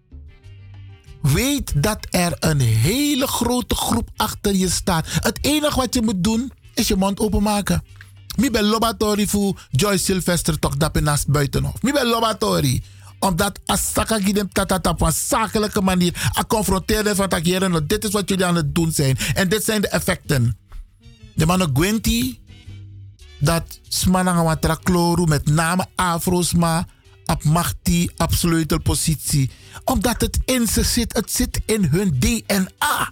Weet dat er een hele grote groep achter je staat. Het enige wat je moet doen, is je mond openmaken. Ik ben lobatori voor Joyce Sylvester toch dat in naast buitenhof. Ik ben lobatori. Omdat Asaka Gidem Tata op een zakelijke manier a confronteerde van takjeren. Dit is wat jullie aan het doen zijn. En dit zijn de effecten. De mannen Gwenti, dat smananga watra kloru met name Afrosma op machti, op sleutelpositie. Omdat het in ze zit, het zit in hun D N A.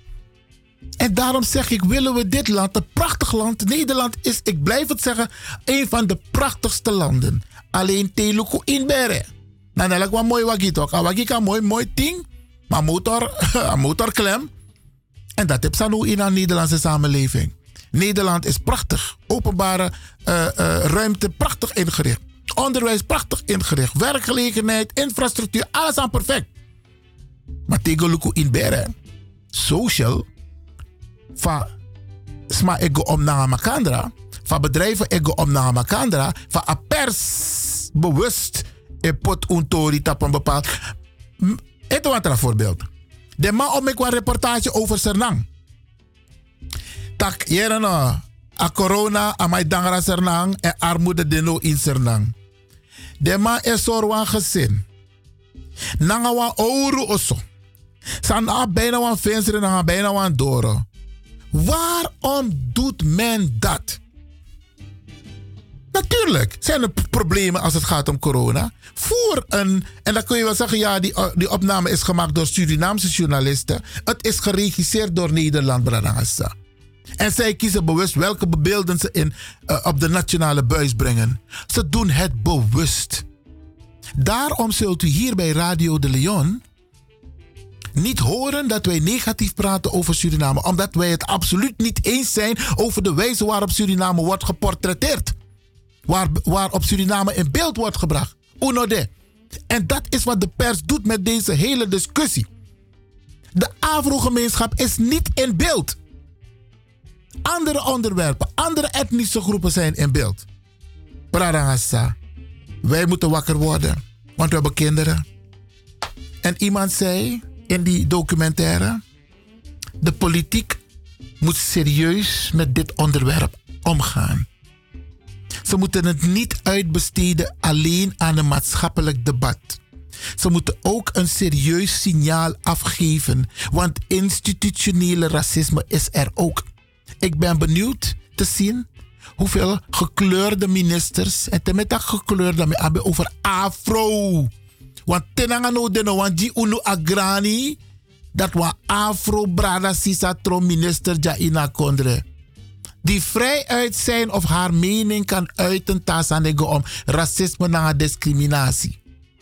En daarom zeg ik, willen we dit land, een prachtig land. Nederland is, ik blijf het zeggen, een van de prachtigste landen. Alleen Teluku inbere. Nou, dat is wel mooi wat je toch. Wat ik een mooi, mooi ding. Maar motor, motorklem. En dat heb je nu in de Nederlandse samenleving. Nederland is prachtig. Openbare uh, uh, ruimte prachtig ingericht. Onderwijs prachtig ingericht. Werkgelegenheid, infrastructuur, alles aan perfect. Maar Teluku inbere. Social. Van sma ego om naar Makandra. Van bedrijven ego om naar Makandra. Van a pers bewust e pot untori tap een bepaald. Het is een voorbeeld. De man op ik een reportage over Sernang. Tak jere no a corona a mij dangra Sernang en armoede deno in Sernang. De man is zo'n gezin. Nanga wan ouro osso. San a bijna wan venster en bijna wan doro. Waarom doet men dat? Natuurlijk zijn er problemen als het gaat om corona. Voor een, en dan kun je wel zeggen, ja, die, die opname is gemaakt door Surinaamse journalisten. Het is geregisseerd door Nederland, Branagasa. En zij kiezen bewust welke beelden ze in, uh, op de nationale buis brengen. Ze doen het bewust. Daarom zult u hier bij Radio de Leon niet horen dat wij negatief praten over Suriname. Omdat wij het absoluut niet eens zijn over de wijze waarop Suriname wordt geportretteerd. Waar, waarop Suriname in beeld wordt gebracht. Uno de. En dat is wat de pers doet met deze hele discussie. De Afro-gemeenschap is niet in beeld. Andere onderwerpen, andere etnische groepen zijn in beeld. Pradangasa. Wij moeten wakker worden, want we hebben kinderen. En iemand zei in die documentaire, de politiek moet serieus met dit onderwerp omgaan. Ze moeten het niet uitbesteden alleen aan een maatschappelijk debat. Ze moeten ook een serieus signaal afgeven, want institutionele racisme is er ook. Ik ben benieuwd te zien hoeveel gekleurde ministers, en met dat gekleurde me hebben over Afro. Want tenangano de no want die unu agrani dat wa Afro brada sisatro minister ja ina kondre. Die vrij uit zijn of haar mening kan uiten tasanego om racisme en discriminatie.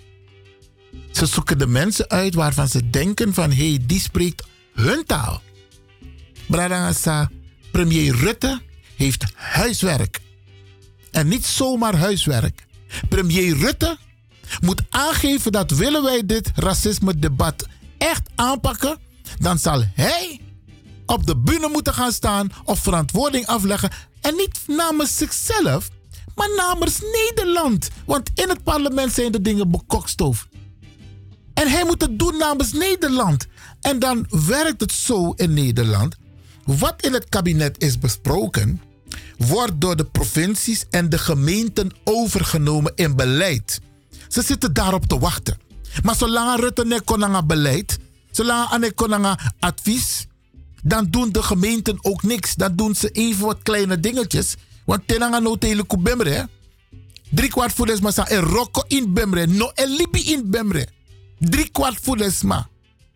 Ze zoeken de mensen uit waarvan ze denken van hé, hey, die spreekt hun taal. Bradangasa, premier Rutte heeft huiswerk. En niet zomaar huiswerk. Premier Rutte moet aangeven dat willen wij dit racisme-debat echt aanpakken, dan zal hij op de bühne moeten gaan staan of verantwoording afleggen. En niet namens zichzelf, maar namens Nederland. Want in het parlement zijn de dingen bekokstoofd. En hij moet het doen namens Nederland. En dan werkt het zo in Nederland. Wat in het kabinet is besproken, wordt door de provincies en de gemeenten overgenomen in beleid. Ze zitten daarop te wachten. Maar zolang Rutte niet kon aan beleid, zolang hij kon aan advies, dan doen de gemeenten ook niks. Dan doen ze even wat kleine dingetjes. Want tenanga no teleku bemre. Drie kwart voor desma sa en roko in bemre. No en libi in bemre. Drie kwart voor desma.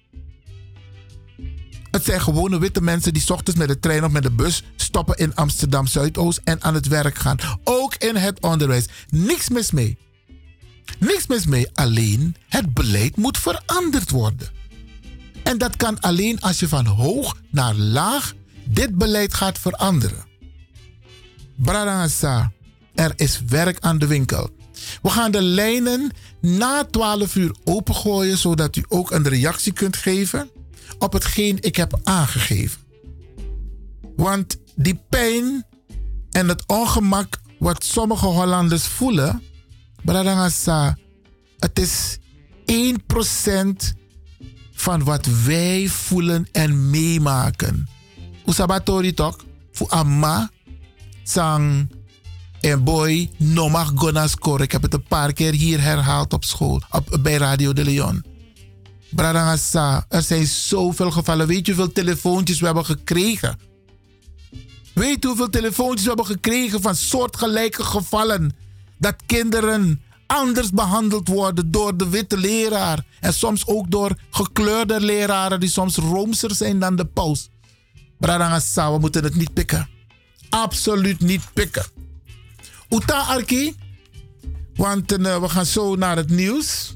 Het zijn gewone witte mensen die 's ochtends met de trein of met de bus stoppen in Amsterdam Zuidoost en aan het werk gaan. Ook in het onderwijs. Niks mis mee. Niks mis mee. Alleen het beleid moet veranderd worden. En dat kan alleen als je van hoog naar laag dit beleid gaat veranderen. Bradangasa, er is werk aan de winkel. We gaan de lijnen na twaalf uur opengooien, zodat u ook een reactie kunt geven op hetgeen ik heb aangegeven. Want die pijn en het ongemak wat sommige Hollanders voelen, Bradangasa, het is één procent van wat wij voelen en meemaken. Usabatori toch? Voor Amma, sang en boy, no mag gonna score. Ik heb het een paar keer hier herhaald op school, op, bij Radio de Leon. Bradangasa, er zijn zoveel gevallen. Weet je hoeveel telefoontjes we hebben gekregen? Weet je hoeveel telefoontjes we hebben gekregen van soortgelijke gevallen? Dat kinderen anders behandeld worden door de witte leraar. En soms ook door gekleurde leraren die soms roomser zijn dan de paus. Bradangasa, we moeten het niet pikken. Absoluut niet pikken. Uta Arki, want uh, we gaan zo naar het nieuws.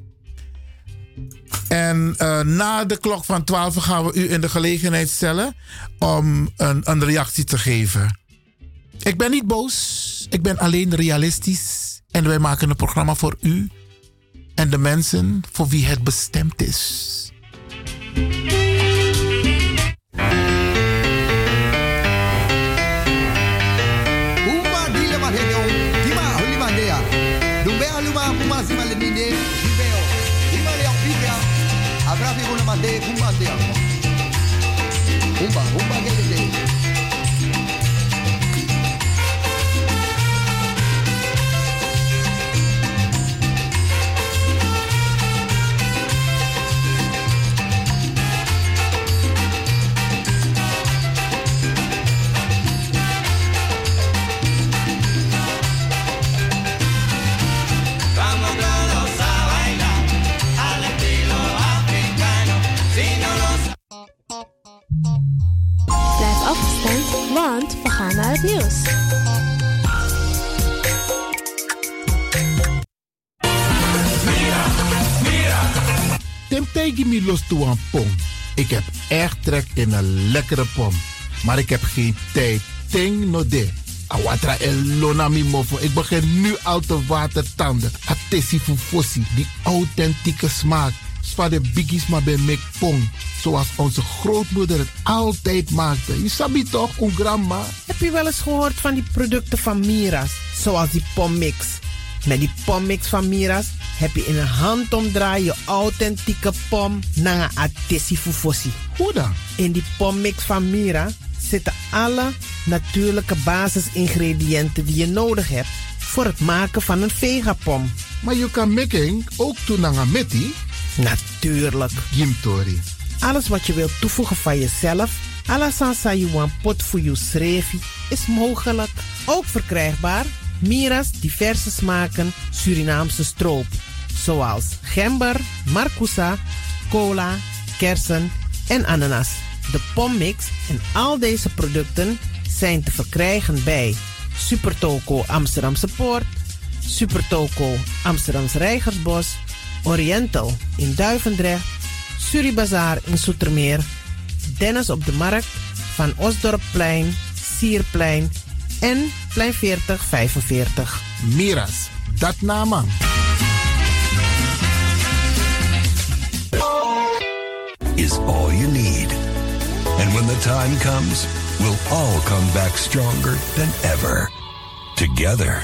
En uh, na de klok van twaalf gaan we u in de gelegenheid stellen om een, een reactie te geven. Ik ben niet boos, ik ben alleen realistisch. En wij maken een programma voor u en de mensen voor wie het bestemd is. Umba, umba, gelede. Want we gaan naar het nieuws. Tempegi mi los toe een pom. Ik heb echt trek in een lekkere pom. Maar ik heb geen tijd. Ting no de. Awatra elona mi mofo. Ik begin nu al te watertanden. Atesi fufosi. Die authentieke smaak. Zwa de biggies maar bij mek pom. Zoals onze grootmoeder het altijd maakte. Je sabi toch, een grandma? Heb je wel eens gehoord van die producten van Mira's? Zoals die pommix. Met die pommix van Mira's heb je in een handomdraai je authentieke pom naar een atesi fufosi. Hoe dan? In die pommix van Mira zitten alle natuurlijke basisingrediënten die je nodig hebt voor het maken van een vegapom. Maar je kan making ook doen naar een meti? Natuurlijk. Gimtori. Alles wat je wilt toevoegen van jezelf, alla sansa you want pot voor je schreefie, is mogelijk. Ook verkrijgbaar Mira's diverse smaken Surinaamse stroop. Zoals gember, marcousa, cola, kersen en ananas. De pommix en al deze producten zijn te verkrijgen bij Supertoco Amsterdamse Poort, Supertoco Amsterdamse Reigersbos, Oriental in Duivendrecht, Suribazaar in Zoetermeer, Dennis op de Markt, Van Osdorpplein, Sierplein en Plein veertig vijfenveertig. Mira's, dat naam. Is all you need. And when the time comes, we'll all come back stronger than ever. Together.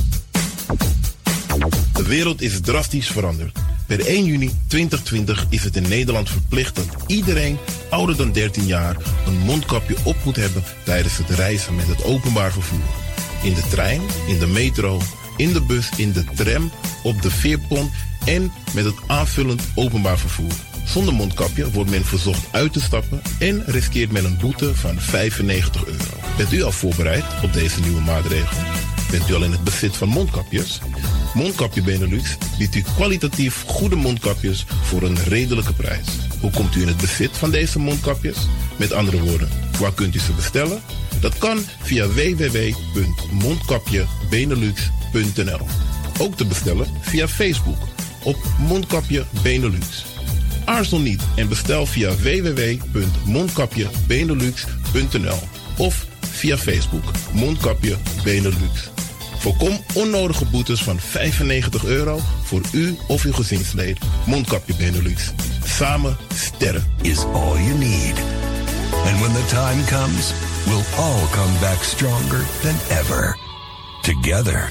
De wereld is drastisch veranderd. Per één juni tweeduizend twintig is het in Nederland verplicht dat iedereen ouder dan dertien jaar een mondkapje op moet hebben tijdens het reizen met het openbaar vervoer. In de trein, in de metro, in de bus, in de tram, op de veerpont en met het aanvullend openbaar vervoer. Zonder mondkapje wordt men verzocht uit te stappen en riskeert men een boete van vijfennegentig euro. Bent u al voorbereid op deze nieuwe maatregel? Bent u al in het bezit van mondkapjes? Mondkapje Benelux biedt u kwalitatief goede mondkapjes voor een redelijke prijs. Hoe komt u in het bezit van deze mondkapjes? Met andere woorden, waar kunt u ze bestellen? Dat kan via w w w punt mondkapje benelux punt n l. Ook te bestellen via Facebook op Mondkapje Benelux. Aarzel niet en bestel via w w w punt mondkapje benelux punt n l of via Facebook Mondkapje Benelux. Voorkom onnodige boetes van vijfennegentig euro voor u of uw gezinslid. Mondkapje Benelux. Samen sterren. Is all you need. And when the time comes, we'll all come back stronger than ever. Together.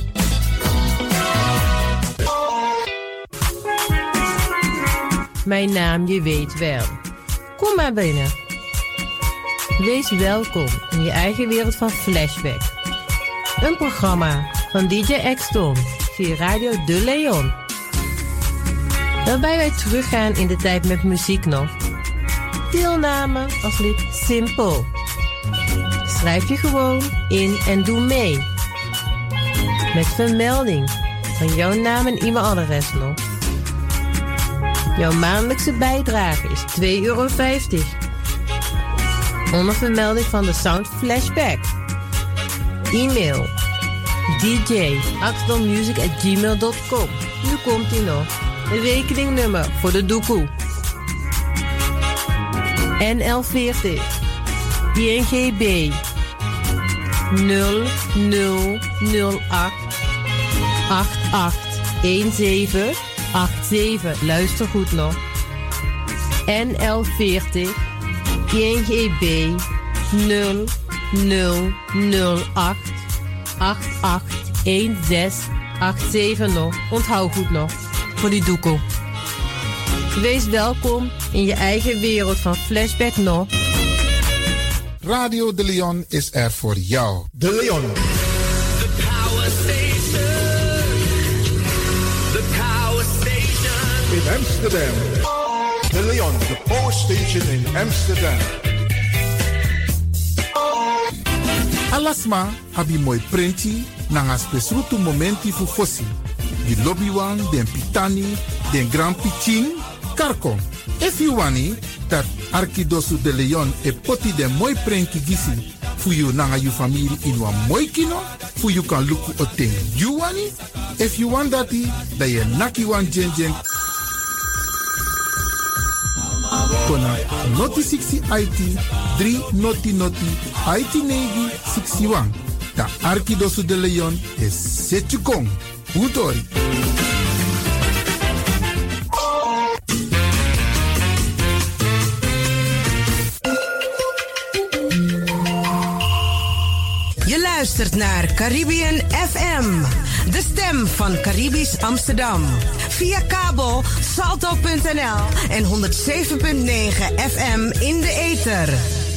Mijn naam je weet wel. Kom maar binnen. Wees welkom in je eigen wereld van Flashback. Een programma van D J X-Don via Radio De Leon. Waarbij wij teruggaan in de tijd met muziek nog. Deelname als lid simpel. Schrijf je gewoon in en doe mee. Met vermelding van jouw naam en e-mailadres nog. Jouw maandelijkse bijdrage is twee euro vijftig. Onder vermelding van de Sound Flashback. E-mail d j axdon music at gmail dot com. Nu komt ie nog. Een rekeningnummer voor de doekoe. N L veertig I N G B nul nul nul acht acht acht een zeven acht zeven. Luister goed nog. N L veertig I N G B nul nul nul acht acht acht een zes acht zeven nog. Onthoud goed nog. Voor die doekoe. Wees welkom in je eigen wereld van Flashback nog. Radio De Leon is er voor jou. De Leon. The Power Station. The Power Station. In Amsterdam. De Leon, the Power Station in Amsterdam. Alasma abi moi prenti nanga spesrutu momenti fu fossi. Di lobby wan, den pitani, den grand pitching, karko. If you wani, dat Arkidosu de Leon e poti den moi prenki gisi. Fu you nanga you family in wan moi kino, fu you kan luku oten you wani. If you want dati, da ye naki wan jen jen. Kona noti sixty I T, three noti noti, I T negi sixty-one. Da Arkidosu de Leon is Setjukong. Utori. Je luistert naar Caribbean F M, de stem van Caribisch Amsterdam. Via kabel salto punt n l en honderd zeven punt negen F M in de ether.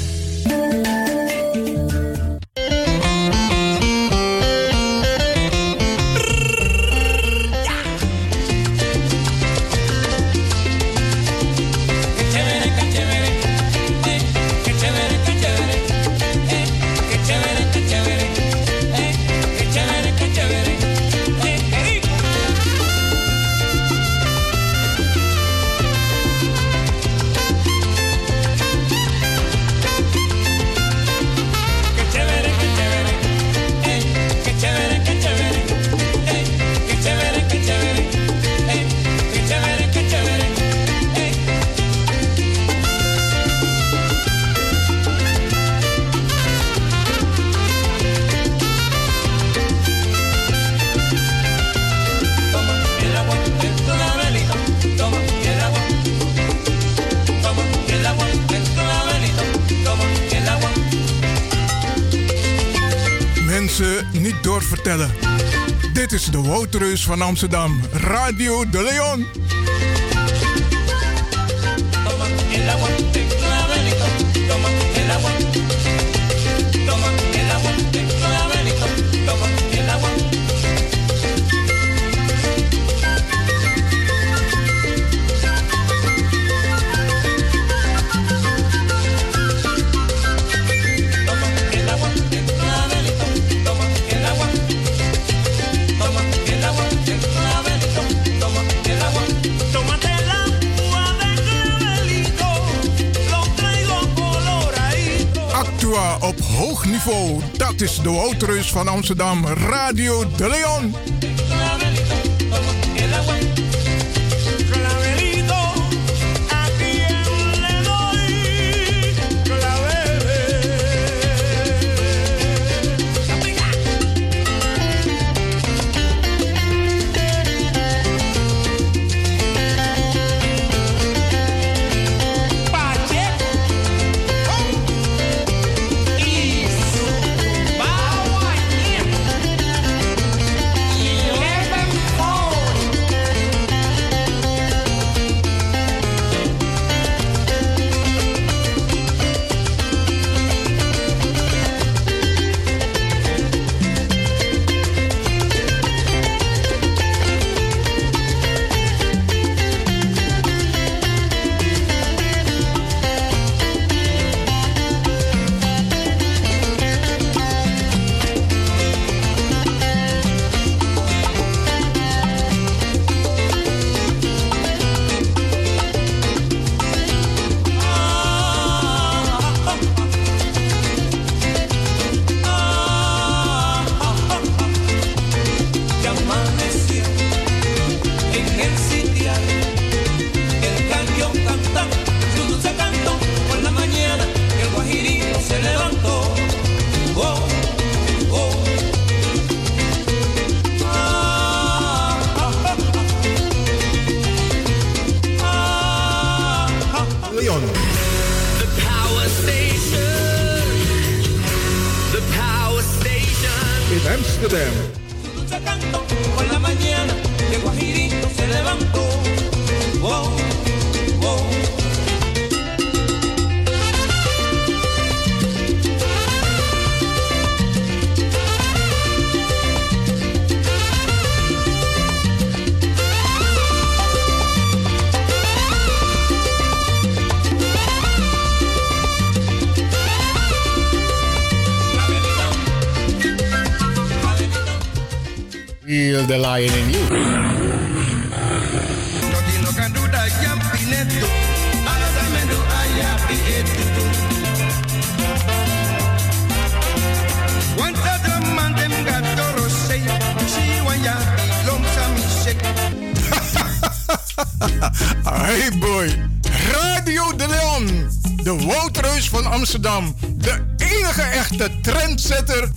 Niet doorvertellen. Dit is de Woutreus van Amsterdam, Radio De Leon. Op hoog niveau, dat is de Woutreus van Amsterdam, Radio De Leon. dulce canto, por la mañana de Guajirito se levantó. Wow, wow. Feel the lion in you. Hey boy, Radio de Leon, de Woudreus van Amsterdam, de enige echte trendsetter.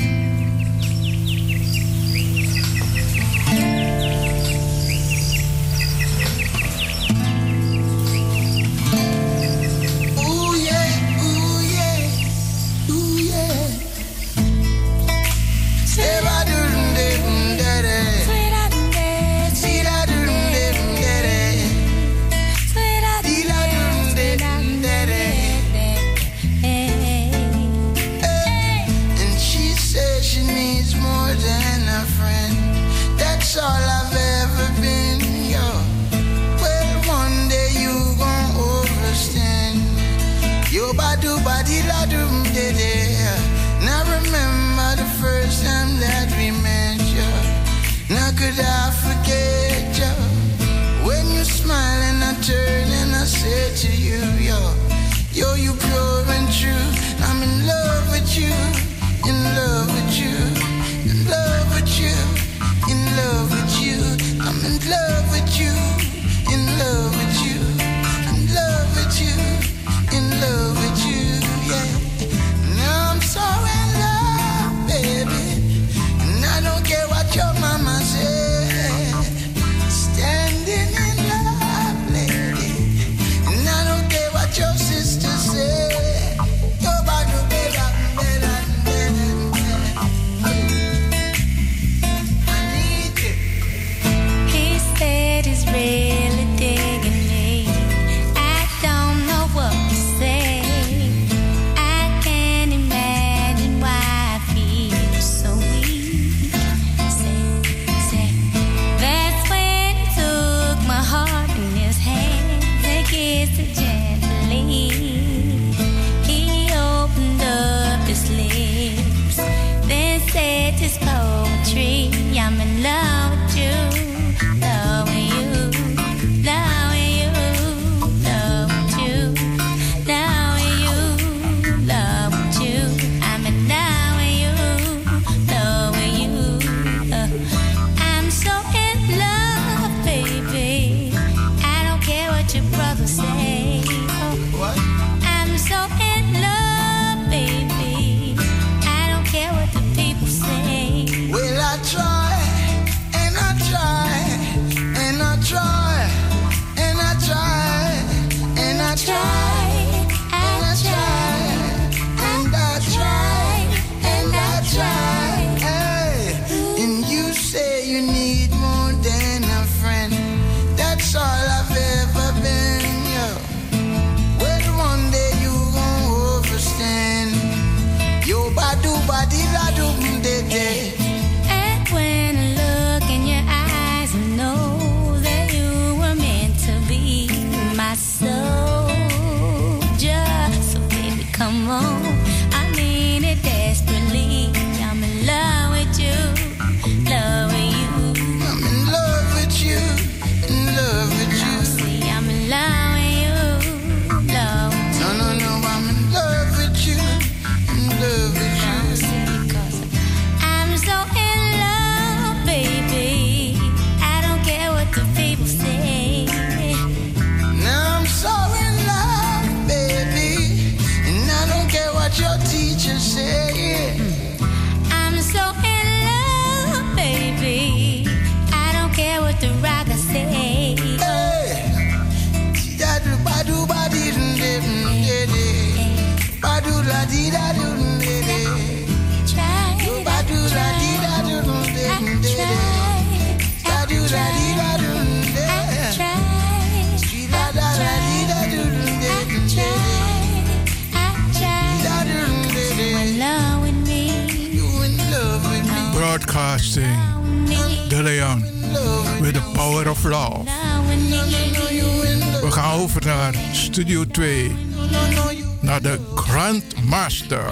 That's all I've ever been, yo. Well, one day you gon' overstand. Yo, badu badi la dum de de. Now remember the first time that we met, yo. Now could I forget, yo? When you smile and I turn and I say to you, yo, yo, you pure and true. I'm in love with you, in love with you, in love with you. In love with you, I'm in love with you, in love with you, in love with you, in love with you, yeah. Now I'm so in love, baby, and I don't care what your mama said. Standing in love, lady, and I don't care what your sister said. Your body, baby, better, better. Said he's really digging me. I don't know what to say. I can't imagine why I feel so weak. Say, say, that's when he took my heart in his hands and kissed it gently. He opened up his lips, then said his poetry. I'm in love with you. Love you, love you, love you, love you, love you. I'm in love with you, love you. Uh, I'm so in love, baby. I don't care what your brothers say. Oh, I'm so in love, baby. I don't care what the people say. Well, I try Broadcasting, De Leon, with the power of love. We gaan over naar Studio twee, naar de Grandmaster.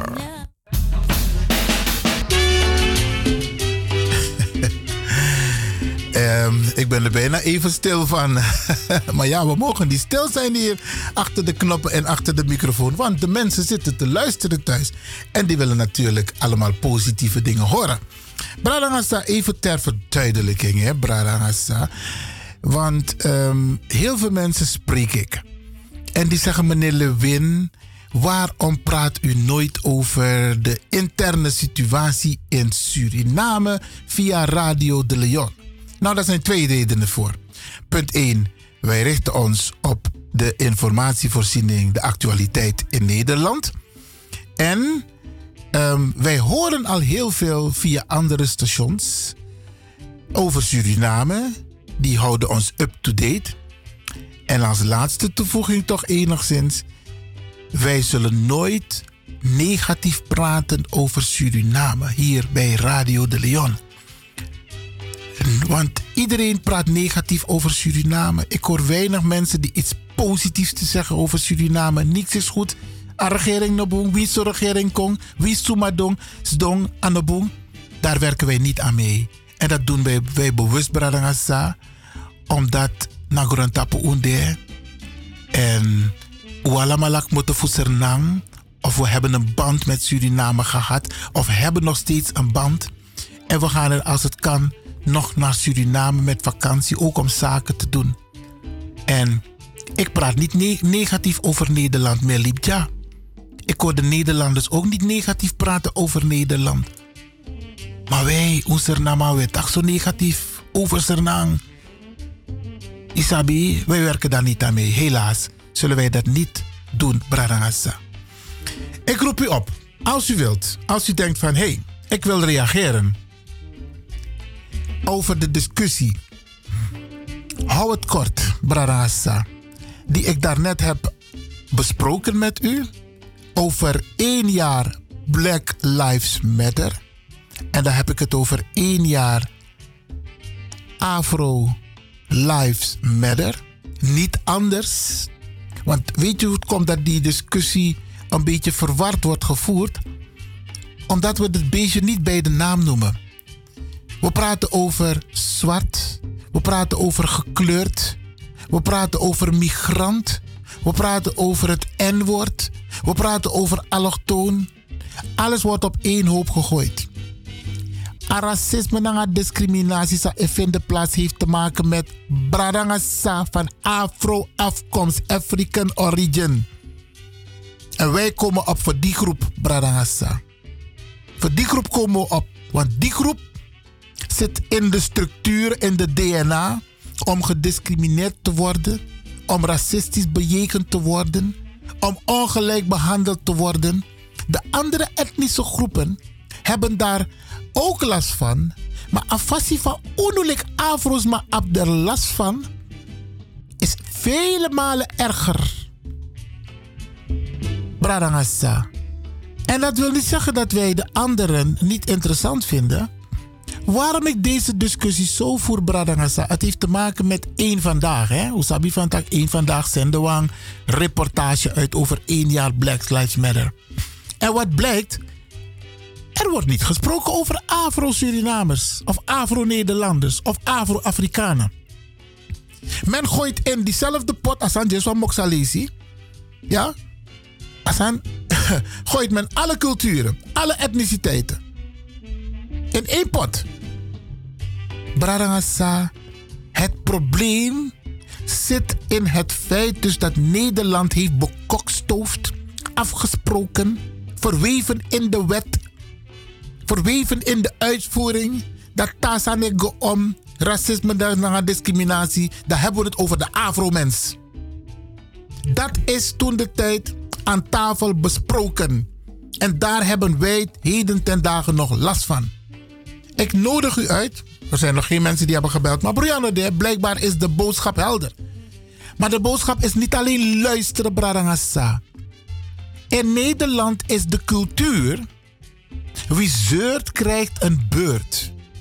Um, ik ben er bijna even stil van. Maar ja, we mogen niet stil zijn hier achter de knoppen en achter de microfoon. Want de mensen zitten te luisteren thuis. En die willen natuurlijk allemaal positieve dingen horen. Bradangasa, even ter verduidelijking, hè, Bradangasa. Want um, heel veel mensen spreek ik. En die zeggen, meneer Lewin, waarom praat u nooit over de interne situatie in Suriname via Radio de Leon? Nou, daar zijn twee redenen voor. Punt één. Wij richten ons op de informatievoorziening, de actualiteit in Nederland. En um, wij horen al heel veel via andere stations over Suriname. Die houden ons up-to-date. En als laatste toevoeging toch enigszins. Wij zullen nooit negatief praten over Suriname hier bij Radio de Leon. Want iedereen praat negatief over Suriname. Ik hoor weinig mensen die iets positiefs te zeggen over Suriname. Niks is goed. A regering nobong, wie is de regering kong, wie is Sumadong, Sdong, Anobong. Daar werken wij niet aan mee. En dat doen wij, wij bewust, Bradangasa. Omdat Nagorantapu Unde en Ualamalak moeten voesernang. Of we hebben een band met Suriname gehad. Of hebben nog steeds een band. En we gaan er als het kan nog naar Suriname met vakantie, ook om zaken te doen. En ik praat niet ne- negatief over Nederland meer, Liebja. Ik hoor de Nederlanders ook niet negatief praten over Nederland. Maar wij, onze Suriname, wij toch zo negatief over Suriname. Isabi, wij werken daar niet aan mee. Helaas zullen wij dat niet doen, Bradangasa. Ik roep u op, als u wilt, als u denkt van, hé, hey, ik wil reageren over de discussie. Hou het kort, Bradangasa, die ik daarnet heb besproken met u over één jaar Black Lives Matter. En dan heb ik het over één jaar Afro Lives Matter. Niet anders. Want weet je hoe het komt dat die discussie een beetje verward wordt gevoerd? Omdat we het beestje niet bij de naam noemen. We praten over zwart. We praten over gekleurd. We praten over migrant. We praten over het N-woord. We praten over allochtoon. Alles wordt op één hoop gegooid. A racisme en discriminatie in de plaats heeft te maken met Bradangasa van Afro-afkomst, African origin. En wij komen op voor die groep, Bradangasa. Voor die groep komen we op. Want die groep zit in de structuur, in de D N A, om gediscrimineerd te worden, om racistisch bejegend te worden, om ongelijk behandeld te worden. De andere etnische groepen hebben daar ook last van, maar afasi van onulik afro's maar op de last van is vele malen erger. Bradangasa. En dat wil niet zeggen dat wij de anderen niet interessant vinden. Waarom ik deze discussie zo voer, Bradangasa? Het heeft te maken met één vandaag. Hè? Usabi van tak één vandaag zenden we een reportage uit over één jaar Black Lives Matter. En wat blijkt? Er wordt niet gesproken over Afro-Surinamers of Afro-Nederlanders of Afro-Afrikanen. Men gooit in diezelfde pot als aan Jeswa Moksalesi. Ja? Als aan gooit men alle culturen, alle etniciteiten in één pot. Bradangasa, het probleem zit in het feit dus dat Nederland heeft bekokstoofd, afgesproken, verweven in de wet, verweven in de uitvoering, dat tasanego om racisme en discriminatie, dan hebben we het over de Afro-mens. Dat is toen de tijd aan tafel besproken. En daar hebben wij heden ten dagen nog last van. Ik nodig u uit. Er zijn nog geen mensen die hebben gebeld. Maar Brianna, de, blijkbaar is de boodschap helder. Maar de boodschap is niet alleen luisteren, Bradangasa. In Nederland is de cultuur: wie zeurt krijgt een beurt.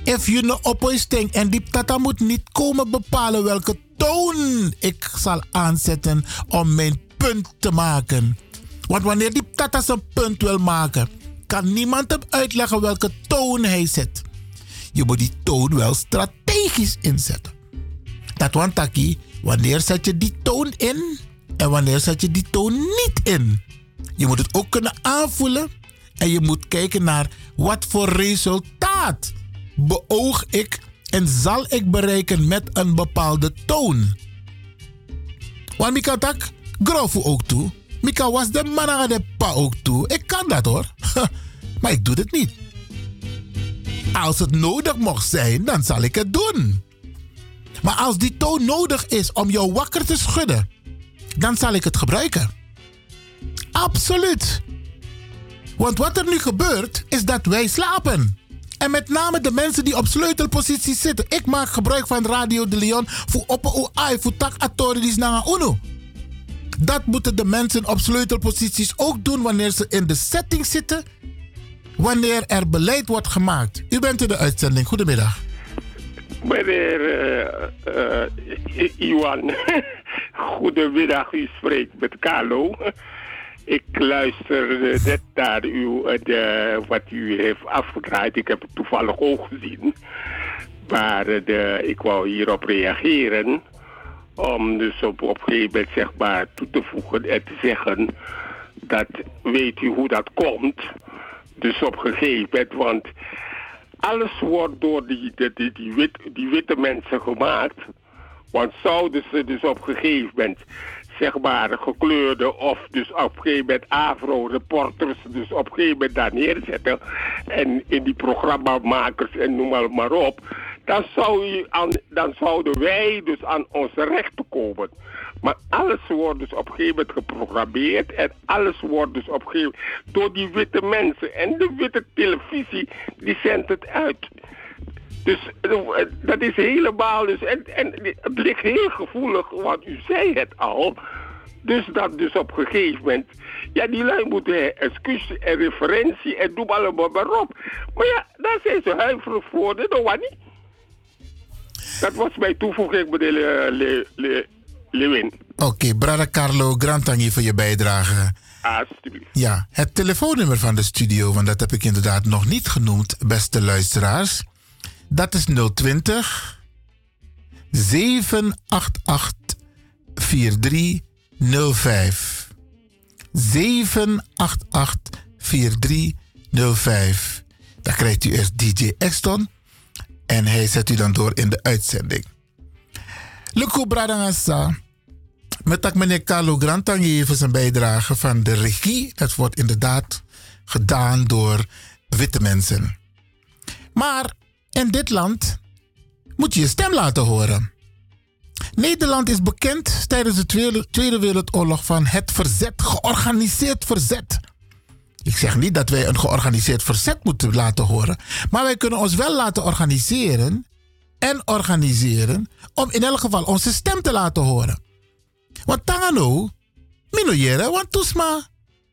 If you no oppoisting en die tata moet niet komen bepalen welke toon ik zal aanzetten om mijn punt te maken. Want wanneer die tata zijn punt wil maken, kan niemand hem uitleggen welke toon hij zet. Je moet die toon wel strategisch inzetten. Dat want taki, wanneer zet je die toon in en wanneer zet je die toon niet in. Je moet het ook kunnen aanvoelen en je moet kijken naar wat voor resultaat beoog ik en zal ik bereiken met een bepaalde toon. Want Mika tak, grofu ook toe. Mika was de man de pa ook toe. Ik kan dat hoor. Maar ik doe het niet. Als het nodig mocht zijn, dan zal ik het doen. Maar als die toon nodig is om jou wakker te schudden, dan zal ik het gebruiken. Absoluut. Want wat er nu gebeurt, is dat wij slapen. En met name de mensen die op sleutelposities zitten. Ik maak gebruik van Radio de Leon voor op O A I, voor tak authorities naar UNO. Dat moeten de mensen op sleutelposities ook doen wanneer ze in de setting zitten. Wanneer er beleid wordt gemaakt. U bent in de uitzending. Goedemiddag. Meneer uh, uh, Iwan, goedemiddag. U spreekt met Carlo. Ik luister net naar u, de, wat u heeft afgedraaid. Ik heb het toevallig ook gezien. Maar de, ik wou hierop reageren. Om dus op, op een gegeven moment zeg maar toe te voegen en te zeggen dat weet u hoe dat komt. Dus op een gegeven moment, want alles wordt door die, die, die, die, wit, die witte mensen gemaakt. Want zouden ze dus op een gegeven moment zeg maar gekleurde of dus op een gegeven moment Afro-reporters dus op een gegeven moment daar neerzetten en in die programmamakers en noem maar, maar op, dan, zou je aan, dan zouden wij dus aan onze rechten komen. Maar alles wordt dus op een gegeven moment geprogrammeerd en alles wordt dus op een gegeven moment door die witte mensen en de witte televisie, die zendt het uit. Dus dat is helemaal, dus, en, en het ligt heel gevoelig, want u zei het al. Dus dat dus op een gegeven moment, ja die lui moeten excuus en referentie en doe allemaal maar op. Maar ja, daar zijn ze huiverig voor, dat was niet. Dat was mijn toevoeging, meneer Le, Le, Le, Lewin. Oké, okay, brother Carlo, grantangi voor je bijdrage. Alsjeblieft. Ja, het telefoonnummer van de studio, want dat heb ik inderdaad nog niet genoemd, beste luisteraars. Dat is nul twintig, zeven acht acht, vier drie nul vijf. zeven acht acht, vier drie nul vijf. Dan krijgt u eerst D J Exton en hij zet u dan door in de uitzending. Luko Bradangasa, met dat meneer Carlo Grantangi voor zijn bijdrage van de regie. Dat wordt inderdaad gedaan door witte mensen. Maar in dit land moet je je stem laten horen. Nederland is bekend tijdens de Tweede, Tweede Wereldoorlog van het verzet, georganiseerd verzet. Ik zeg niet dat wij een georganiseerd verzet moeten laten horen, maar wij kunnen ons wel laten organiseren en organiseren om in elk geval onze stem te laten horen. Want tangano, minoyere, want toesma,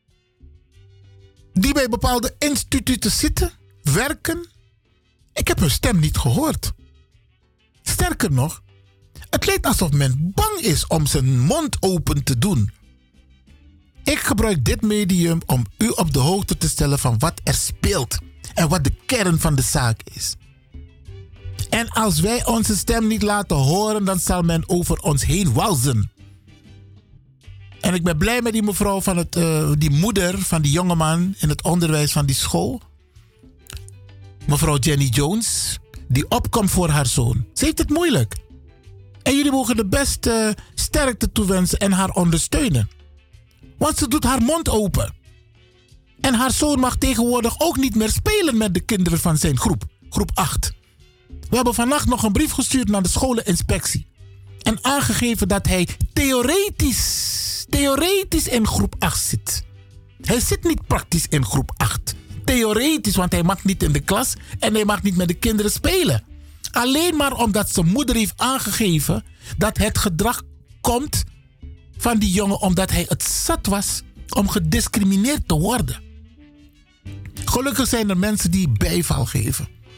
die bij bepaalde instituten zitten, werken. Ik heb hun stem niet gehoord. Sterker nog, het lijkt alsof men bang is om zijn mond open te doen. Ik gebruik dit medium om u op de hoogte te stellen van wat er speelt en wat de kern van de zaak is. En als wij onze stem niet laten horen, dan zal men over ons heen walzen. En ik ben blij met die mevrouw van het, uh, die moeder van die jongeman in het onderwijs van die school. Mevrouw Jenny Jones, die opkomt voor haar zoon. Ze heeft het moeilijk. En jullie mogen de beste sterkte toewensen en haar ondersteunen. Want ze doet haar mond open. En haar zoon mag tegenwoordig ook niet meer spelen met de kinderen van zijn groep. Groep acht. We hebben vannacht nog een brief gestuurd naar de scholeninspectie. En aangegeven dat hij theoretisch, theoretisch in groep acht zit. Hij zit niet praktisch in groep acht. Theoretisch, want hij mag niet in de klas en hij mag niet met de kinderen spelen. Alleen maar omdat zijn moeder heeft aangegeven dat het gedrag komt van die jongen omdat hij het zat was om gediscrimineerd te worden. Gelukkig zijn er mensen die bijval geven.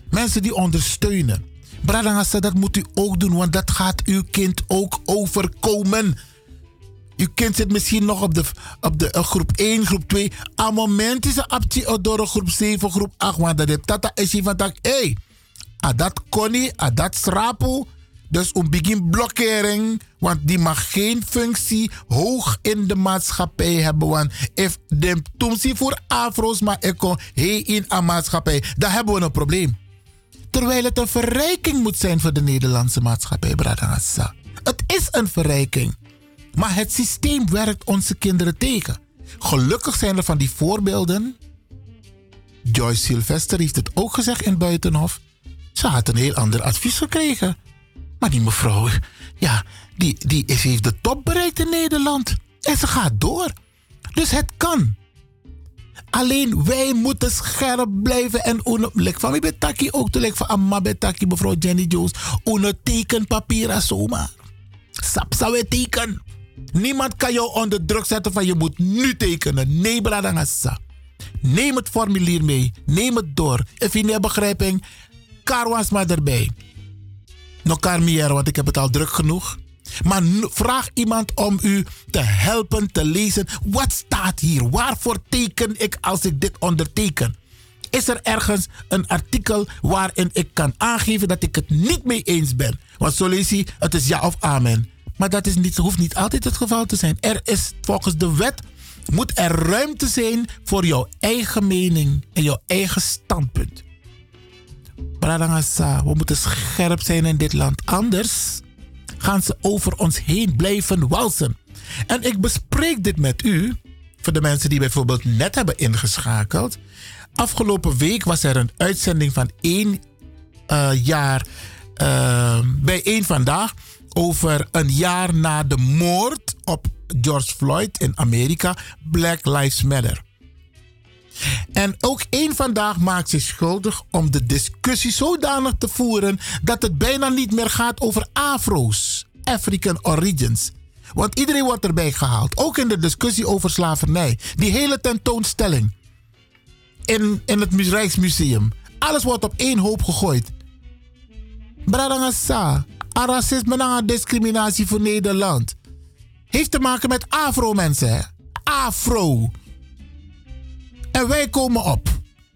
Mensen die ondersteunen. Bradangasa, dat moet u ook doen, want dat gaat uw kind ook overkomen. Uw kind zit misschien nog op de, op de uh, groep één, groep twee. Aan moment is een aptje door groep zeven, groep acht. Want dat tata is je van tak. Hé, hey, dat kon niet, dat schrapo. Dus een begin blokkering. Want die mag geen functie hoog in de maatschappij hebben. Want if de toemsie voor afro's maar ik kon hey in een maatschappij. Dan hebben we een probleem. Terwijl het een verrijking moet zijn voor de Nederlandse maatschappij, Bradangasa. Het is een verrijking. Maar het systeem werkt onze kinderen tegen. Gelukkig zijn er van die voorbeelden. Joyce Sylvester heeft het ook gezegd in Buitenhof. Ze had een heel ander advies gekregen. Maar die mevrouw, ja, die, die is, heeft de top bereikt in Nederland. En ze gaat door. Dus het kan. Alleen wij moeten scherp blijven. En lek van mij betaki ook te lek van Amma betaki, mevrouw Jenny Jones. Une tekenpapier zomaar. Sap zou teken. Niemand kan jou onder druk zetten van je moet nu tekenen. Nee, bradangassa. Neem het formulier mee. Neem het door. If je niet begrijping, karwas maar erbij. Nog karmier, want ik heb het al druk genoeg. Maar vraag iemand om u te helpen te lezen. Wat staat hier? Waarvoor teken ik als ik dit onderteken? Is er ergens een artikel waarin ik kan aangeven dat ik het niet mee eens ben? Want zo lees je, het is ja of amen. Maar dat is niet, hoeft niet altijd het geval te zijn. Er is volgens de wet, moet er ruimte zijn voor jouw eigen mening en jouw eigen standpunt. Bradangasa, we moeten scherp zijn in dit land. Anders gaan ze over ons heen blijven walsen. En ik bespreek dit met u, voor de mensen die bijvoorbeeld net hebben ingeschakeld. Afgelopen week was er een uitzending van één uh, jaar uh, bij één Vandaag over een jaar na de moord op George Floyd in Amerika, Black Lives Matter. En ook één Vandaag maakt zich schuldig om de discussie zodanig te voeren dat het bijna niet meer gaat over Afro's, African Origins. Want iedereen wordt erbij gehaald, ook in de discussie over slavernij. Die hele tentoonstelling in, in het Rijksmuseum. Alles wordt op één hoop gegooid. Bradangasa, racisme en discriminatie voor Nederland heeft te maken met Afro-mensen. Hè? Afro. En wij komen op.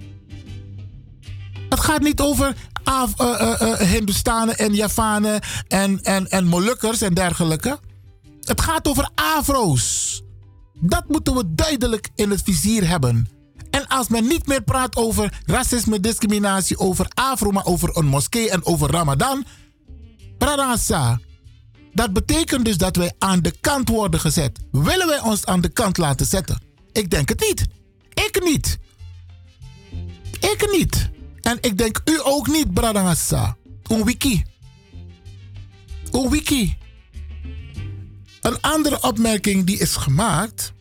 Het gaat niet over Af, uh, uh, uh, Hindustanen en Javanen en, en, en Molukkers en dergelijke. Het gaat over Afro's. Dat moeten we duidelijk in het vizier hebben. En als men niet meer praat over racisme, discriminatie, over Afro, maar over een moskee en over Ramadan. Pradasa. Dat betekent dus dat wij aan de kant worden gezet. Willen wij ons aan de kant laten zetten? Ik denk het niet. Ik niet. Ik niet. En ik denk u ook niet, Bradangasa. Een wiki. Een wiki. Een andere opmerking die is gemaakt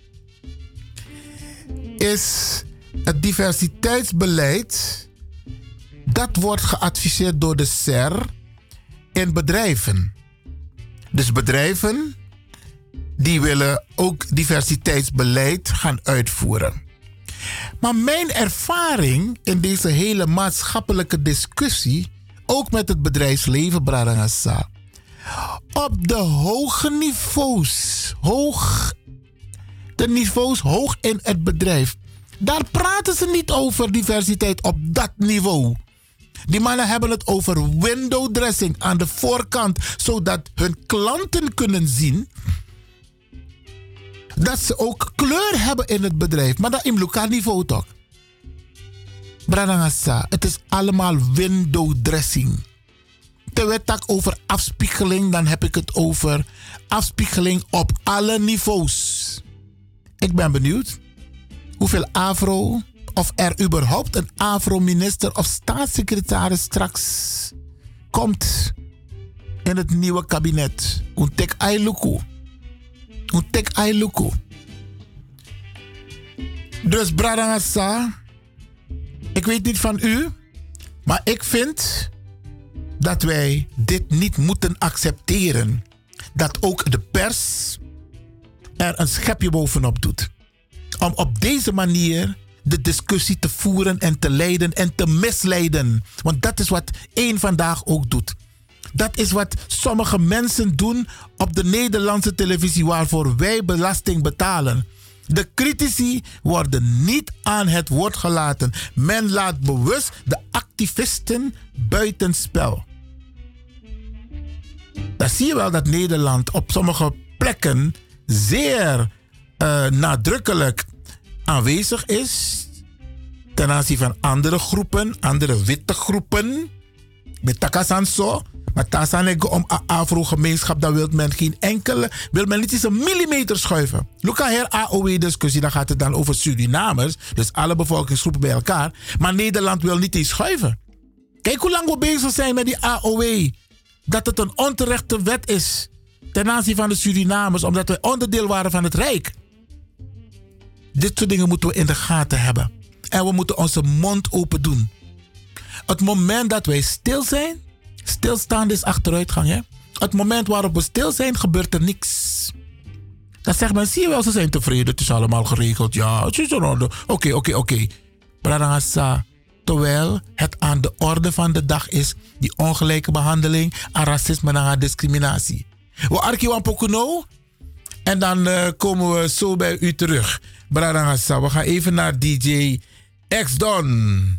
is het diversiteitsbeleid. Dat wordt geadviseerd door de S E R in bedrijven. Dus bedrijven die willen ook diversiteitsbeleid gaan uitvoeren. Maar mijn ervaring in deze hele maatschappelijke discussie, ook met het bedrijfsleven, Bradangasa, op de hoge niveaus, hoog, de niveaus hoog in het bedrijf, daar praten ze niet over diversiteit op dat niveau. Die mannen hebben het over window dressing aan de voorkant, zodat hun klanten kunnen zien dat ze ook kleur hebben in het bedrijf. Maar dat in lokaal niveau toch. Bradangasa, het is allemaal window dressing. Terwijl ik over afspiegeling, dan heb ik het over afspiegeling op alle niveaus. Ik ben benieuwd hoeveel Afro, of er überhaupt een Afro-minister of staatssecretaris straks komt in het nieuwe kabinet. Untek Ailuku. Untek Ailuku. Dus Bradangasa, ik weet niet van u, maar ik vind dat wij dit niet moeten accepteren. Dat ook de pers er een schepje bovenop doet. Om op deze manier de discussie te voeren en te leiden en te misleiden. Want dat is wat één Vandaag ook doet. Dat is wat sommige mensen doen op de Nederlandse televisie waarvoor wij belasting betalen. De critici worden niet aan het woord gelaten. Men laat bewust de activisten buitenspel. Dan zie je wel dat Nederland op sommige plekken zeer uh, nadrukkelijk aanwezig is ten aanzien van andere groepen, andere witte groepen. Met Takasan zo. Maar Tasanego om een Afro-gemeenschap, dan wil men geen enkele, wil men niet eens een millimeter schuiven. Luca her A O W-discussie, dan gaat het dan over Surinamers, dus alle bevolkingsgroepen bij elkaar. Maar Nederland wil niet eens schuiven. Kijk hoe lang we bezig zijn met die A O W. Dat het een onterechte wet is ten aanzien van de Surinamers, omdat we onderdeel waren van het Rijk. Dit soort dingen moeten we in de gaten hebben. En we moeten onze mond open doen. Het moment dat wij stil zijn, stilstaan is achteruitgang. Hè? Het moment waarop we stil zijn, gebeurt er niks. Dan zegt men, zie je wel, ze zijn tevreden, het is allemaal geregeld. Ja, het is in orde. Oké, oké, oké. Pradangasa. Terwijl het aan de orde van de dag is, die ongelijke behandeling, aan racisme en discriminatie. We arkiwan pokuno en dan uh, komen we zo bij u terug. Pradangasa, we gaan even naar D J X-Don.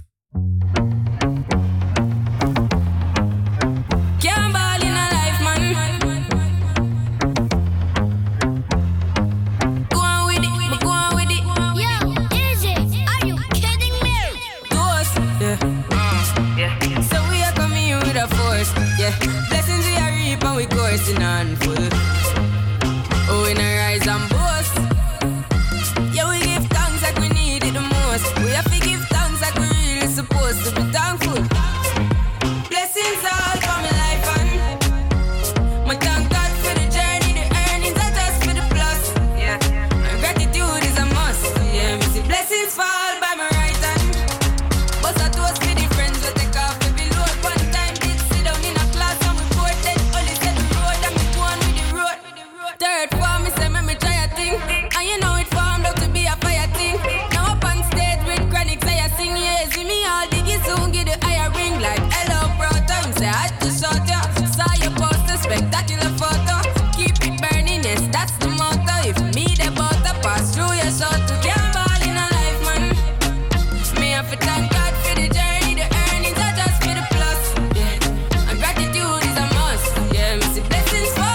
Yeah, blessings we are reap and we coursing on full. Oh, we not rise and boast. Yeah, we give thanks like we need it the most. We have to give thanks like we really supposed to be thankful. Blessings all for my life and my thank God for the journey, the earnings are just for the plus. Yeah, and gratitude is a must. Yeah, me see blessings fall by my right hand. But I toast with the friends we take off every load one time. Third form, me say me, me try a thing. And you know it formed up to be a fire thing. Now up on stage with chronic say I sing. Yeah, see me all diggy soon, get the higher ring. Like hello, bro, time say I had to shot ya. Saw your poster, spectacular photo. Keep it burning, yes, that's the motto. If me the butter pass through your shot to can't ball in a life, man. Me have to thank God for the journey, the earnings are just for the plus. Yeah, and gratitude is a must. Yeah, me see blessings fall.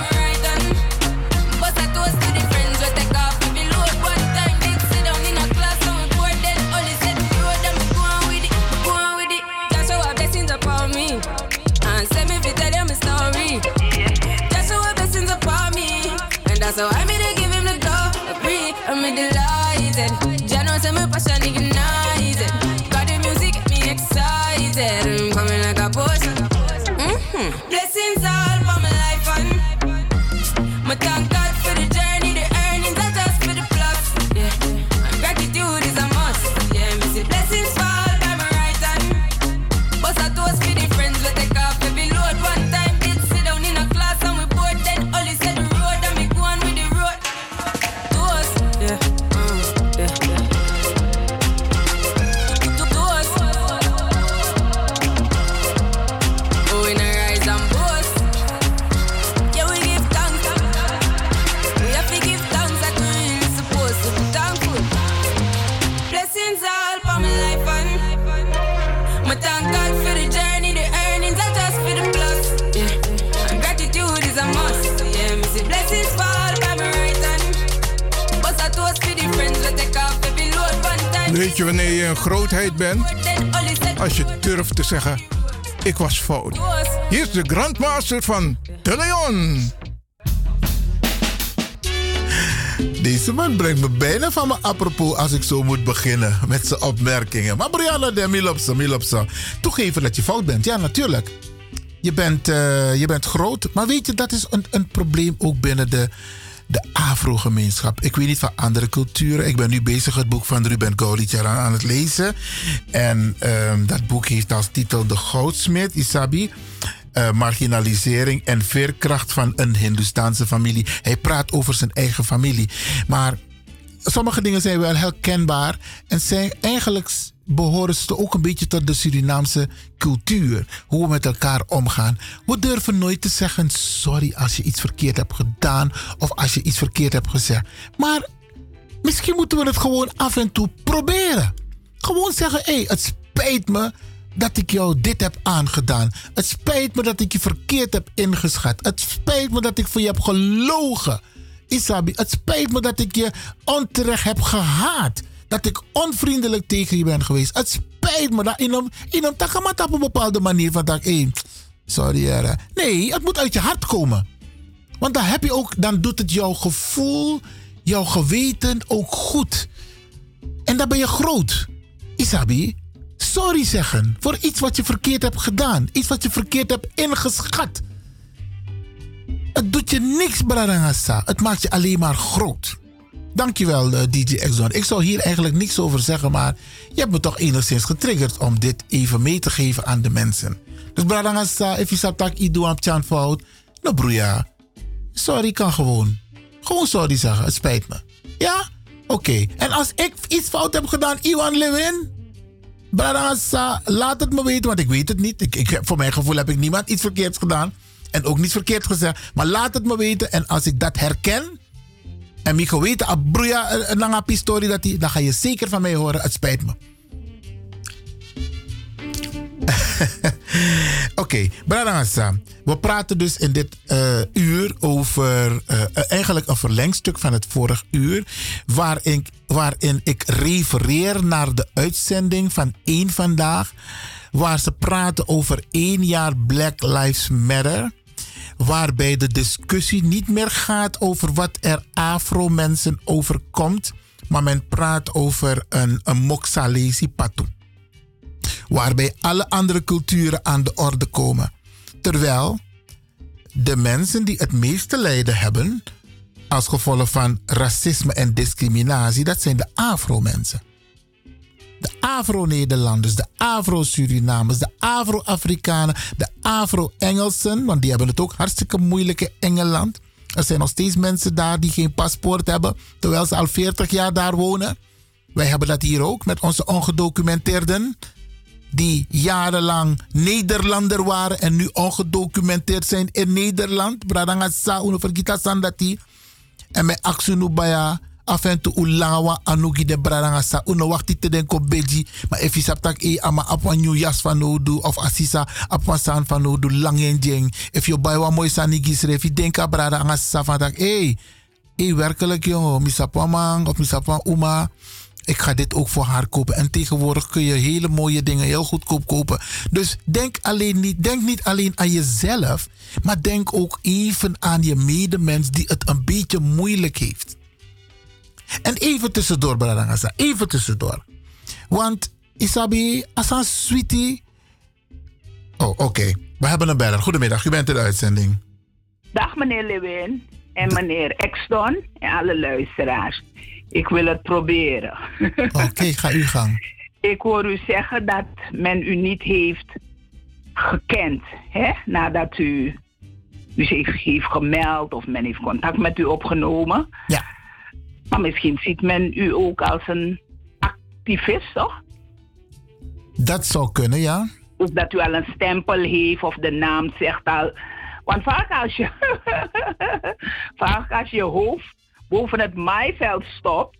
So I made to give him the glory. I'm delighted. Jano say my passion ignited. Got the music get me excited. I'm coming like a potion. Mm-hmm. Blessings all for my life and my thank God for the journey. The earnings are just for the plus. Yeah, and gratitude is a must. Yeah, me see blessings fall by my right hand. But I toast for the friends we take off every load one time. Did sit down in a class and we bored then only said the road and me go on with the road. Toast, yeah, mm, yeah, yeah. Toast. Oh, we not rise and boast. Yeah, we give thanks. We have to give thanks like we really supposed to be thankful. Blessings all for my life and my thank God for the journey, the earnings are just for the plus. Yeah, and gratitude is a must. Yeah, me see blessings fall by my right hand. But I toast for the friends we take off every load one time. Weet je wanneer je een grootheid bent? Als je durft te zeggen, ik was fout. Hier is de Grandmaster van De Leon. Deze man brengt me bijna van me apropos als ik zo moet beginnen met zijn opmerkingen. Maar Brianna, de Milopsa, Milopsa. Toegeven dat je fout bent. Ja, natuurlijk. Je bent, uh, je bent groot. Maar weet je, dat is een, een probleem ook binnen de, de Afro-gemeenschap. Ik weet niet van andere culturen. Ik ben nu bezig het boek van Ruben Gaudicharan aan het lezen. En um, dat boek heeft als titel De Goudsmid, Isabi. Uh, marginalisering en veerkracht van een Hindoestaanse familie. Hij praat over zijn eigen familie. Maar sommige dingen zijn wel herkenbaar. En zijn, eigenlijk behoren ze ook een beetje tot de Surinaamse cultuur. Hoe we met elkaar omgaan. We durven nooit te zeggen sorry als je iets verkeerd hebt gedaan. Of als je iets verkeerd hebt gezegd. Maar misschien moeten we het gewoon af en toe proberen. Gewoon zeggen, hé, hey, het spijt me dat ik jou dit heb aangedaan. Het spijt me dat ik je verkeerd heb ingeschat. Het spijt me dat ik voor je heb gelogen. Isabi, het spijt me dat ik je onterecht heb gehaat. Dat ik onvriendelijk tegen je ben geweest. Het spijt me dat in een, in een takamat op een bepaalde manier van dat, hey, sorry. Era. Nee, het moet uit je hart komen. Want dan heb je ook, dan doet het jouw gevoel, jouw geweten ook goed. En dan ben je groot. Isabi, sorry zeggen voor iets wat je verkeerd hebt gedaan. Iets wat je verkeerd hebt ingeschat. Het doet je niks, Bradangasa. Het maakt je alleen maar groot. Dankjewel, uh, D J Exxon. Ik zou hier eigenlijk niks over zeggen, maar je hebt me toch enigszins getriggerd om dit even mee te geven aan de mensen. Dus Bradangasa, if je satak i doe aan tjan fout, nou broeia. Sorry kan gewoon. Gewoon sorry zeggen, het spijt me. Ja? Oké. Okay. En als ik iets fout heb gedaan, Iwan Lewin, Bradangasa, laat het me weten, want ik weet het niet. Ik, ik, voor mijn gevoel heb ik niemand iets verkeerds gedaan. En ook niet verkeerd gezegd. Maar laat het me weten. En als ik dat herken. En ik weet, abroeia, een lange pistorie, dat die, dan ga je zeker van mij horen. Het spijt me. Oké, okay, Bradangasa. We praten dus in dit uh, uur over uh, eigenlijk een verlengstuk van het vorig uur. Waarin, waarin ik refereer naar de uitzending van één Vandaag. Waar ze praten over één jaar Black Lives Matter. Waarbij de discussie niet meer gaat over wat er Afro-mensen overkomt. Maar men praat over een, een Moksalesi Patu. Waarbij alle andere culturen aan de orde komen. Terwijl de mensen die het meeste lijden hebben als gevolg van racisme en discriminatie, dat zijn de Afro-mensen. De Afro-Nederlanders, de Afro-Surinamers, de Afro-Afrikanen, de Afro-Engelsen, want die hebben het ook hartstikke moeilijk in Engeland. Er zijn nog steeds mensen daar die geen paspoort hebben, terwijl ze al veertig jaar daar wonen. Wij hebben dat hier ook met onze ongedocumenteerden, die jarenlang Nederlander waren en nu ongedocumenteerd zijn in Nederland. Bradangasa, unovergita sandati. En met Aksunubaya, af en toe ulawa, anugi de Bradangasa, uno wachti te den ko beji. Maar if je saptak e ama apwan new jas van nodu, of asisa apwan san van nodu, langen jeng. If je bij wat mooi sanigi schreef, je denkt aan Bradangasa van tak, hé, hé, werkelijk jongen, misapwan man, of misapwan uma. Ik ga dit ook voor haar kopen. En tegenwoordig kun je hele mooie dingen heel goedkoop kopen. Dus denk, alleen niet, denk niet alleen aan jezelf. Maar denk ook even aan je medemens die het een beetje moeilijk heeft. En even tussendoor, Bradangasa. Even tussendoor. Want, Isabi, Asan Sweetie. Oh, oké. Okay. We hebben een beller. Goedemiddag, u bent in de uitzending. Dag meneer Lewin en meneer Exton en alle luisteraars. Ik wil het proberen. Oké, okay, ga uw gang. Ik hoor u zeggen dat men u niet heeft gekend, hè? Nadat u u heeft, heeft gemeld of men heeft contact met u opgenomen. Ja. Maar misschien ziet men u ook als een activist, toch? Dat zou kunnen, ja. Of dat u al een stempel heeft of de naam zegt al. Want vaak als je, vaak als je hoofd boven het maaiveld stopt,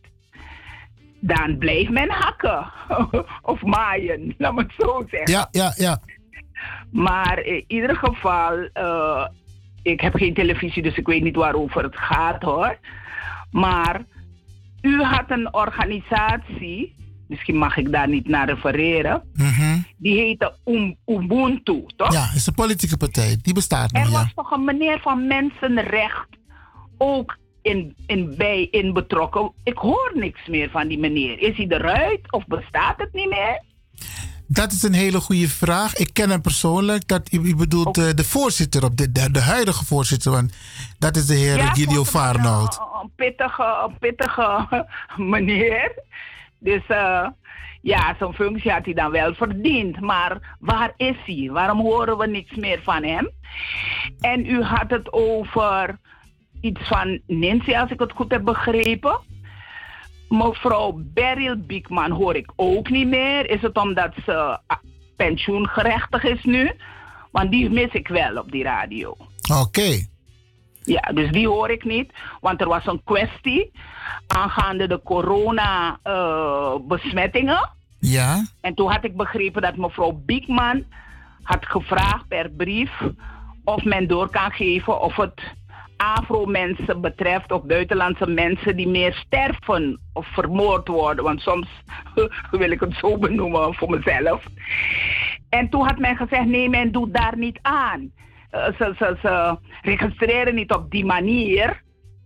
dan blijft men hakken. Of maaien, laat me het zo zeggen. Ja, ja, ja. Maar in ieder geval, uh, ik heb geen televisie, dus ik weet niet waarover het gaat hoor. Maar u had een organisatie, misschien mag ik daar niet naar refereren, mm-hmm. die heette um, Ubuntu, toch? Ja, het is een politieke partij, die bestaat nog. Er ja. was toch een meneer van mensenrecht ook in, in, bij in betrokken. Ik hoor niks meer van die meneer. Is hij eruit of bestaat het niet meer? Dat is een hele goede vraag. Ik ken hem persoonlijk. Dat, u bedoelt okay. uh, de voorzitter, op de, de, de huidige voorzitter. Want dat is de heer ja, Gideon Farnold. Een, een pittige, een pittige meneer. Dus uh, ja, zo'n functie had hij dan wel verdiend. Maar waar is hij? Waarom horen we niks meer van hem? En u had het over iets van Nancy, als ik het goed heb begrepen. Mevrouw Beryl Biekman hoor ik ook niet meer. Is het omdat ze uh, pensioengerechtig is nu? Want die mis ik wel op die radio. Oké. Okay. Ja, dus die hoor ik niet. Want er was een kwestie aangaande de corona-besmettingen. Uh, ja. En toen had ik begrepen dat mevrouw Biekman had gevraagd per brief of men door kan geven of het Afro-mensen betreft of buitenlandse mensen die meer sterven of vermoord worden. Want soms wil ik het zo benoemen voor mezelf. En toen had men gezegd, nee, men doet daar niet aan. Uh, ze, ze, ze registreren niet op die manier.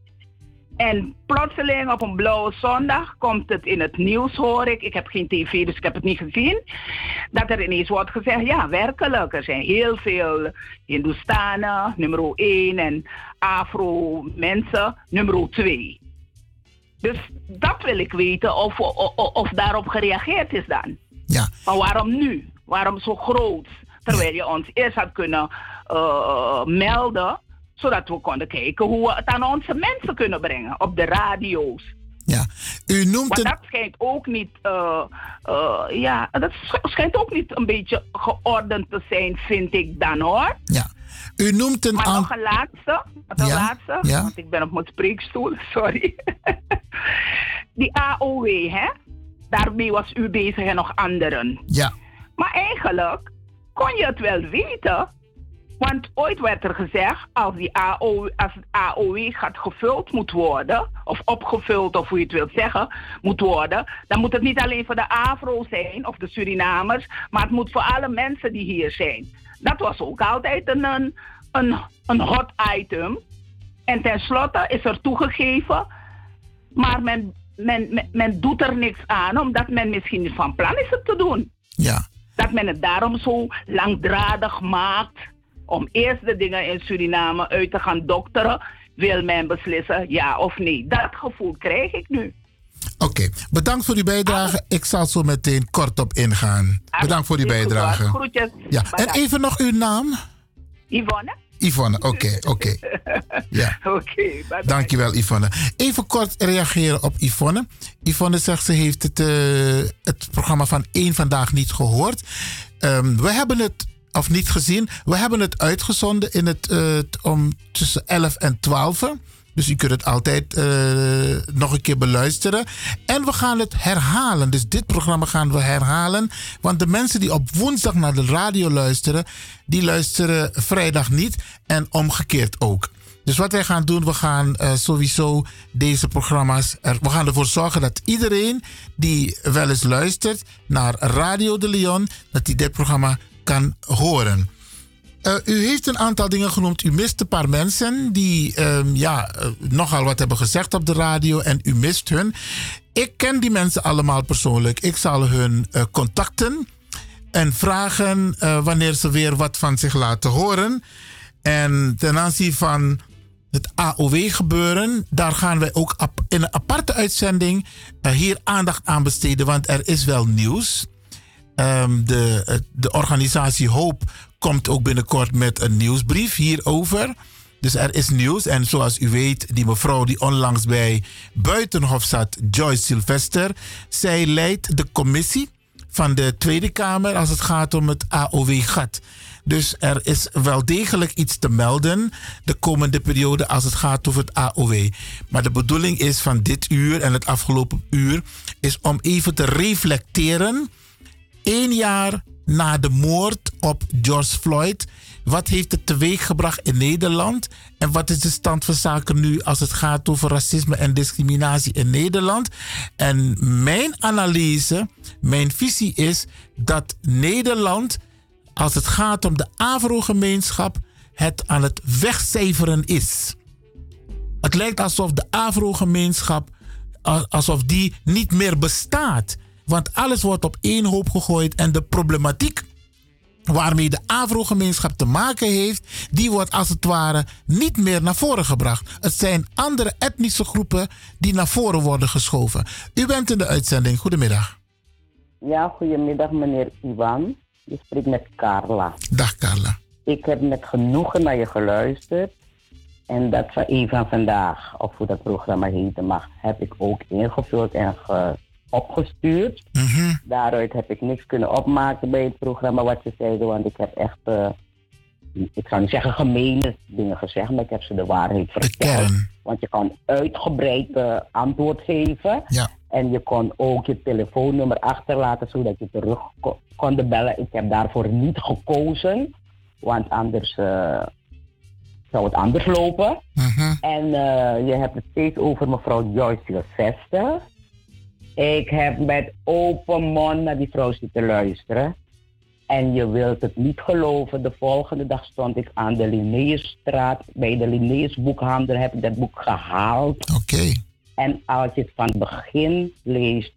En plotseling op een blauwe zondag komt het in het nieuws, hoor ik. Ik heb geen tv, dus ik heb het niet gezien. Dat er ineens wordt gezegd, ja, werkelijk. Er zijn heel veel Hindoestanen, nummer één, en Afro-mensen, nummer twee. Dus dat wil ik weten of, of, of daarop gereageerd is dan. Ja. Maar waarom nu? Waarom zo groot? Terwijl je ons eerst had kunnen uh, melden, zodat we konden kijken hoe we het aan onze mensen kunnen brengen op de radio's. Ja, u noemt Want het... dat schijnt ook niet, uh, uh, ja, dat schijnt ook niet een beetje geordend te zijn, vind ik dan, hoor. Ja, u noemt een... Maar aan... nog een laatste, nog een ja? laatste, ja? want ik ben op mijn spreekstoel, sorry. Die A O W, hè, daarmee was u bezig en nog anderen. Ja. Maar eigenlijk kon je het wel weten. Want ooit werd er gezegd, als die A O W, als het A O W gaat gevuld moet worden, of opgevuld, of hoe je het wilt zeggen, moet worden, dan moet het niet alleen voor de Afro zijn, of de Surinamers, maar het moet voor alle mensen die hier zijn. Dat was ook altijd een, een, een, een hot item. En tenslotte is er toegegeven, maar men, men, men, men doet er niks aan, omdat men misschien niet van plan is het te doen. Ja. Dat men het daarom zo langdradig maakt, om eerst de dingen in Suriname uit te gaan dokteren, wil men beslissen ja of nee. Dat gevoel krijg ik nu. Oké, okay. Bedankt voor uw bijdrage. Ik zal zo meteen kort op ingaan. Bedankt voor uw bijdrage. Groetjes. Ja. En even nog uw naam? Yvonne. Yvonne, oké, okay, oké. Okay. Ja. Oké, okay, dankjewel Yvonne. Even kort reageren op Yvonne. Yvonne zegt ze heeft het, uh, het programma van één Vandaag niet gehoord. Um, we hebben het, of niet gezien, we hebben het uitgezonden in het, uh, om tussen elf en twaalf. Dus u kunt het altijd uh, nog een keer beluisteren. En we gaan het herhalen. Dus dit programma gaan we herhalen. Want de mensen die op woensdag naar de radio luisteren, die luisteren vrijdag niet. En omgekeerd ook. Dus wat wij gaan doen, we gaan uh, sowieso deze programma's... Er, we gaan ervoor zorgen dat iedereen die wel eens luistert naar Radio de Leon, dat die dit programma kan horen. Uh, u heeft een aantal dingen genoemd. U mist een paar mensen die um, ja, uh, nogal wat hebben gezegd op de radio en u mist hun. Ik ken die mensen allemaal persoonlijk. Ik zal hun uh, contacten en vragen uh, wanneer ze weer wat van zich laten horen. En ten aanzien van het A O W-gebeuren, daar gaan wij ook ap- in een aparte uitzending uh, hier aandacht aan besteden, want er is wel nieuws. Um, de, de organisatie Hoop komt ook binnenkort met een nieuwsbrief hierover. Dus er is nieuws. En zoals u weet, die mevrouw die onlangs bij Buitenhof zat, Joyce Sylvester, zij leidt de commissie van de Tweede Kamer als het gaat om het A O W-gat. Dus er is wel degelijk iets te melden de komende periode als het gaat over het A O W. Maar de bedoeling is van dit uur en het afgelopen uur is om even te reflecteren. Eén jaar na de moord op George Floyd. Wat heeft het teweeggebracht in Nederland? En wat is de stand van zaken nu als het gaat over racisme en discriminatie in Nederland? En mijn analyse, mijn visie is dat Nederland, als het gaat om de Afro-gemeenschap, het aan het wegcijferen is. Het lijkt alsof de Afro-gemeenschap, alsof die niet meer bestaat. Want alles wordt op één hoop gegooid en de problematiek waarmee de Afro-gemeenschap te maken heeft, die wordt als het ware niet meer naar voren gebracht. Het zijn andere etnische groepen die naar voren worden geschoven. U bent in de uitzending. Goedemiddag. Ja, goedemiddag meneer Iwan. Je spreekt met Carla. Dag Carla. Ik heb met genoegen naar je geluisterd. En dat van een van vandaag, of hoe dat programma heette mag, heb ik ook ingevuld en ge- opgestuurd. Mm-hmm. Daaruit heb ik niks kunnen opmaken bij het programma wat ze zeiden, want ik heb echt, uh, ik zou niet zeggen gemene dingen gezegd, maar ik heb ze de waarheid verteld. Want je kan uitgebreid uh, antwoord geven. Ja. En je kon ook je telefoonnummer achterlaten, zodat je terug ko- kon bellen. Ik heb daarvoor niet gekozen, want anders uh, zou het anders lopen. Mm-hmm. En uh, je hebt het steeds over mevrouw Joyce Sylvester. Ik heb met open mond naar die vrouw zitten luisteren. En je wilt het niet geloven. De volgende dag stond ik aan de Linnaeusstraat. Bij de Linnaeusboekhandel heb ik dat boek gehaald. Oké. Okay. En als je het van het begin leest,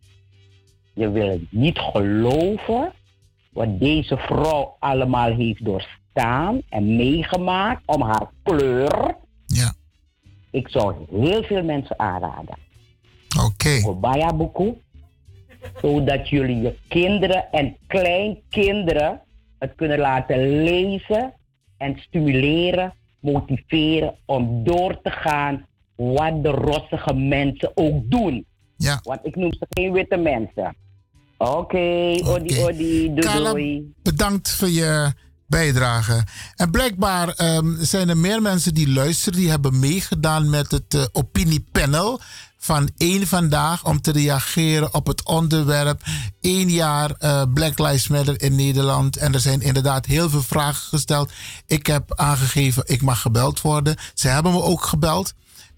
je wil het niet geloven wat deze vrouw allemaal heeft doorstaan en meegemaakt om haar kleur. Ja. Ik zou heel veel mensen aanraden. Oké. Okay. Obaya Boekoe. Zodat jullie je kinderen en kleinkinderen het kunnen laten lezen en stimuleren, motiveren om door te gaan wat de rossige mensen ook doen. Ja. Want ik noem ze geen witte mensen. Oké, okay, okay. Odi Odi, doei Carla, doei. Bedankt voor je bijdrage. En blijkbaar um, zijn er meer mensen die luisteren, die hebben meegedaan met het uh, opiniepanel van één Vandaag om te reageren op het onderwerp één jaar uh, Black Lives Matter in Nederland. En er zijn inderdaad heel veel vragen gesteld. Ik heb aangegeven, ik mag gebeld worden. Ze hebben me ook gebeld.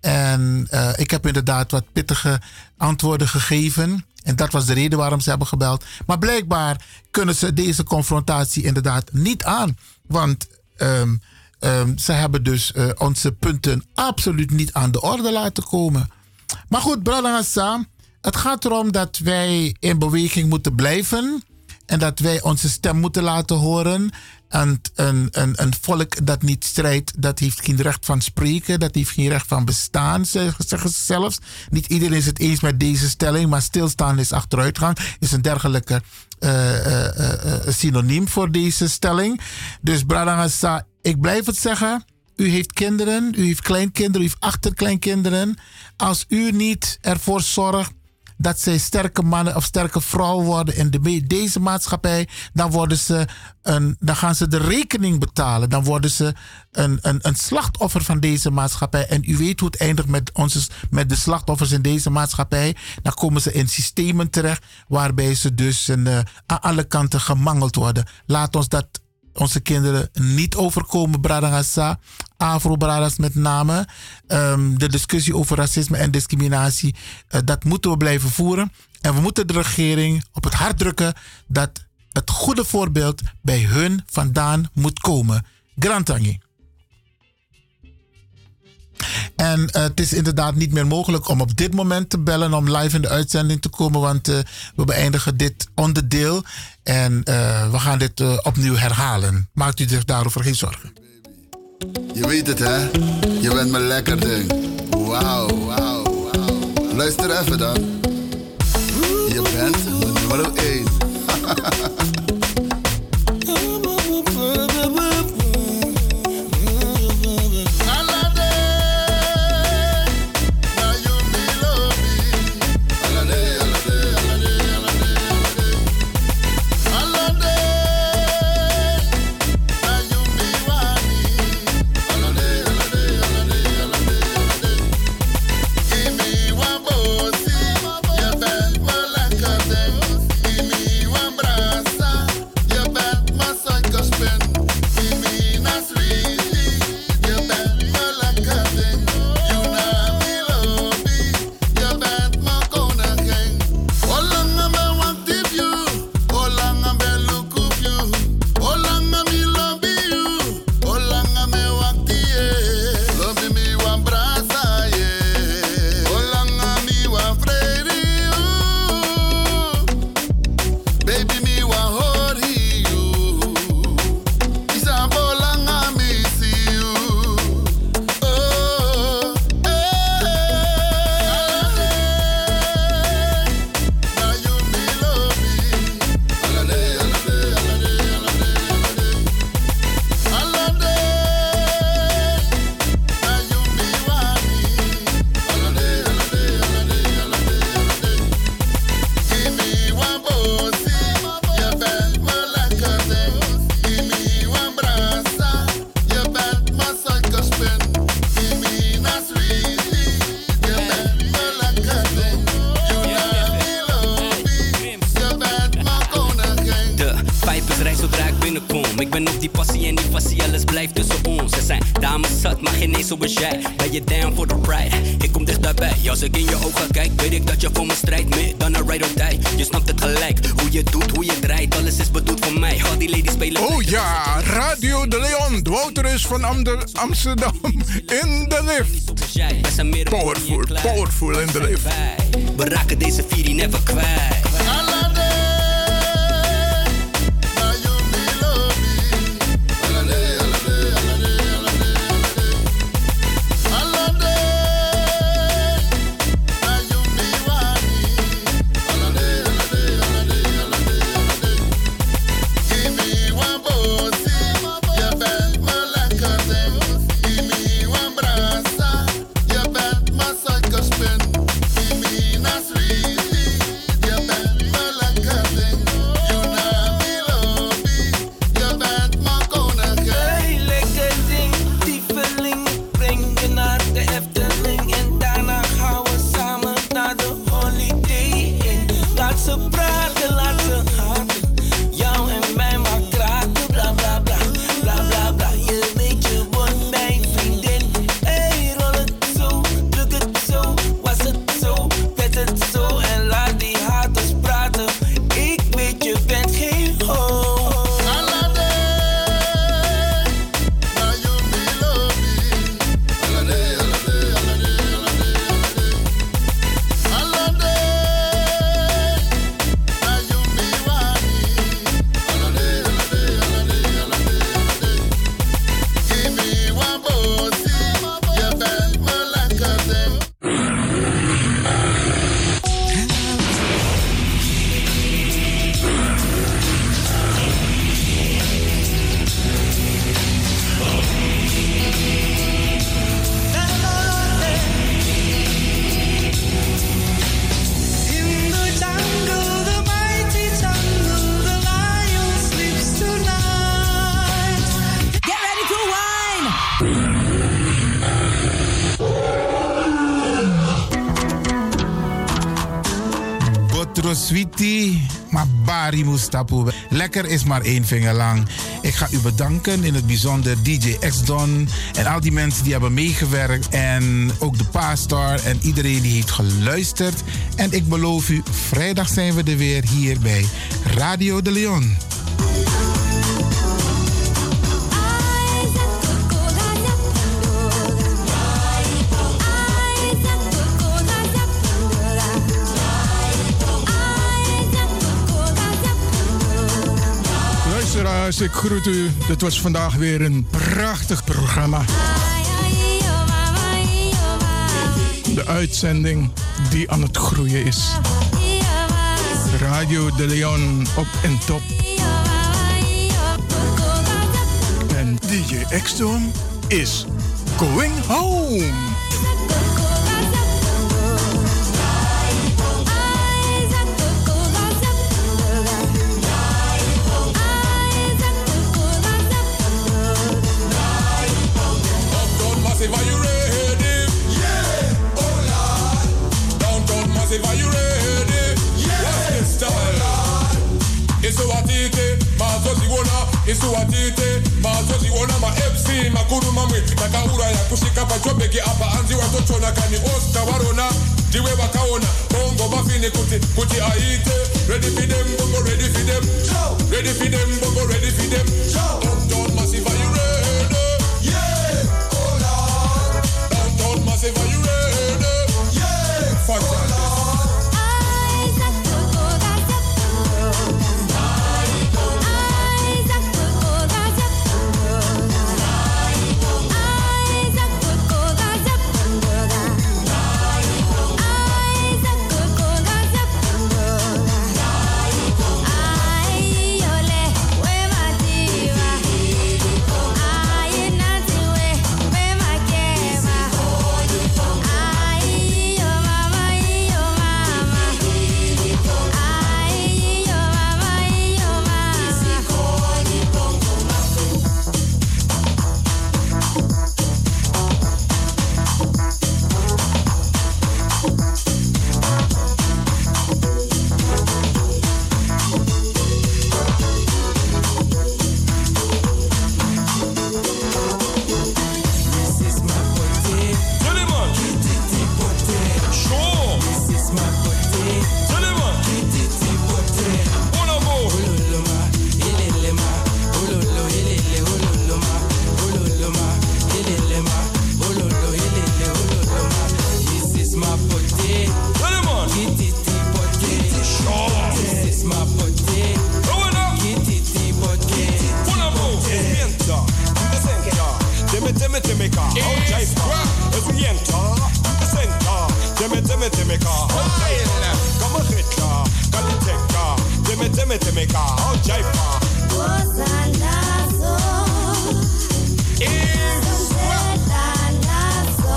En uh, ik heb inderdaad wat pittige antwoorden gegeven. En dat was de reden waarom ze hebben gebeld. Maar blijkbaar kunnen ze deze confrontatie inderdaad niet aan. Want um, um, ze hebben dus uh, onze punten absoluut niet aan de orde laten komen. Maar goed, Brother Hassan, het gaat erom dat wij in beweging moeten blijven. En dat wij onze stem moeten laten horen. En een, een, een volk dat niet strijdt, dat heeft geen recht van spreken. Dat heeft geen recht van bestaan, zeggen ze zelfs. Niet iedereen is het eens met deze stelling. Maar stilstaan is achteruitgang. Is een dergelijke uh, uh, uh, synoniem voor deze stelling. Dus Brother Hassan, ik blijf het zeggen. U heeft kinderen, u heeft kleinkinderen, u heeft achterkleinkinderen. Als u niet ervoor zorgt dat zij sterke mannen of sterke vrouwen worden in de, deze maatschappij, dan, worden ze een, dan gaan ze de rekening betalen. Dan worden ze een, een, een slachtoffer van deze maatschappij. En u weet hoe het eindigt met, onze, met de slachtoffers in deze maatschappij. Dan komen ze in systemen terecht waarbij ze dus een, uh, aan alle kanten gemangeld worden. Laat ons dat onze kinderen niet overkomen, Brother Hassan. Afro-Bradas met name. Um, de discussie over racisme en discriminatie, uh, dat moeten we blijven voeren. En we moeten de regering op het hart drukken dat het goede voorbeeld bij hun vandaan moet komen. Grantangi. En uh, het is inderdaad niet meer mogelijk om op dit moment te bellen om live in de uitzending te komen, want uh, we beëindigen dit onderdeel en uh, we gaan dit uh, opnieuw herhalen. Maakt u zich daarover geen zorgen. Je weet het, hè? Je bent me lekker ding. Wauw, wauw, wauw. Luister even dan. Je bent mijn nummer één. Give me one brasa. Zie alles blijft tussen ons. Er zijn dames zat, maar geen eens zoals jij. Ben je down for the ride? Ik kom dichterbij. Als ik in je ogen kijk, weet ik dat je voor me strijdt. Meer dan een ride or die. Je snapt het gelijk. Hoe je doet, hoe je draait. Alles is bedoeld voor mij. Al die ladies spelen. Oh ja, Radio de Leon. De Wouterus van Amde- Amsterdam. In de lift. Powerful, powerful in de lift. We raken deze vier never kwijt. Sweetie, maar Bari Mustapu. Lekker is maar één vinger lang. Ik ga u bedanken, in het bijzonder D J X-Don en al die mensen die hebben meegewerkt. En ook de Pastor en iedereen die heeft geluisterd. En ik beloof u, vrijdag zijn we er weer hier bij Radio de Leon. Ik groet u. Dit was vandaag weer een prachtig programma. De uitzending die aan het groeien is. Radio de Leon op en top. En D J X-Don is going home. Massive, are you ready? Yeah! Oh Lord! Downtown Massive, are you ready? Yeah! What's this style? Isuatite, mazoziona, isuatite, mazoziona, ma F C, makuru mamwe, nakaura ya kushika pachobeki apa anzi watochona kani osta warona, jiwe wakaona, bongo bafini kuti, kuti aite, ready for them, bongo ready for them, ready for them, bongo ready for them, Downtown Massive, are you ready? Yeah! Oh Lord! Downtown Massive, are you ready? Yeah! Fuck that. temeka, oh jaipa. As we enter the center, teme teme temeka, oh jaipa. Come on, hita, kaliteka, teme teme temeka, oh jaipa. Gozalazo, Gozalazo,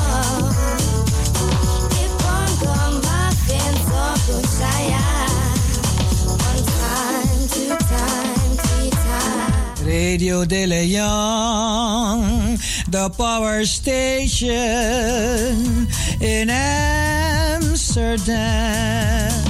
Ipongo mapenzo kushaya, on time to time to time. Radio De Leon, the power station in Amsterdam.